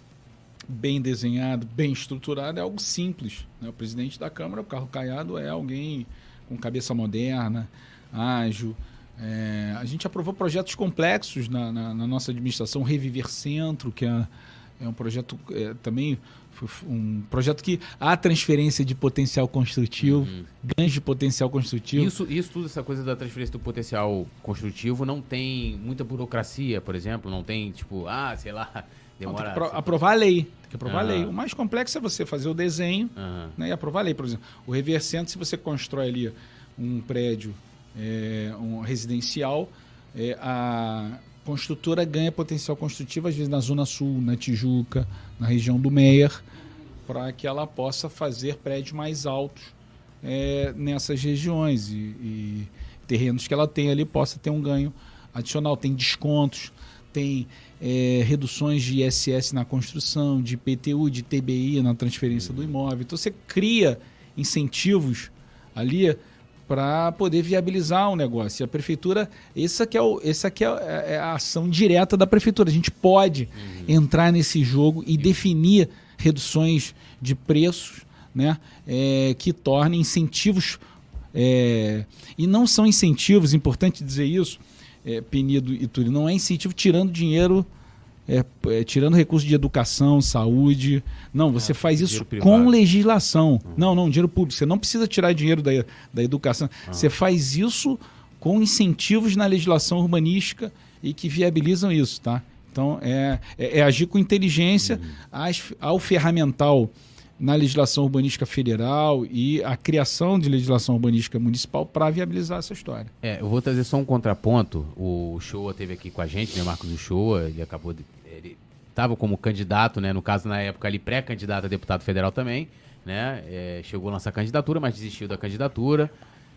bem desenhado, bem estruturado, é algo simples, né? O presidente da Câmara, o Carlos Caiado, é alguém com cabeça moderna, ágil. É, a gente aprovou projetos complexos na, na, na nossa administração, Reviver Centro, que é, é um projeto é, também um projeto que há transferência de potencial construtivo, uhum. ganhos de potencial construtivo. Isso, isso tudo, essa coisa da transferência do potencial construtivo, não tem muita burocracia, por exemplo, não tem tipo, ah, sei lá, demora... Não, tem que pro, aprovar a lei, tem que aprovar uhum. a lei. O mais complexo é você fazer o desenho uhum. né, e aprovar a lei. Por exemplo, o Reviver Centro, se você constrói ali um prédio é, um residencial, é, a construtora ganha potencial construtivo, às vezes na Zona Sul, na Tijuca, na região do Meier, para que ela possa fazer prédios mais altos é, nessas regiões e, e terrenos que ela tem ali possa ter um ganho adicional. Tem descontos, tem é, reduções de I S S na construção, de I P T U, de T B I na transferência do imóvel. Então você cria incentivos ali para poder viabilizar o negócio. E a prefeitura, essa aqui, é, o, essa aqui é, é a ação direta da prefeitura. A gente pode uhum. entrar nesse jogo e uhum. definir reduções de preços, né, é, que tornem incentivos, é, e não são incentivos, importante dizer isso, é, Penido e Túlio, não é incentivo tirando dinheiro, é, é, tirando recursos de educação, saúde. Não, você ah, faz isso com legislação. Uhum. Não, não, dinheiro público. Você não precisa tirar dinheiro da, da educação. Uhum. Você faz isso com incentivos na legislação urbanística e que viabilizam isso, tá? Então, é, é, é agir com inteligência uhum. as, ao ferramental na legislação urbanística federal e a criação de legislação urbanística municipal para viabilizar essa história. É, eu vou trazer só um contraponto. O Shoa esteve aqui com a gente, né, Marcos Shoa, ele acabou de, ele estava como candidato, né, no caso na época ali pré-candidato a deputado federal também, né, é, chegou a lançar candidatura, mas desistiu da candidatura.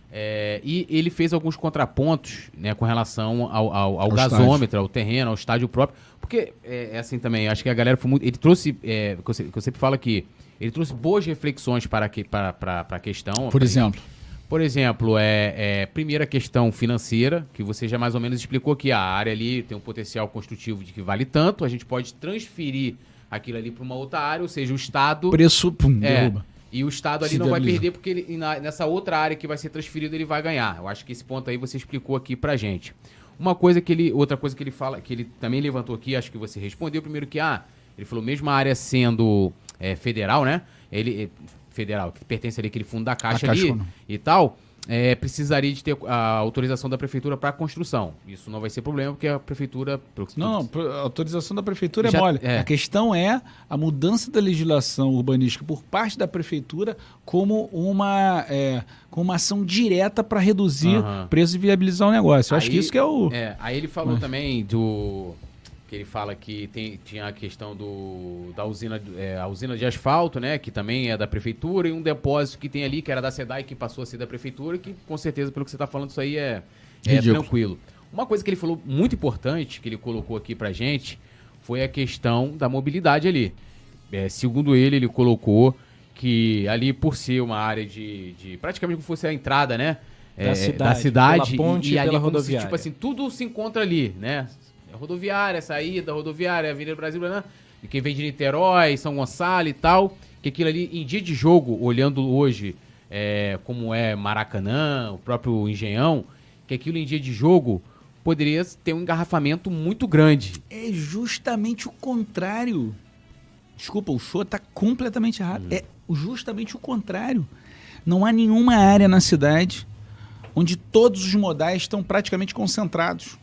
É, e ele fez alguns contrapontos, né, com relação ao, ao, ao, ao gasômetro, estádio. Ao terreno, ao estádio próprio, porque é, é assim também, acho que a galera foi muito... Ele trouxe, é, que, eu, que eu sempre falo aqui, ele trouxe boas reflexões para, que, para, para, para a questão. Por exemplo? Por exemplo, é, é, primeira questão financeira, que você já mais ou menos explicou que a área ali tem um potencial construtivo de que vale tanto, a gente pode transferir aquilo ali para uma outra área, ou seja, o Estado... Preço, pum, é, derruba. E o Estado ali não vai perder, porque ele, na, nessa outra área que vai ser transferido, ele vai ganhar. Eu acho que esse ponto aí você explicou aqui pra gente. Uma coisa que ele, outra coisa que ele fala, que ele também levantou aqui, acho que você respondeu primeiro que, ah, ele falou, mesmo a área sendo é, federal, né? Ele, federal, que pertence ali aquele fundo da Caixa, Caixa ali não. e tal, é, precisaria de ter a autorização da prefeitura para construção. Isso não vai ser problema, porque a prefeitura... Não, a autorização da prefeitura já, é mole. É. A questão é a mudança da legislação urbanística por parte da prefeitura como uma, é, como uma ação direta para reduzir uhum. preço e viabilizar o negócio. Eu aí, acho que isso que é o... É, aí ele falou Mas... também do... que ele fala que tem, tinha a questão do, da usina, é, a usina de asfalto, né, que também é da prefeitura, e um depósito que tem ali, que era da SEDAI, que passou a ser da prefeitura, que com certeza, pelo que você está falando, isso aí é, é tranquilo. Uma coisa que ele falou muito importante, que ele colocou aqui pra gente, foi a questão da mobilidade ali. É, segundo ele, ele colocou que ali, por ser uma área de, de praticamente como fosse a entrada, né, é, da cidade, da cidade pela ponte e, e ali pela como rodoviária. se, tipo assim, tudo se encontra ali, né? Rodoviária, saída, rodoviária, Avenida Brasil, né? E quem vem de Niterói, São Gonçalo e tal, que aquilo ali, em dia de jogo, olhando hoje é, como é Maracanã, o próprio Engenhão, que aquilo em dia de jogo poderia ter um engarrafamento muito grande. É justamente o contrário. Desculpa, o show está completamente errado. Hum. É justamente o contrário. Não há nenhuma área na cidade onde todos os modais estão praticamente concentrados.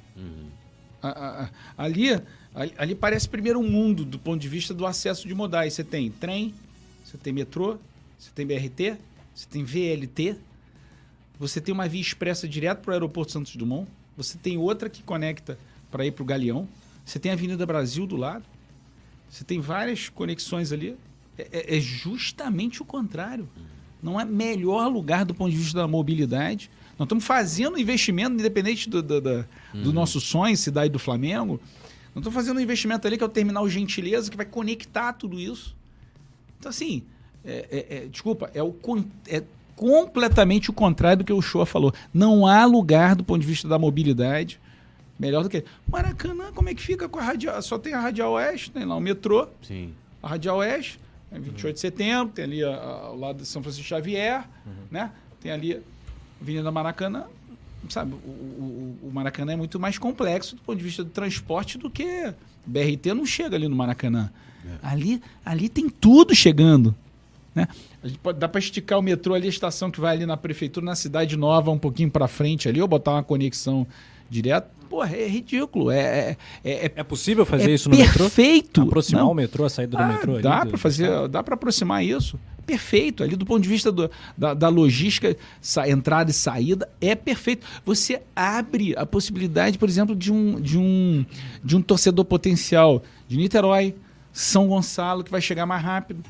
Ali, ali, ali parece primeiro um mundo do ponto de vista do acesso de modais. Você tem trem, você tem metrô, você tem B R T, você tem V L T, você tem uma via expressa direto para o aeroporto Santos Dumont, você tem outra que conecta para ir para o Galeão, você tem a Avenida Brasil do lado, você tem várias conexões ali. É, é justamente o contrário. Não é melhor lugar do ponto de vista da mobilidade. Nós estamos fazendo investimento, independente do, do, do, uhum. do nosso sonho, cidade do Flamengo, Não estou fazendo um investimento ali que é o terminal Gentileza, que vai conectar tudo isso. Então, assim, é, é, é, desculpa, é, o, é completamente o contrário do que o Shoa falou. Não há lugar do ponto de vista da mobilidade melhor do que... Maracanã, como é que fica com a radial? Só tem a Radial Oeste, tem lá o metrô. Sim. A Radial Oeste, é vinte e oito de setembro, tem ali a, a, ao lado de São Francisco Xavier, uhum. né? Tem ali a Avenida Maracanã. Sabe, o, o, o Maracanã é muito mais complexo do ponto de vista do transporte do que B R T não chega ali no Maracanã. É. Ali, ali tem tudo chegando, né? A gente pode, dá para esticar o metrô ali, a estação que vai ali na prefeitura, na Cidade Nova, um pouquinho para frente ali, ou botar uma conexão direto. Porra, é ridículo. É, é, é, é possível fazer é isso no perfeito. metrô? Perfeito. Aproximar não. o metrô, a saída do ah, metrô? Ali, dá do, para fazer, dá para aproximar isso. Perfeito. Ali do ponto de vista do, da, da logística, sa, entrada e saída, é perfeito. Você abre a possibilidade, por exemplo, de um, de um, de um torcedor potencial de Niterói, São Gonçalo, que vai chegar mais rápido.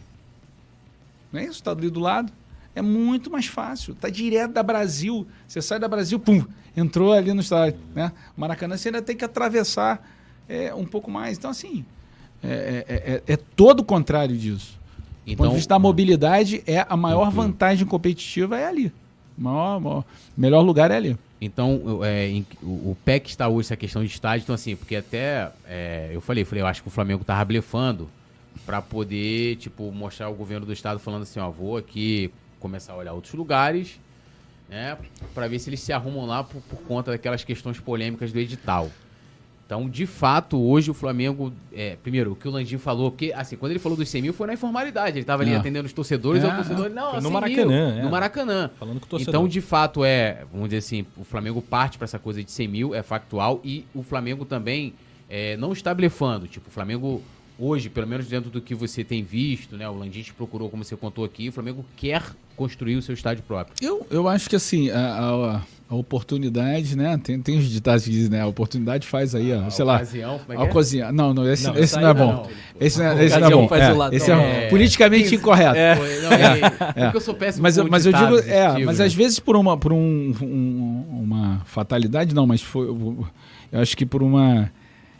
Não é isso? Está ali do lado. É muito mais fácil. Está direto da Brasil. Você sai da Brasil, pum, entrou ali no estádio. Né? O Maracanã você ainda tem que atravessar é, um pouco mais. Então, assim, é, é, é, é todo o contrário disso. Do Então, ponto de vista da mobilidade, é a maior okay. vantagem competitiva é ali. O maior, maior, melhor lugar é ali. Então, é, em, o, o P E C está hoje essa questão de estádio. Então, assim, porque até é, eu falei, falei, eu acho que o Flamengo estava blefando para poder, tipo, mostrar o governo do estado falando assim, ó, vou aqui começar a olhar outros lugares, né, para ver se eles se arrumam lá por, por conta daquelas questões polêmicas do edital. Então, de fato, hoje o Flamengo, é, primeiro, o que o Landim falou, porque, assim, quando ele falou dos cem mil foi na informalidade, ele estava ali é. atendendo os torcedores, é, o torcedor, não, no Maracanã, é. no Maracanã. Falando com o torcedor. Então, de fato, é, vamos dizer assim, o Flamengo parte para essa coisa de cem mil, é factual, e o Flamengo também é, não está blefando, tipo, o Flamengo... Hoje, pelo menos dentro do que você tem visto, né? O Landim te procurou, como você contou aqui, o Flamengo quer construir o seu estádio próprio. Eu, eu acho que assim, a, a, a oportunidade, né? Tem, tem os ditados que dizem, né? A oportunidade faz aí, ó, a sei ocasião, lá. Como é que a ocasião. É? Não, não, esse não, esse não é bom. Não. Esse, não é, esse não é bom. Faz é, o lado, esse é, é politicamente é. incorreto. É. Não, é, é. Porque eu sou péssimo mas, com mas eu digo, é, tipo, mas né? às vezes por uma, por um, um, uma fatalidade, não, mas foi, eu acho que por uma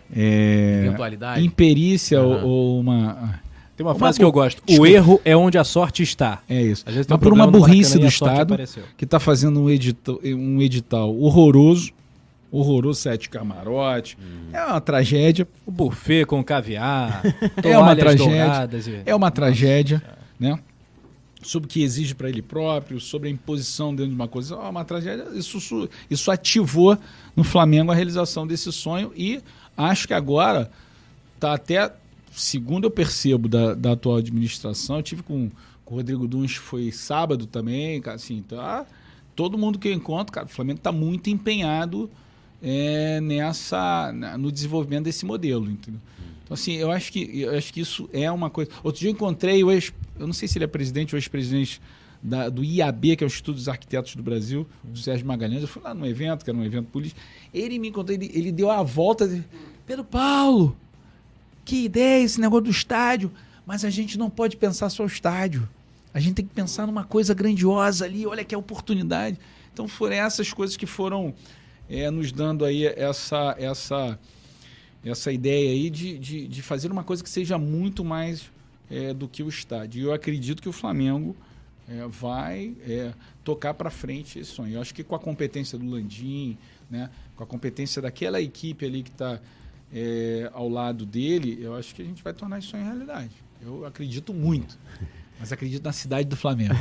É, eventualidade, imperícia uhum. ou, ou uma... Tem uma frase uma que eu gosto. Desculpa. O erro é onde a sorte está. É isso. Às vezes Mas por uma burrice do Estado que está fazendo um edital, um edital horroroso, horroroso, sete camarote. Hum. É uma tragédia. O buffet com caviar, é uma tragédia. E... É uma tragédia, né? Sobre o que exige para ele próprio, sobre a imposição dentro de uma coisa. É uma tragédia. Isso, isso ativou no Flamengo a realização desse sonho e acho que agora está até, segundo eu percebo da, da atual administração, eu tive com, com o Rodrigo Duns, foi sábado também, cara, assim, tá, todo mundo que eu encontro, cara, o Flamengo está muito empenhado é, nessa, no desenvolvimento desse modelo, entendeu? Então, assim, eu acho que, eu acho que isso é uma coisa... Outro dia eu encontrei o ex, eu não sei se ele é presidente ou ex-presidente da, do I A B, que é o Instituto dos Arquitetos do Brasil, o Sérgio Magalhães. Eu fui lá num evento, que era um evento político. Ele me encontrou, ele, ele deu a volta. De, Pedro Paulo, que ideia esse negócio do estádio. Mas a gente não pode pensar só o estádio. A gente tem que pensar numa coisa grandiosa ali. Olha que é oportunidade. Então foram essas coisas que foram é, nos dando aí essa, essa, essa ideia aí de, de, de fazer uma coisa que seja muito mais é, do que o estádio. E eu acredito que o Flamengo É, vai é, tocar para frente esse sonho. Eu acho que com a competência do Landim, né, com a competência daquela equipe ali que está é, ao lado dele, eu acho que a gente vai tornar esse sonho realidade. Eu acredito muito, mas acredito na cidade do Flamengo.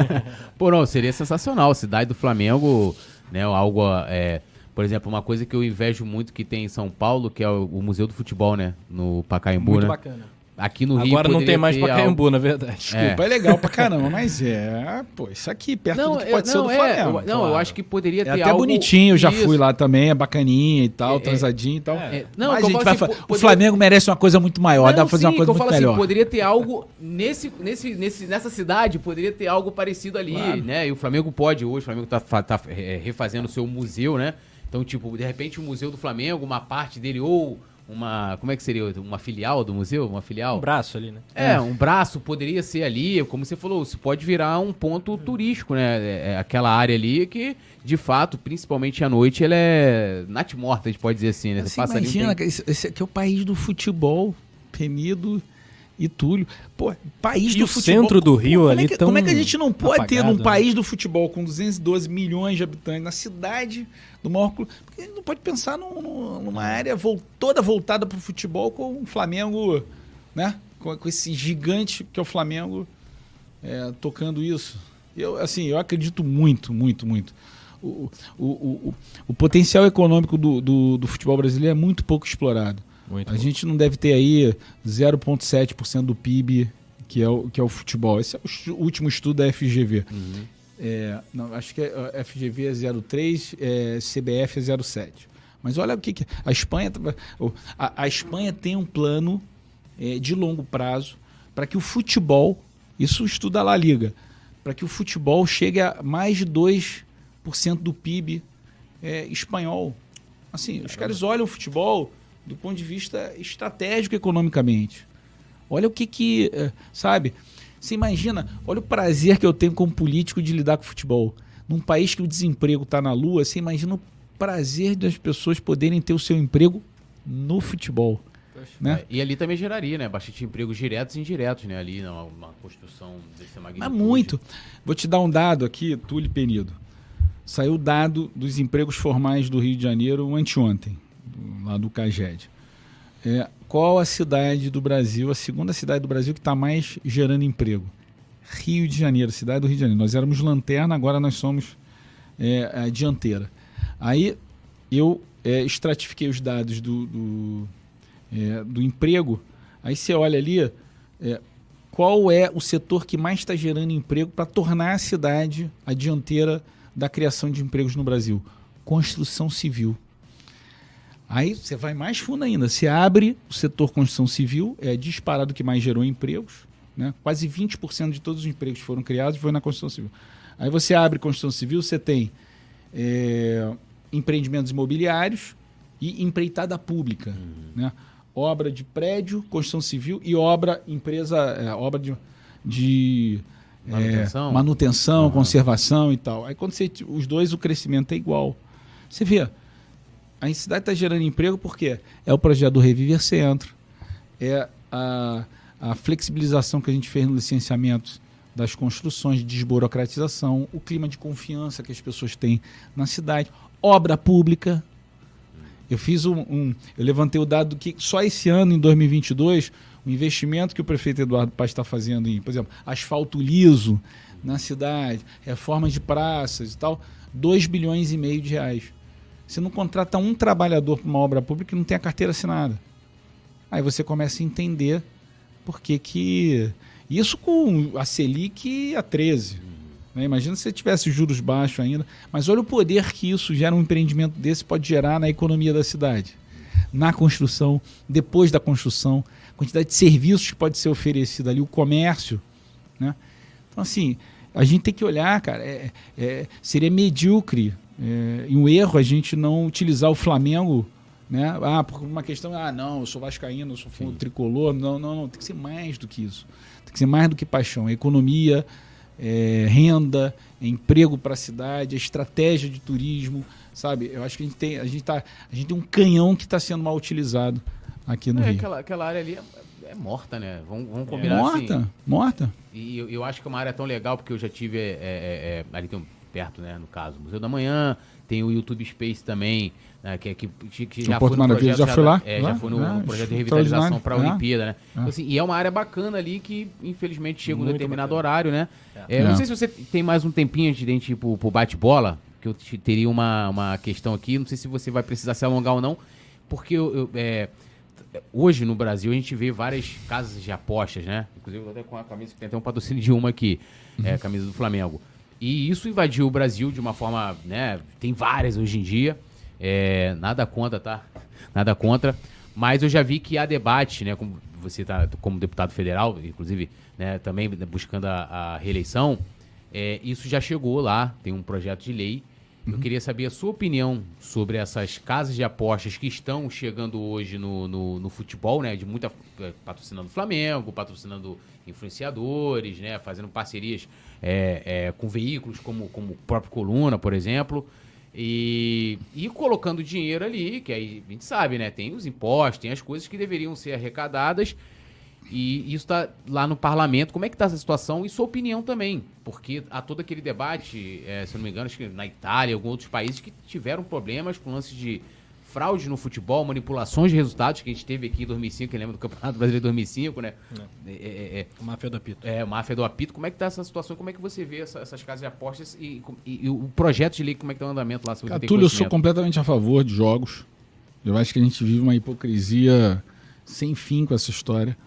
Pô, não, seria sensacional. Cidade do Flamengo, né, algo, é, por exemplo, uma coisa que eu invejo muito que tem em São Paulo, que é o, o Museu do Futebol, né, no Pacaembu, muito né? bacana. Aqui no Rio agora não tem mais Pacaembu, algo... na verdade. Desculpa, é. é legal pra caramba, mas é, pô, isso aqui perto não, do que pode eu, ser não, do é, Flamengo. Eu, não, claro. eu acho que poderia ter é até algo... bonitinho, eu já isso. fui lá também, é bacaninha e tal, é, transadinho e tal. É, não, mas a gente vai assim, fa... poderia... O Flamengo merece uma coisa muito maior, não, dá pra fazer sim, uma coisa muito melhor. Assim, poderia ter algo nesse, nesse, nesse, nessa cidade, poderia ter algo parecido ali, claro. Né? E o Flamengo pode hoje, o Flamengo tá, tá refazendo o seu museu, né? Então, tipo, de repente o Museu do Flamengo, uma parte dele, ou uma... Como é que seria? Uma filial do museu? Uma filial? Um braço ali, né? É, é, um braço poderia ser ali, como você falou, isso pode virar um ponto turístico, né? É, é aquela área ali que, de fato, principalmente à noite, ela é natimorta, a gente pode dizer assim, né? Você Você passa imagina, ali, tem... esse, esse aqui é o país do futebol, Penido e Túlio. Pô, país E do o futebol. centro do Rio como ali é que, tão Como é que a gente não pode apagado, ter num né? país do futebol com duzentos e doze milhões de habitantes, na cidade do maior clube? Porque a gente não pode pensar num, num, numa área vol, toda voltada para o futebol com o Flamengo, né? Com, com esse gigante que é o Flamengo é, tocando isso. Eu, assim, eu acredito muito, muito, muito. O, o, o, o, o potencial econômico do, do, do futebol brasileiro é muito pouco explorado. Muito a bom. gente não deve ter aí zero vírgula sete por cento do P I B, que é, o, que é o futebol. Esse é o último estudo da F G V. Uhum. É, não, acho que a F G V é zero vírgula três, é, C B F é zero vírgula sete. Mas olha o que, que a Espanha... A, a Espanha tem um plano é, de longo prazo para que o futebol, isso estuda a La Liga, para que o futebol chegue a mais de dois por cento do P I B é, espanhol. Assim, os caras olham o futebol do ponto de vista estratégico economicamente. Olha o que que, sabe? Você imagina, olha o prazer que eu tenho como político de lidar com o futebol. Num país que o desemprego está na lua, você imagina o prazer das pessoas poderem ter o seu emprego no futebol. Né? É, e ali também geraria, né? Bastante empregos diretos e indiretos, né? Ali, uma, uma construção dessa magnitude. Mas muito. Vou te dar um dado aqui, Túlio Penido. Saiu o dado dos empregos formais do Rio de Janeiro anteontem, lá do CAGED. É, qual a cidade do Brasil, a segunda cidade do Brasil que está mais gerando emprego? Rio de Janeiro, cidade do Rio de Janeiro. Nós éramos lanterna, agora nós somos é, a dianteira. Aí eu é, estratifiquei os dados do, do, é, do emprego. Aí você olha ali, é, qual é o setor que mais está gerando emprego para tornar a cidade a dianteira da criação de empregos no Brasil? Construção civil. Aí você vai mais fundo ainda. Você abre o setor construção civil, é disparado que mais gerou empregos. Né? Quase vinte por cento de todos os empregos que foram criados foi na construção civil. Aí você abre construção civil, você tem é, empreendimentos imobiliários e empreitada pública. Uhum. Né? Obra de prédio, construção civil e obra, empresa, é, obra de, de manutenção, é, manutenção uhum. conservação e tal. Aí quando você, os dois, o crescimento é igual. Você vê, a cidade está gerando emprego porque é o projeto do Reviver Centro, é a, a flexibilização que a gente fez no licenciamento das construções, de desburocratização, o clima de confiança que as pessoas têm na cidade, obra pública. Eu fiz um, um eu levantei o dado que só esse ano, em dois mil e vinte e dois, o investimento que o prefeito Eduardo Paes está fazendo em, por exemplo, asfalto liso na cidade, reformas de praças e tal, dois bilhões e meio de reais. Você não contrata um trabalhador para uma obra pública que não tem a carteira assinada. Aí você começa a entender por que que... Isso com a Selic a treze. Né? Imagina se você tivesse juros baixos ainda. Mas olha o poder que isso gera, um empreendimento desse pode gerar na economia da cidade. Na construção, depois da construção, a quantidade de serviços que pode ser oferecida ali, o comércio. Né? Então, assim, a gente tem que olhar, cara, é, é, seria medíocre é, e um erro a gente não utilizar o Flamengo, né? Ah, por uma questão, ah, não, eu sou vascaíno, eu sou fundo tricolor. Não, não, não, tem que ser mais do que isso. Tem que ser mais do que paixão. É economia, é, renda, é emprego para a cidade, é estratégia de turismo, sabe? Eu acho que a gente tem, a gente tá, a gente tem um canhão que está sendo mal utilizado aqui no é, Rio. Aquela, aquela área ali é, é morta, né? Vamos, vamos combinar é morta, assim. Morta. E eu, eu acho que é uma área tão legal, porque eu já tive é, é, é, ali tem um, perto, né, no caso, Museu da Manhã, tem o YouTube Space também, né, que, que, que já foi no projeto, já, já foi lá? É, lá? já foi no, ah, no projeto de revitalização para a é. Olimpíada, né? É. Então, assim, e é uma área bacana ali que, infelizmente, chega Muito um determinado bacana. horário, né? É. É, não É. sei se você tem mais um tempinho antes de a gente ir pro, pro bate-bola, que eu te, teria uma, uma questão aqui, não sei se você vai precisar se alongar ou não, porque eu, eu, é, hoje no Brasil a gente vê várias casas de apostas, né? Inclusive eu tô até com a camisa, que tem até um patrocínio de uma aqui, uhum. é a camisa do Flamengo. E isso invadiu o Brasil de uma forma, né? Tem várias hoje em dia. É, nada contra, tá? Nada contra. Mas eu já vi que há debate, né? Como você está como deputado federal, inclusive, né, também buscando a, a reeleição. É, isso já chegou lá, tem um projeto de lei Eu queria saber a sua opinião sobre essas casas de apostas que estão chegando hoje no, no, no futebol, né? De muita patrocinando o Flamengo, patrocinando influenciadores, né? Fazendo parcerias é, é, com veículos como, como o próprio Coluna, por exemplo. E, e colocando dinheiro ali, que aí a gente sabe, né? Tem os impostos, tem as coisas que deveriam ser arrecadadas. E isso está lá no parlamento. Como é que está essa situação? E sua opinião também. Porque há todo aquele debate, é, se eu não me engano, acho que na Itália, alguns outros países que tiveram problemas com lances de fraude no futebol, manipulações de resultados, que a gente teve aqui em dois mil e cinco, quem lembra do Campeonato Brasileiro de dois mil e cinco, né? É. É, é, é, Máfia do apito. É, máfia do apito. Como é que está essa situação? Como é que você vê essa, essas casas de apostas e, e, e o projeto de lei, como é que está o andamento lá? Se você tem Túlio, eu sou completamente a favor de jogos. Eu acho que a gente vive uma hipocrisia sem fim com essa história.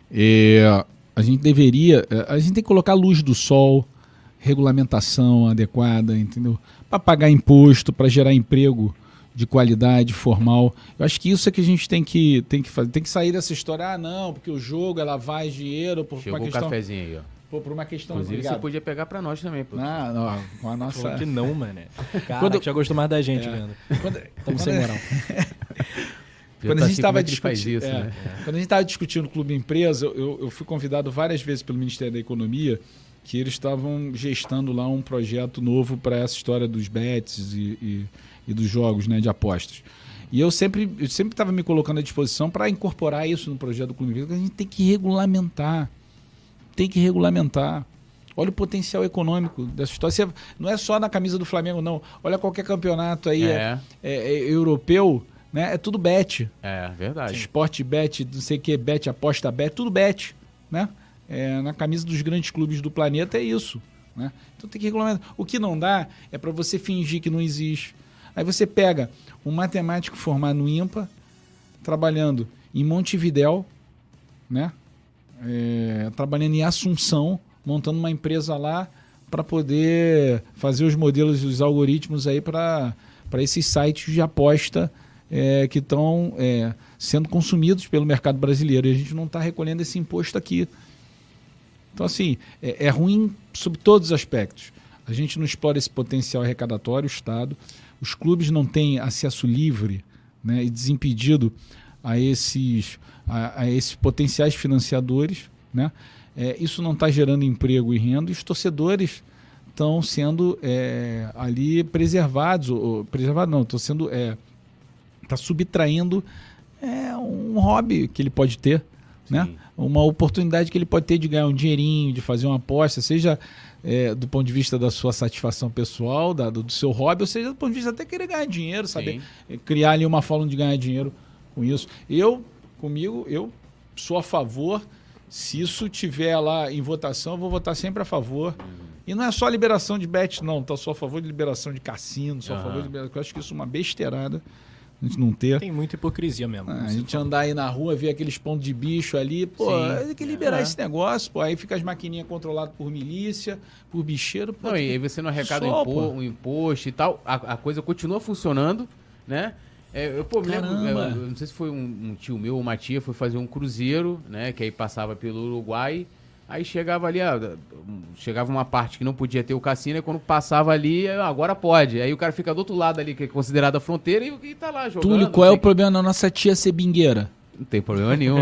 É, a gente deveria, a gente tem que colocar luz do sol, regulamentação adequada, entendeu? Para pagar imposto, para gerar emprego de qualidade, formal. Eu acho que isso é que a gente tem que, tem que fazer. Tem que sair dessa história, ah não, porque o jogo é lavagem de dinheiro. Por Chegou uma questão, o cafezinho aí, ó. Por, por uma questão... Inclusive, obrigado. você podia pegar pra nós também. Pô. Não, não, com a nossa... Falou que não, mano. Cara, Quando- que já gostou mais da gente, É. Leandro. Quando, Estamos quando- sem moral. Quando a gente Assim, como estava é que ele faz discutindo, isso, é, né? quando a gente estava discutindo o Clube Empresa, eu, eu, eu fui convidado várias vezes pelo Ministério da Economia, que eles estavam gestando lá um projeto novo para essa história dos bets e, e, e dos jogos, né, de apostas. E eu sempre eu sempre estava me colocando à disposição para incorporar isso no projeto do Clube Empresa, porque a gente tem que regulamentar. Tem que regulamentar. Olha o potencial econômico dessa história. Você, não é só na camisa do Flamengo, não. Olha qualquer campeonato aí É. é, é, é europeu, né? É tudo bet. É, verdade. Esporte bet, não sei o que, bet, aposta bet, tudo bet, né? É, na camisa dos grandes clubes do planeta é isso, né? Então tem que regulamentar. O que não dá é para você fingir que não existe. Aí você pega um matemático formado no IMPA, trabalhando em Montevidéu, né? É, trabalhando em Assunção, montando uma empresa lá para poder fazer os modelos e os algoritmos aí para esses sites de aposta é, que estão é, sendo consumidos pelo mercado brasileiro. E a gente não está recolhendo esse imposto aqui. Então, assim, é, é ruim sob todos os aspectos. A gente não explora esse potencial arrecadatório, o Estado. Os clubes não têm acesso livre, né, e desimpedido a esses, a, a esses potenciais financiadores, né? É, isso não está gerando emprego e renda, e os torcedores estão sendo é, ali preservados, ou, preservados não, estão sendo, é, está subtraindo é, um hobby que ele pode ter, né? Uma oportunidade que ele pode ter de ganhar um dinheirinho, de fazer uma aposta, seja é, do ponto de vista da sua satisfação pessoal, da, do, do seu hobby, ou seja do ponto de vista até querer ganhar dinheiro, saber é, criar ali uma forma de ganhar dinheiro com isso. Eu, comigo, eu sou a favor. Se isso tiver lá em votação, eu vou votar sempre a favor. Uhum. E não é só a liberação de bet, não. Tá só a favor de liberação de cassino, só uhum. a favor de liberação. Eu acho que isso é uma besteirada. A gente não ter. Tem muita hipocrisia mesmo. Ah, a gente falou. Andar aí na rua, ver aqueles pontos de bicho ali, pô, Sim. tem que liberar é. esse negócio, pô. Aí fica as maquininhas controladas por milícia, por bicheiro. Pô, não, e aí você não arrecada o impo um imposto e tal. A, a coisa continua funcionando, né? É, eu, pô, me lembro, eu, eu não sei se foi um, um tio meu ou uma tia, foi fazer um cruzeiro, né? Que aí passava pelo Uruguai, aí chegava ali, ah, chegava uma parte que não podia ter o cassino, e quando passava ali, agora pode. Aí o cara fica do outro lado ali, que é considerado a fronteira, e, e tá lá jogando. Túlio, qual é o problema da nossa tia ser bingueira? Não tem problema nenhum.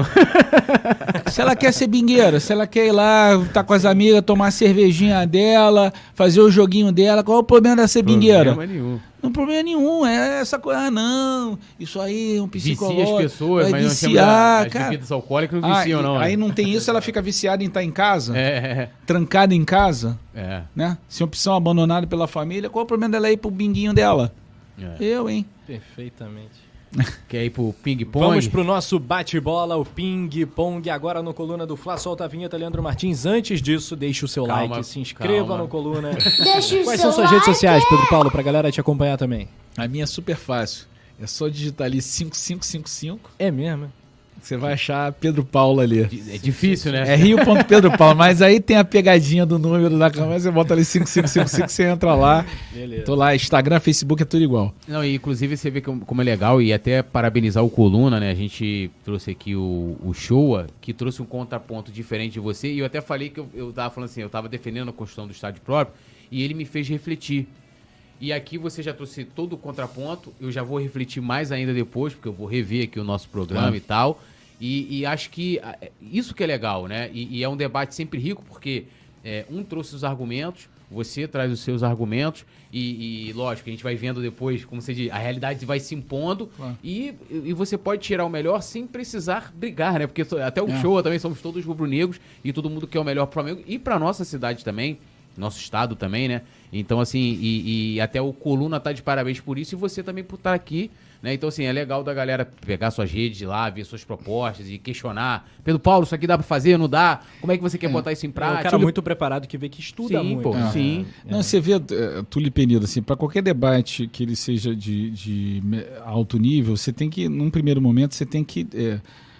Se ela quer ser bingueira, se ela quer ir lá, tá com as amigas, tomar a cervejinha dela, fazer o joguinho dela, qual é o problema dela ser bingueira? Problema nenhum. Não problema nenhum, é essa coisa, ah não, isso aí é um psicológico. Vicia as pessoas, vai mas viciar, não cara. As bebidas alcoólicas não viciam, ah, não. Aí né? não tem isso, ela fica viciada em estar em casa, é. trancada em casa, é. né? Sem opção, abandonada pela família, qual é o problema dela ir pro binguinho dela? É. Eu, hein? Perfeitamente. Quer ir pro ping-pong? Vamos pro nosso bate-bola, o ping-pong, agora no Coluna do Fla. Solta a vinheta, Leandro Martins. Antes disso, deixe o seu calma, like, se inscreva calma. no Coluna. Deixa o Quais seu são suas like. redes sociais, Pedro Paulo, pra galera te acompanhar também? A minha é super fácil. É só digitar ali cinco cinco cinco cinco. É mesmo? Você vai achar Pedro Paulo ali. É difícil, né? É rio ponto pedro paulo, mas aí tem a pegadinha do número da câmera, você bota ali cinco cinco cinco cinco, você entra lá. Beleza. Tô lá, Instagram, Facebook, é tudo igual. Não, e inclusive você vê como é legal, e até parabenizar o Coluna, né? A gente trouxe aqui o, o Showa, que trouxe um contraponto diferente de você, e eu até falei que eu, eu tava falando assim, eu tava defendendo a construção do estádio próprio, e ele me fez refletir. E aqui você já trouxe todo o contraponto. Eu já vou refletir mais ainda depois, porque eu vou rever aqui o nosso programa ah. e tal. E, e acho que isso que é legal, né? E, e é um debate sempre rico, porque é, um trouxe os argumentos, você traz os seus argumentos, e, e lógico, a gente vai vendo depois, como você diz, a realidade vai se impondo, claro. e, e você pode tirar o melhor sem precisar brigar, né? Porque até o é. show também somos todos rubro-negros, e todo mundo quer o melhor pro Flamengo, e pra nossa cidade também, nosso estado também, né? Então, assim, e, e até o Coluna tá de parabéns por isso, e você também por estar aqui, né? Então, assim, é legal da galera pegar suas redes lá, ver suas propostas e questionar. Pedro Paulo, isso aqui dá pra fazer, não dá? Como é que você quer é. botar isso em prática? É um cara muito preparado que vê que estuda sim, muito. Pô, é. Sim, é. Não, você vê, uh, Túlio Penido, assim, para qualquer debate que ele seja de, de alto nível, você tem que, num primeiro momento, você tem que... É,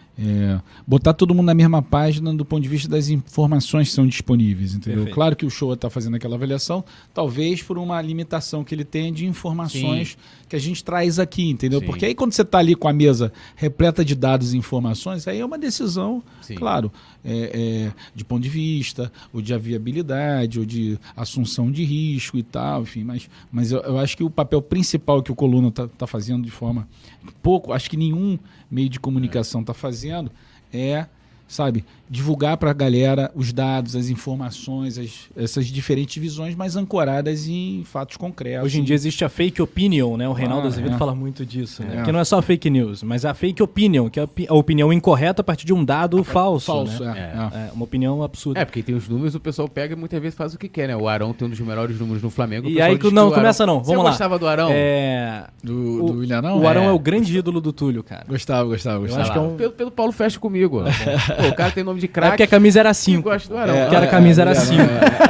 É, botar todo mundo na mesma página do ponto de vista das informações que são disponíveis, entendeu? Perfeito. Claro que o Show está fazendo aquela avaliação, talvez por uma limitação que ele tem de informações Sim. que a gente traz aqui, entendeu? Sim. Porque aí quando você está ali com a mesa repleta de dados e informações, aí é uma decisão, Sim. claro, é, é, de ponto de vista, ou de viabilidade, ou de assunção de risco e tal, enfim, mas, mas eu, eu acho que o papel principal que o Coluna está tá fazendo de forma pouco, acho que nenhum meio de comunicação está fazendo é, sabe, divulgar para a galera os dados, as informações, as, essas diferentes visões, mas ancoradas em fatos concretos. Hoje em dia existe a fake opinion, né? O Reinaldo ah, Azevedo é. fala muito disso, né? É. Porque não é só fake news, mas a fake opinion, que é a opinião incorreta a partir de um dado falso. Falso, né? é. é. é. Uma opinião absurda. É, porque tem os números, o pessoal pega e muitas vezes faz o que quer, né? O Arão tem um dos melhores números no Flamengo. E aí, não, começa não. Vamos Você lá. Você gostava do Arão? É... Do, o, do William Arão? O Arão é. é o grande ídolo do Túlio, cara. Gostava, gostava, gostava. Eu acho que é um... Pelo, pelo Paulo fecha comigo. Pô, o cara tem nome de craque. É porque a camisa era cinco. Eu gosto do Arão. É, que era a camisa era cinco.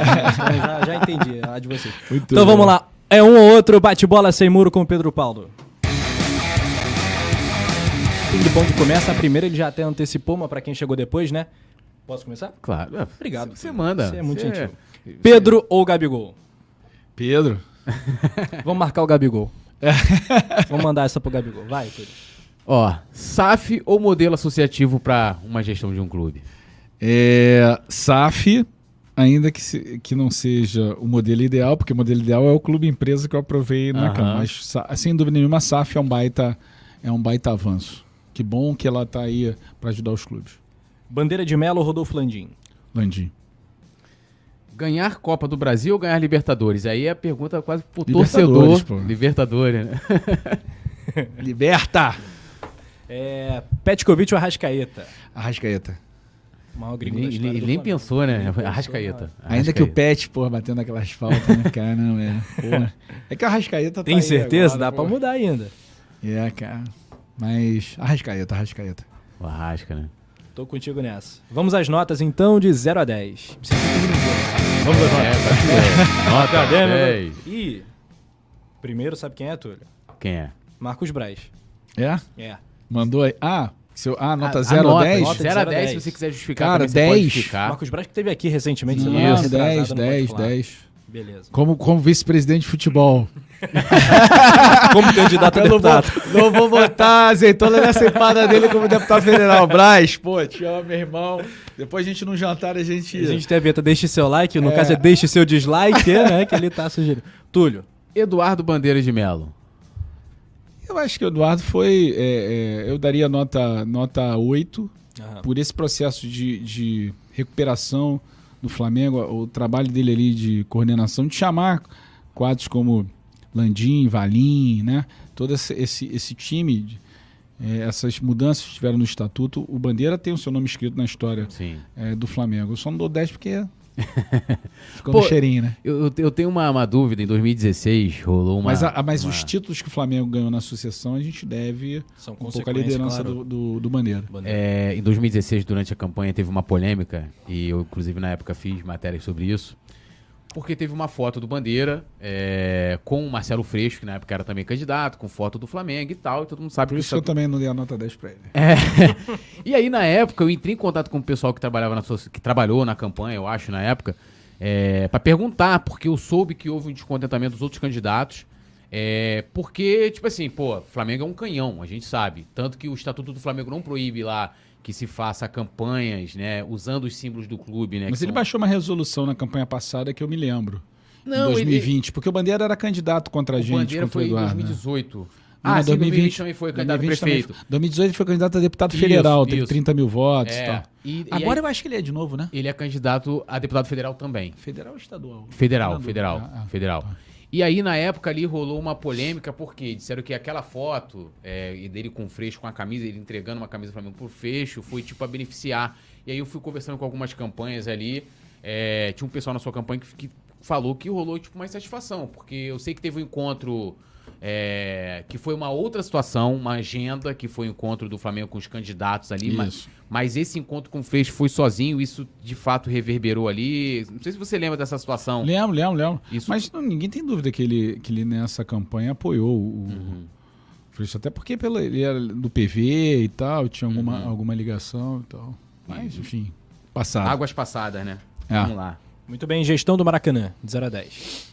É. já, já entendi a de você. Muito então bom. Vamos lá. É um ou outro bate-bola sem muro com o Pedro Paulo. Ping-pong começa. A primeira ele já até antecipou, mas pra quem chegou depois, né? Posso começar? Claro. Obrigado. Você manda. Você é muito Cê... gentil. Pedro ou Gabigol? Pedro. Vamos marcar o Gabigol. Vamos mandar essa pro Gabigol. Vai, Pedro. Ó, S A F ou modelo associativo para uma gestão de um clube? É, S A F, ainda que, se, que não seja o modelo ideal, porque o modelo ideal é o clube empresa que eu aprovei na uhum. cama. Mas, sem dúvida nenhuma, a S A F é um baita, é um baita avanço. Que bom que ela está aí para ajudar os clubes. Bandeira de Melo ou Rodolfo Landim? Landim. Ganhar Copa do Brasil ou ganhar Libertadores? Aí é a pergunta quase pro torcedor. Pô. Libertadores, né? Liberta! É, Petkovic ou Arrascaeta? Arrascaeta. Ele, ele, ele nem pensou, né? Arrascaeta. Arrascaeta. Ainda que o Pet, porra, batendo aquelas faltas, né, cara? Não, é. Porra. É que o Arrascaeta tá Tem certeza? Agora, Dá porra. Pra mudar ainda. É, cara. Mas Arrascaeta, Arrascaeta. O Arrasca, né? Tô contigo nessa. Vamos às notas, então, de zero a dez. Vamos às notas. É, nota dez. E primeiro, sabe quem é, Túlio? Quem é? Marcos Braz. É? É. Mandou aí. Ah, seu, ah nota zero a dez? zero a dez, se você quiser justificar. Cara, dez. Marcos Braz que esteve aqui recentemente. Isso, não dez, dez, dez. Beleza. Como, como vice-presidente de futebol. Como candidato a deputado. Não vou botar azeitona nessa empada dele como deputado federal. Braz, pô, te amo, meu irmão. Depois a gente no jantar, a gente... A gente tem a vinheta, deixe seu like, no é. caso é deixe seu dislike, né, que ele tá sugerindo. Túlio. Eduardo Bandeira de Melo. Eu acho que o Eduardo foi... É, é, eu daria nota, nota oito Aham. por esse processo de, de recuperação do Flamengo, o trabalho dele ali de coordenação, de chamar quadros como Landim, Valim, né? Todo esse, esse, esse time, é, essas mudanças que tiveram no estatuto, o Bandeira tem o seu nome escrito na história é, do Flamengo. Eu só não dou dez porque ficou Pô, no cheirinho, né? Eu, eu tenho uma, uma dúvida, em dois mil e dezesseis rolou uma... Mas, a, mas uma... os títulos que o Flamengo ganhou na sucessão, a gente deve São um pouco a liderança claro. do, do, do Bandeira. É, em dois mil e dezesseis, durante a campanha, teve uma polêmica, e eu, inclusive, na época fiz matérias sobre isso, porque teve uma foto do Bandeira é, com o Marcelo Freixo, que na época era também candidato, com foto do Flamengo e tal, e todo mundo sabe... Por isso que eu também não dei a nota dez pra ele. É. E aí, na época, eu entrei em contato com o pessoal que, trabalhava na, que trabalhou na campanha, eu acho, na época, é, para perguntar, porque eu soube que houve um descontentamento dos outros candidatos, é, porque, tipo assim, pô, Flamengo é um canhão, a gente sabe, tanto que o Estatuto do Flamengo não proíbe lá que se faça campanhas, né, usando os símbolos do clube, né? Mas ele são... baixou uma resolução na campanha passada que eu me lembro. Não, em dois mil e vinte, ele... porque o Bandeira era candidato contra a o gente, Bandeira contra o foi em Eduardo. dois mil e dezoito. Não, Ah, sim, dois mil e vinte dois mil e vinte também foi candidato a prefeito. Foi, dois mil e dezoito ele foi candidato a deputado Isso, federal, teve isso. trinta mil votos e É, tal. e- e Agora aí- eu acho que ele é de novo, né? Ele é candidato a deputado federal também. Federal ou estadual? Federal, Não, federal, ah, ah, federal. tá. E aí, na época ali, rolou uma polêmica, porque disseram que aquela foto é, e dele com o Freixo, com a camisa, ele entregando uma camisa do Flamengo pro Freixo, foi tipo a beneficiar. E aí eu fui conversando com algumas campanhas ali, é, tinha um pessoal na sua campanha que, que falou que rolou tipo uma insatisfação, porque eu sei que teve um encontro... É, que foi uma outra situação, uma agenda, que foi o encontro do Flamengo com os candidatos ali, mas, Isso. mas esse encontro com o Freixo foi sozinho, isso de fato reverberou ali. Não sei se você lembra dessa situação. Lembro, lembro, lembro. Isso- Mas não, ninguém tem dúvida que ele, que ele nessa campanha apoiou o Uhum. Freixo, até porque pelo, ele era do P V e tal, tinha alguma, Uhum. alguma ligação e tal. Mas, enfim, passado. Águas passadas, né? É. Vamos lá. Muito bem, gestão do Maracanã, de zero a dez.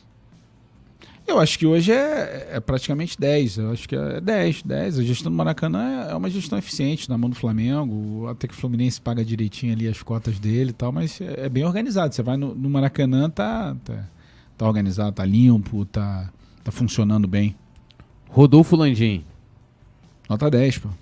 Eu acho que hoje é, é praticamente dez. Eu acho que é dez, dez. A gestão do Maracanã é uma gestão eficiente na mão do Flamengo. Até que o Fluminense paga direitinho ali as cotas dele e tal, mas é, é bem organizado. Você vai no, no Maracanã, tá, tá, tá organizado, tá limpo, tá, tá funcionando bem. Rodolfo Landim. Nota dez, pô.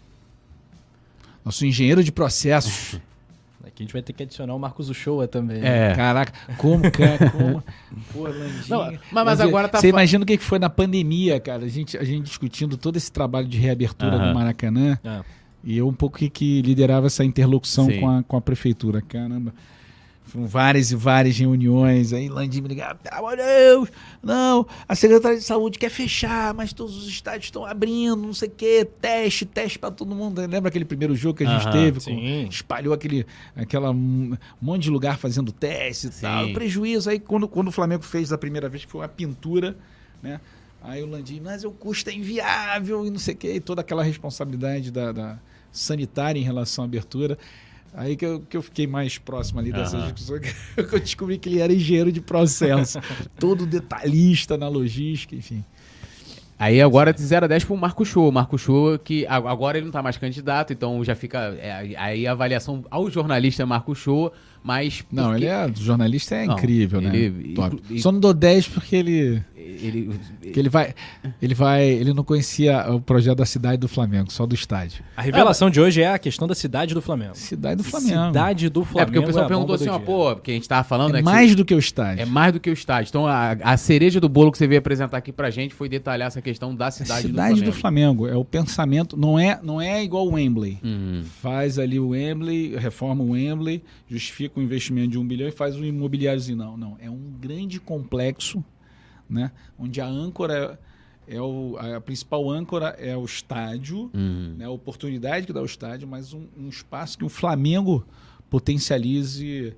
Nosso engenheiro de processos. Aqui a gente vai ter que adicionar o Marcos Uchoa também. É. Caraca, como, cara, como... Pô, Landinho. Não, mas- mas agora tá Você fa- imagina o que que foi na pandemia, cara? A gente, a gente discutindo todo esse trabalho de reabertura Aham. do Maracanã. Ah, E eu um pouco que, que liderava essa interlocução Sim. com a, com a prefeitura. Caramba. Foram várias e várias reuniões. Aí Landim me ligava, pelo amor de Deus, não, a Secretaria de Saúde quer fechar, mas todos os estádios estão abrindo, não sei o quê, teste, teste pra todo mundo. Lembra aquele primeiro jogo que a gente Aham, teve? sim. Com, espalhou aquele aquela, um monte de lugar fazendo teste e Sim. tal. Prejuízo. Aí quando, quando o Flamengo fez a primeira vez, que foi uma pintura, né? Aí o Landim, mas o custo é inviável e não sei o quê, e toda aquela responsabilidade da, da sanitária em relação à abertura. Aí que eu, que eu fiquei mais próximo ali dessa Aham. discussão, que eu descobri que ele era engenheiro de processo, todo detalhista na logística, enfim. Aí agora de zero a dez pro Marco Show. Marco Show, que a- agora ele não tá mais candidato, então já fica. é, aí a avaliação ao jornalista Marco Show, mas. Não, porque ele é, o jornalista é Não, incrível, né? ele- Top. inclu- Só não dou dez porque ele, Ele, que ele vai, ele vai, ele não conhecia o projeto da cidade do Flamengo, só do estádio. A revelação de hoje é a questão da cidade do Flamengo. Cidade do Flamengo. Cidade do Flamengo. é porque o pessoal a perguntou bomba assim, do ó, dia. pô, porque a gente tava falando, É né, que mais do que o estádio. é mais do que o estádio. Então a, a cereja do bolo que você veio apresentar aqui pra gente foi detalhar essa questão da cidade, cidade do do Flamengo. Flamengo. É o pensamento, não é, não é igual o Wembley. Uhum. Faz ali o Wembley, reforma o Wembley, justifica o investimento de um bilhão e faz um imobiliáriozinho. Não, não. É um grande complexo, né? Onde a âncora é o, a principal âncora é o estádio, Uhum. né? A oportunidade que dá o estádio, mas um, um espaço que o Flamengo potencialize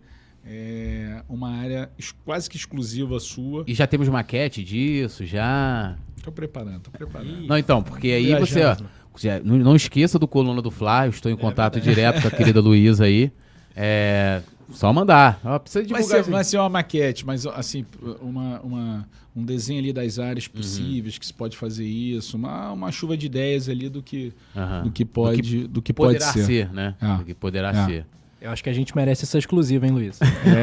é, uma área es- quase que exclusiva sua. E já temos maquete disso, já. Estou preparando, estou preparando. Não, então, porque aí Viajando. você, ó, você não, não esqueça do Coluna do Fla, eu estou em contato direto com a querida Luísa aí. É, só mandar. Ó, precisa Vai divulgar ser, isso. vai ser uma maquete, mas assim, uma, uma- um desenho ali das áreas possíveis que se pode fazer isso, uma, uma chuva de ideias ali do que, Aham. do que pode, do que pode Poderá ser. ser, né? Ah. Do que poderá Ah. ser. Eu acho que a gente merece essa exclusiva, hein, Luiz?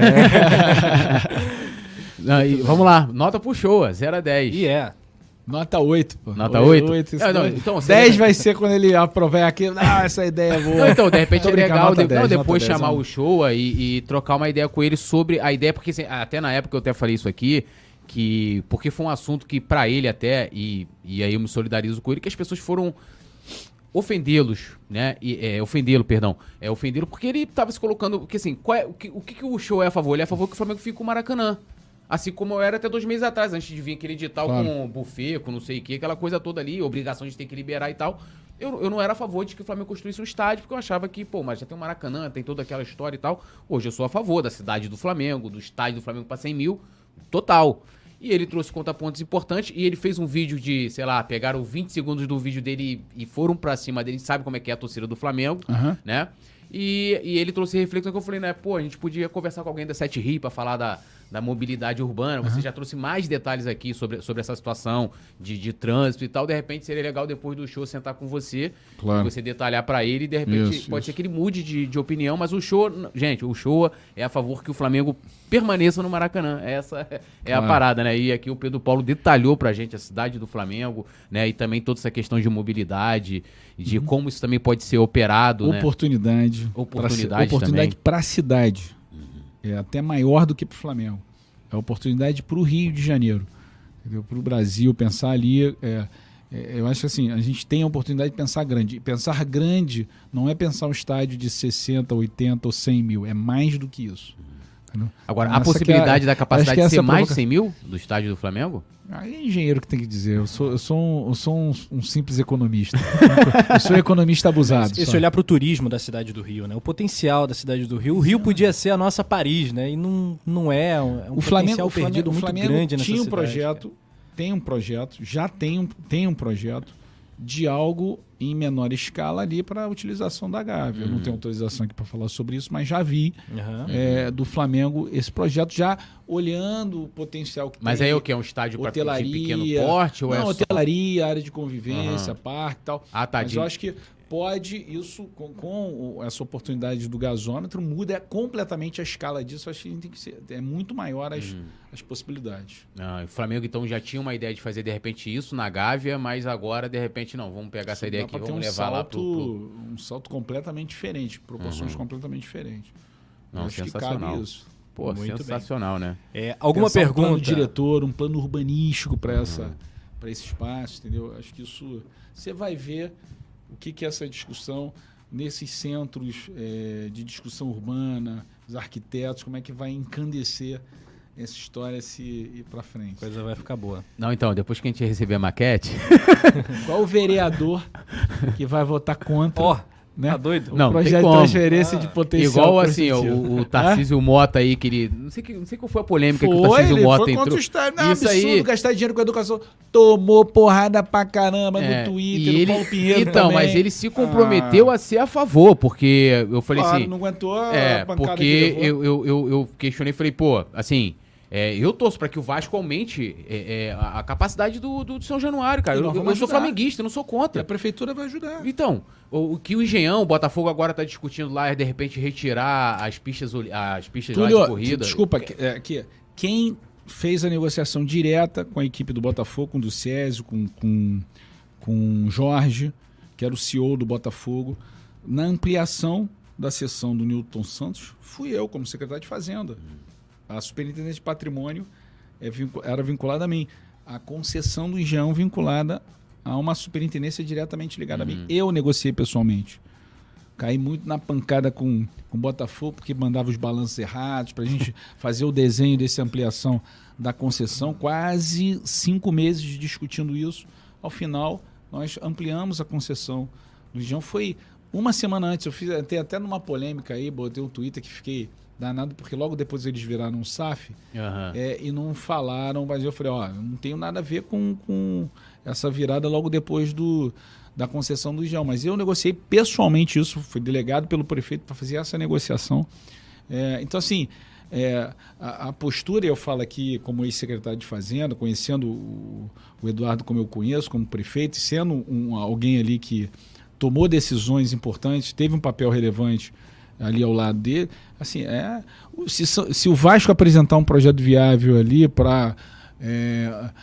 Não, e vamos lá, nota pro show, zero a dez. E é. Nota oito, pô. Nota oito? isso É, não, daí. então, você dez lembra- vai ser quando ele aprovar aquilo. Ah, essa ideia é boa. Não, então, de repente Tô é brincando, legal nota de- dez, não, nota depois dez, chamar vamos. o show e, e trocar uma ideia com ele sobre a ideia, porque assim, até na época eu até falei isso aqui, que porque foi um assunto que pra ele até, e, e aí eu me solidarizo com ele, que as pessoas foram ofendê-los, né? E, é, ofendê-lo, perdão. É ofendê-lo porque ele tava se colocando, porque assim, qual é, o, que, o que que o show é a favor? Ele é a favor que o Flamengo fique com o Maracanã. Assim como eu era até dois meses atrás, antes de vir aquele edital Claro. com buffet, com não sei o que, aquela coisa toda ali, obrigação de ter que liberar e tal. Eu, eu não era a favor de que o Flamengo construísse um estádio, porque eu achava que, pô, mas já tem o Maracanã, tem toda aquela história e tal. Hoje eu sou a favor da cidade do Flamengo, do estádio do Flamengo para cem mil, total. E ele trouxe contrapontos importantes e ele fez um vídeo de, sei lá, pegaram vinte segundos do vídeo dele e, e foram pra cima dele, sabe como é que é a torcida do Flamengo, Aham. né? E, e ele trouxe reflexão que eu falei, né? Pô, a gente podia conversar com alguém da Sete Rio para falar da, da mobilidade urbana. Você uhum. já trouxe mais detalhes aqui sobre, sobre essa situação de, de trânsito e tal. De repente seria legal depois do show sentar com você, claro. Você detalhar para ele e de repente isso, pode isso. ser que ele mude de, de opinião, mas o show, gente, o show é a favor que o Flamengo permaneça no Maracanã. Essa é, é claro. a parada, né? E aqui o Pedro Paulo detalhou pra gente a cidade do Flamengo, né? E também toda essa questão de mobilidade, de uhum. como isso também pode ser operado, oportunidade, né? Oportunidade. Oportunidade para a cidade. Uhum. É até maior do que para o Flamengo. É oportunidade para o Rio de Janeiro. Para o Brasil, pensar ali. É, é, eu acho que assim, a gente tem a oportunidade de pensar grande. E pensar grande não é pensar um estádio de sessenta, oitenta ou cem mil. É mais do que isso. Entendeu? Agora, a possibilidade é, da capacidade de ser mais de cem mil do estádio do Flamengo? Aí é engenheiro que tem que dizer. Eu sou, eu sou, um, eu sou um, um simples economista. Eu sou economista abusado. Esse olhar para o turismo da cidade do Rio, né? O potencial da cidade do Rio. O Rio podia ser a nossa Paris, né? E não, não é. É um o Flamengo, potencial o Flamengo, perdido o muito Flamengo grande nessa tinha um cidade, projeto, cara. Tem um projeto, já tem um, tem um projeto de algo em menor escala ali para a utilização da Gávea. Uhum. Eu não tenho autorização aqui para falar sobre isso, mas já vi uhum. é, do Flamengo esse projeto já olhando o potencial que mas tem. Mas aí o que? É um estádio para de pequeno porte? Ou não, é hotelaria, só... área de convivência, uhum. parque e tal. Ah, tá. Mas eu acho que pode, isso, com, com essa oportunidade do gasômetro, muda completamente a escala disso. Eu acho que a gente tem que ser, é muito maior as, uhum. as possibilidades. Ah, o Flamengo, então, já tinha uma ideia de fazer, de repente, isso na Gávea, mas agora, de repente, não, vamos pegar essa ideia aqui, vamos um levar salto, lá pro, pro... um salto completamente diferente, proporções uhum. completamente diferentes. Não, acho sensacional. Que cabe isso. Pô, muito sensacional, bem. Né? É, alguma Pensar pergunta? Um plano diretor, um plano urbanístico para uhum. essa, para esse espaço, entendeu? Acho que isso... Você vai ver o que, que é essa discussão nesses centros é, de discussão urbana, os arquitetos, como é que vai encandecer essa história se ir para frente. A coisa vai ficar boa. Não, então, depois que a gente receber a maquete... Qual o vereador que vai votar contra... Ó, oh, né? Tá doido? O não, projeto tem como. de transferência ah, de potencial. Igual assim, o, o Tarcísio é? Mota aí, que ele... Não sei, que, não sei qual foi a polêmica foi, que o Tarcísio ele Mota foi entrou. Contra o estádio. Não, isso absurdo aí... gastar dinheiro com a educação. Tomou porrada pra caramba é, no Twitter, ele, no Paulo Pinheiro Então, também. mas ele se comprometeu ah. a ser a favor, porque eu falei claro, assim... não aguentou a é, pancada porque eu, eu, eu, eu questionei e falei, pô, assim... É, eu torço para que o Vasco aumente é, é, a capacidade do, do São Januário, cara. Eu, eu, eu sou flamenguista, eu não sou contra. E a prefeitura vai ajudar. Então, o, o que o Engenhão, o Botafogo agora tá discutindo lá é, de repente, retirar as pistas, as pistas Túlio, lá de corrida. Desculpa, é, que, quem fez a negociação direta com a equipe do Botafogo, com o Ducésio, com, com, com o Jorge, que era o C E O do Botafogo, na ampliação da sessão do Newton Santos, fui eu, como secretário de Fazenda. A superintendência de patrimônio é vincul- era vinculada a mim. A concessão do Engenhão vinculada a uma superintendência diretamente ligada uhum. a mim. Eu negociei pessoalmente. Caí muito na pancada com o Botafogo, porque mandava os balanços errados para a gente fazer o desenho dessa ampliação da concessão. Quase cinco meses discutindo isso. Ao final, nós ampliamos a concessão do Engenhão. Foi uma semana antes. Eu fiz até, até numa polêmica aí, botei um Twitter que fiquei... danado, porque logo depois eles viraram um S A F uhum. é, e não falaram, mas eu falei, ó, não tenho nada a ver com, com essa virada logo depois do, da concessão do Engenhão, mas eu negociei pessoalmente isso, fui delegado pelo prefeito para fazer essa negociação. É, então, assim, é, a, a postura, eu falo aqui como ex-secretário de Fazenda, conhecendo o, o Eduardo como eu conheço, como prefeito, e sendo um, alguém ali que tomou decisões importantes, teve um papel relevante ali ao lado dele, assim, é, se, se o Vasco apresentar um projeto viável ali para é,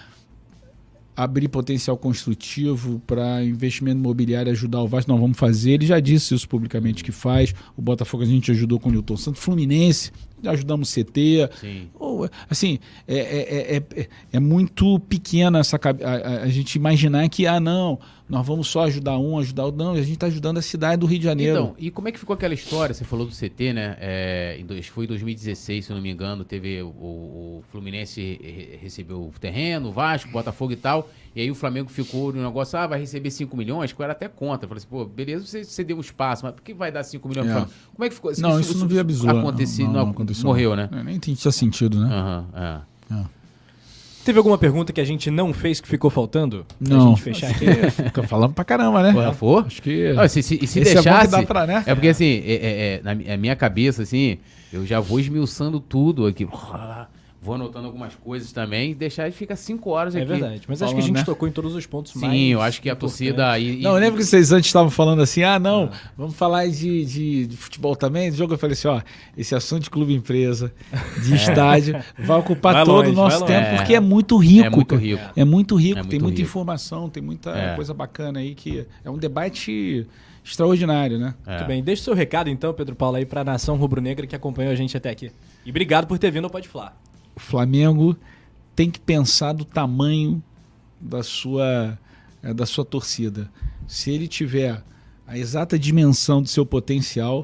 abrir potencial construtivo para investimento imobiliário, ajudar o Vasco, nós vamos fazer, ele já disse isso publicamente que faz, o Botafogo a gente ajudou com o Newton Santos, Fluminense, já ajudamos o C T, Sim. Ou, assim, é, é, é, é, é muito pequena essa, a, a, a gente imaginar que, ah não, nós vamos só ajudar um, ajudar o não, a gente está ajudando a cidade do Rio de Janeiro. Então, e como é que ficou aquela história? Você falou do C T, né? É, em dois, foi em dois mil e dezesseis, se eu não me engano, teve o, o Fluminense re, recebeu o terreno, o Vasco, o Botafogo e tal, e aí o Flamengo ficou no negócio, ah, vai receber cinco milhões, que eu era até contra. Eu falei assim, pô, beleza, você, você deu um espaço, mas por que vai dar cinco milhões? É. Como é que ficou? Não, isso, isso não viabilizou. Aconteceu, não, não, não aconteceu, morreu, né? É, nem tinha sentido, né? Aham, uhum, é. é. Teve alguma pergunta que a gente não fez que ficou faltando? Não. Pra gente fechar aqui. Fica falando pra caramba, né? Porra, for? Acho que... Ah, se, se, e se Esse deixasse... é bom que dá pra, né? É porque assim, é, é, é, na mi- é minha cabeça, assim, eu já vou esmiuçando tudo aqui. Vou anotando algumas coisas também e deixar e fica cinco horas É aqui. verdade, mas acho falando, que a gente né? tocou em todos os pontos Sim, mais eu acho que a importantes. torcida... E, e- Não, eu lembro que vocês antes estavam falando assim, ah, não, vamos falar de, de, de futebol também, de jogo. Eu falei assim, ó, esse assunto de clube-empresa, de estádio, vai ocupar Vai todo longe, o nosso vai tempo, longe. porque é muito rico. É muito cara. rico. É muito rico, É tem muito muita rico. informação, tem muita É. coisa bacana aí, que é um debate extraordinário, né? É. Muito bem, deixa o seu recado então, Pedro Paulo, aí pra nação rubro-negra que acompanhou a gente até aqui. E obrigado por ter vindo ao Pode Fla. O Flamengo tem que pensar do tamanho da sua, eh, da sua torcida. Se ele tiver a exata dimensão do seu potencial,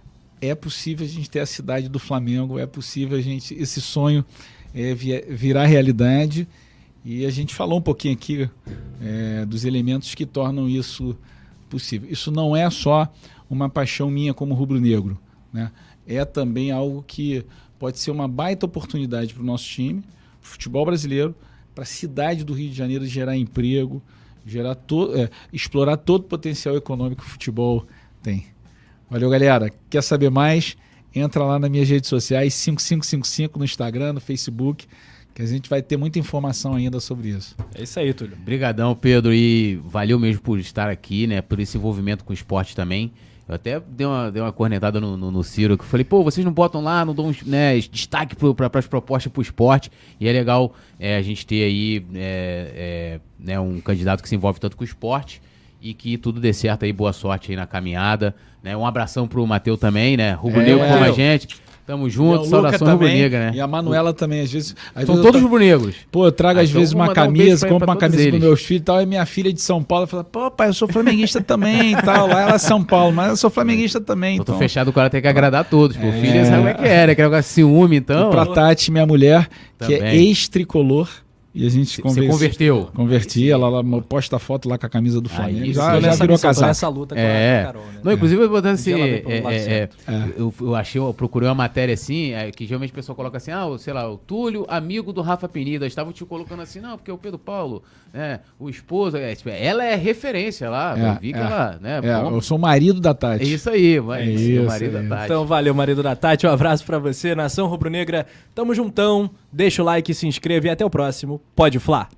é possível a gente ter a cidade do Flamengo, é possível a gente esse sonho eh, vi- virar realidade. E a gente falou um pouquinho aqui eh, dos elementos que tornam isso possível. Isso não é só uma paixão minha como rubro-negro, né? É também algo que pode ser uma baita oportunidade para o nosso time, pro futebol brasileiro, para a cidade do Rio de Janeiro gerar emprego, gerar to- é, explorar todo o potencial econômico que o futebol tem. Valeu, galera. Quer saber mais? Entra lá nas minhas redes sociais, cinco cinco cinco cinco no Instagram, no Facebook, que a gente vai ter muita informação ainda sobre isso. É isso aí, Túlio. Obrigadão, Pedro, e valeu mesmo por estar aqui, né, por esse envolvimento com o esporte também. Eu até dei uma, dei uma cornetada no, no, no Ciro, que eu falei, pô, vocês não botam lá, não dão né, destaque para as propostas para o esporte, e é legal é, a gente ter aí é, é, né, um candidato que se envolve tanto com o esporte, e que tudo dê certo aí, boa sorte aí na caminhada, né, um abração pro Matheus também, né, rubro-negro É, como a Mateu. gente, tamo E o junto, Luca saudação também, rubro-negra, E né. a Manuela também, às vezes... Às São vezes eu todos tô- rubro-negros. Pô, eu trago Ah, às então vezes vou uma mandar um beijo camisa, pra- compro pra uma todos camisa dos eles. meus filhos e tal, e minha filha de São Paulo fala, pô, pai, eu sou flamenguista também e tal. Lá ela é São Paulo, mas eu sou flamenguista também. Eu tô Então, fechado, o cara tem que agradar a todos. Pô, filha sabe como é que é, né? Que negócio de ciúme, então. e pra Tati, minha mulher, que é Também. ex-tricolor, e a gente Você converse- converteu. Converti, ela, ela posta foto lá com a camisa do Flamengo. isso, já tô já nessa virou missão, tô casaco. nessa luta com É. a Carol, né? Não, inclusive eu vou botar assim. Um dia ela vem pro é, lado é, certo. é, eu, eu achei, eu procurei uma matéria assim, é, que geralmente o pessoal coloca assim, ah, o- sei lá, o Túlio, amigo do Rafa Penido. Estavam te colocando assim, não, porque o Pedro Paulo, né, o esposo, é, tipo, ela é referência lá. É, eu vi que é. ela, né, É, bom, eu sou o marido da é Tati. isso aí, mas É o isso, marido é da Tati. Então valeu, marido da Tati, um abraço pra você, nação rubro-negra. Tamo juntão, deixa o like, se inscreva e até o próximo Pode Fla.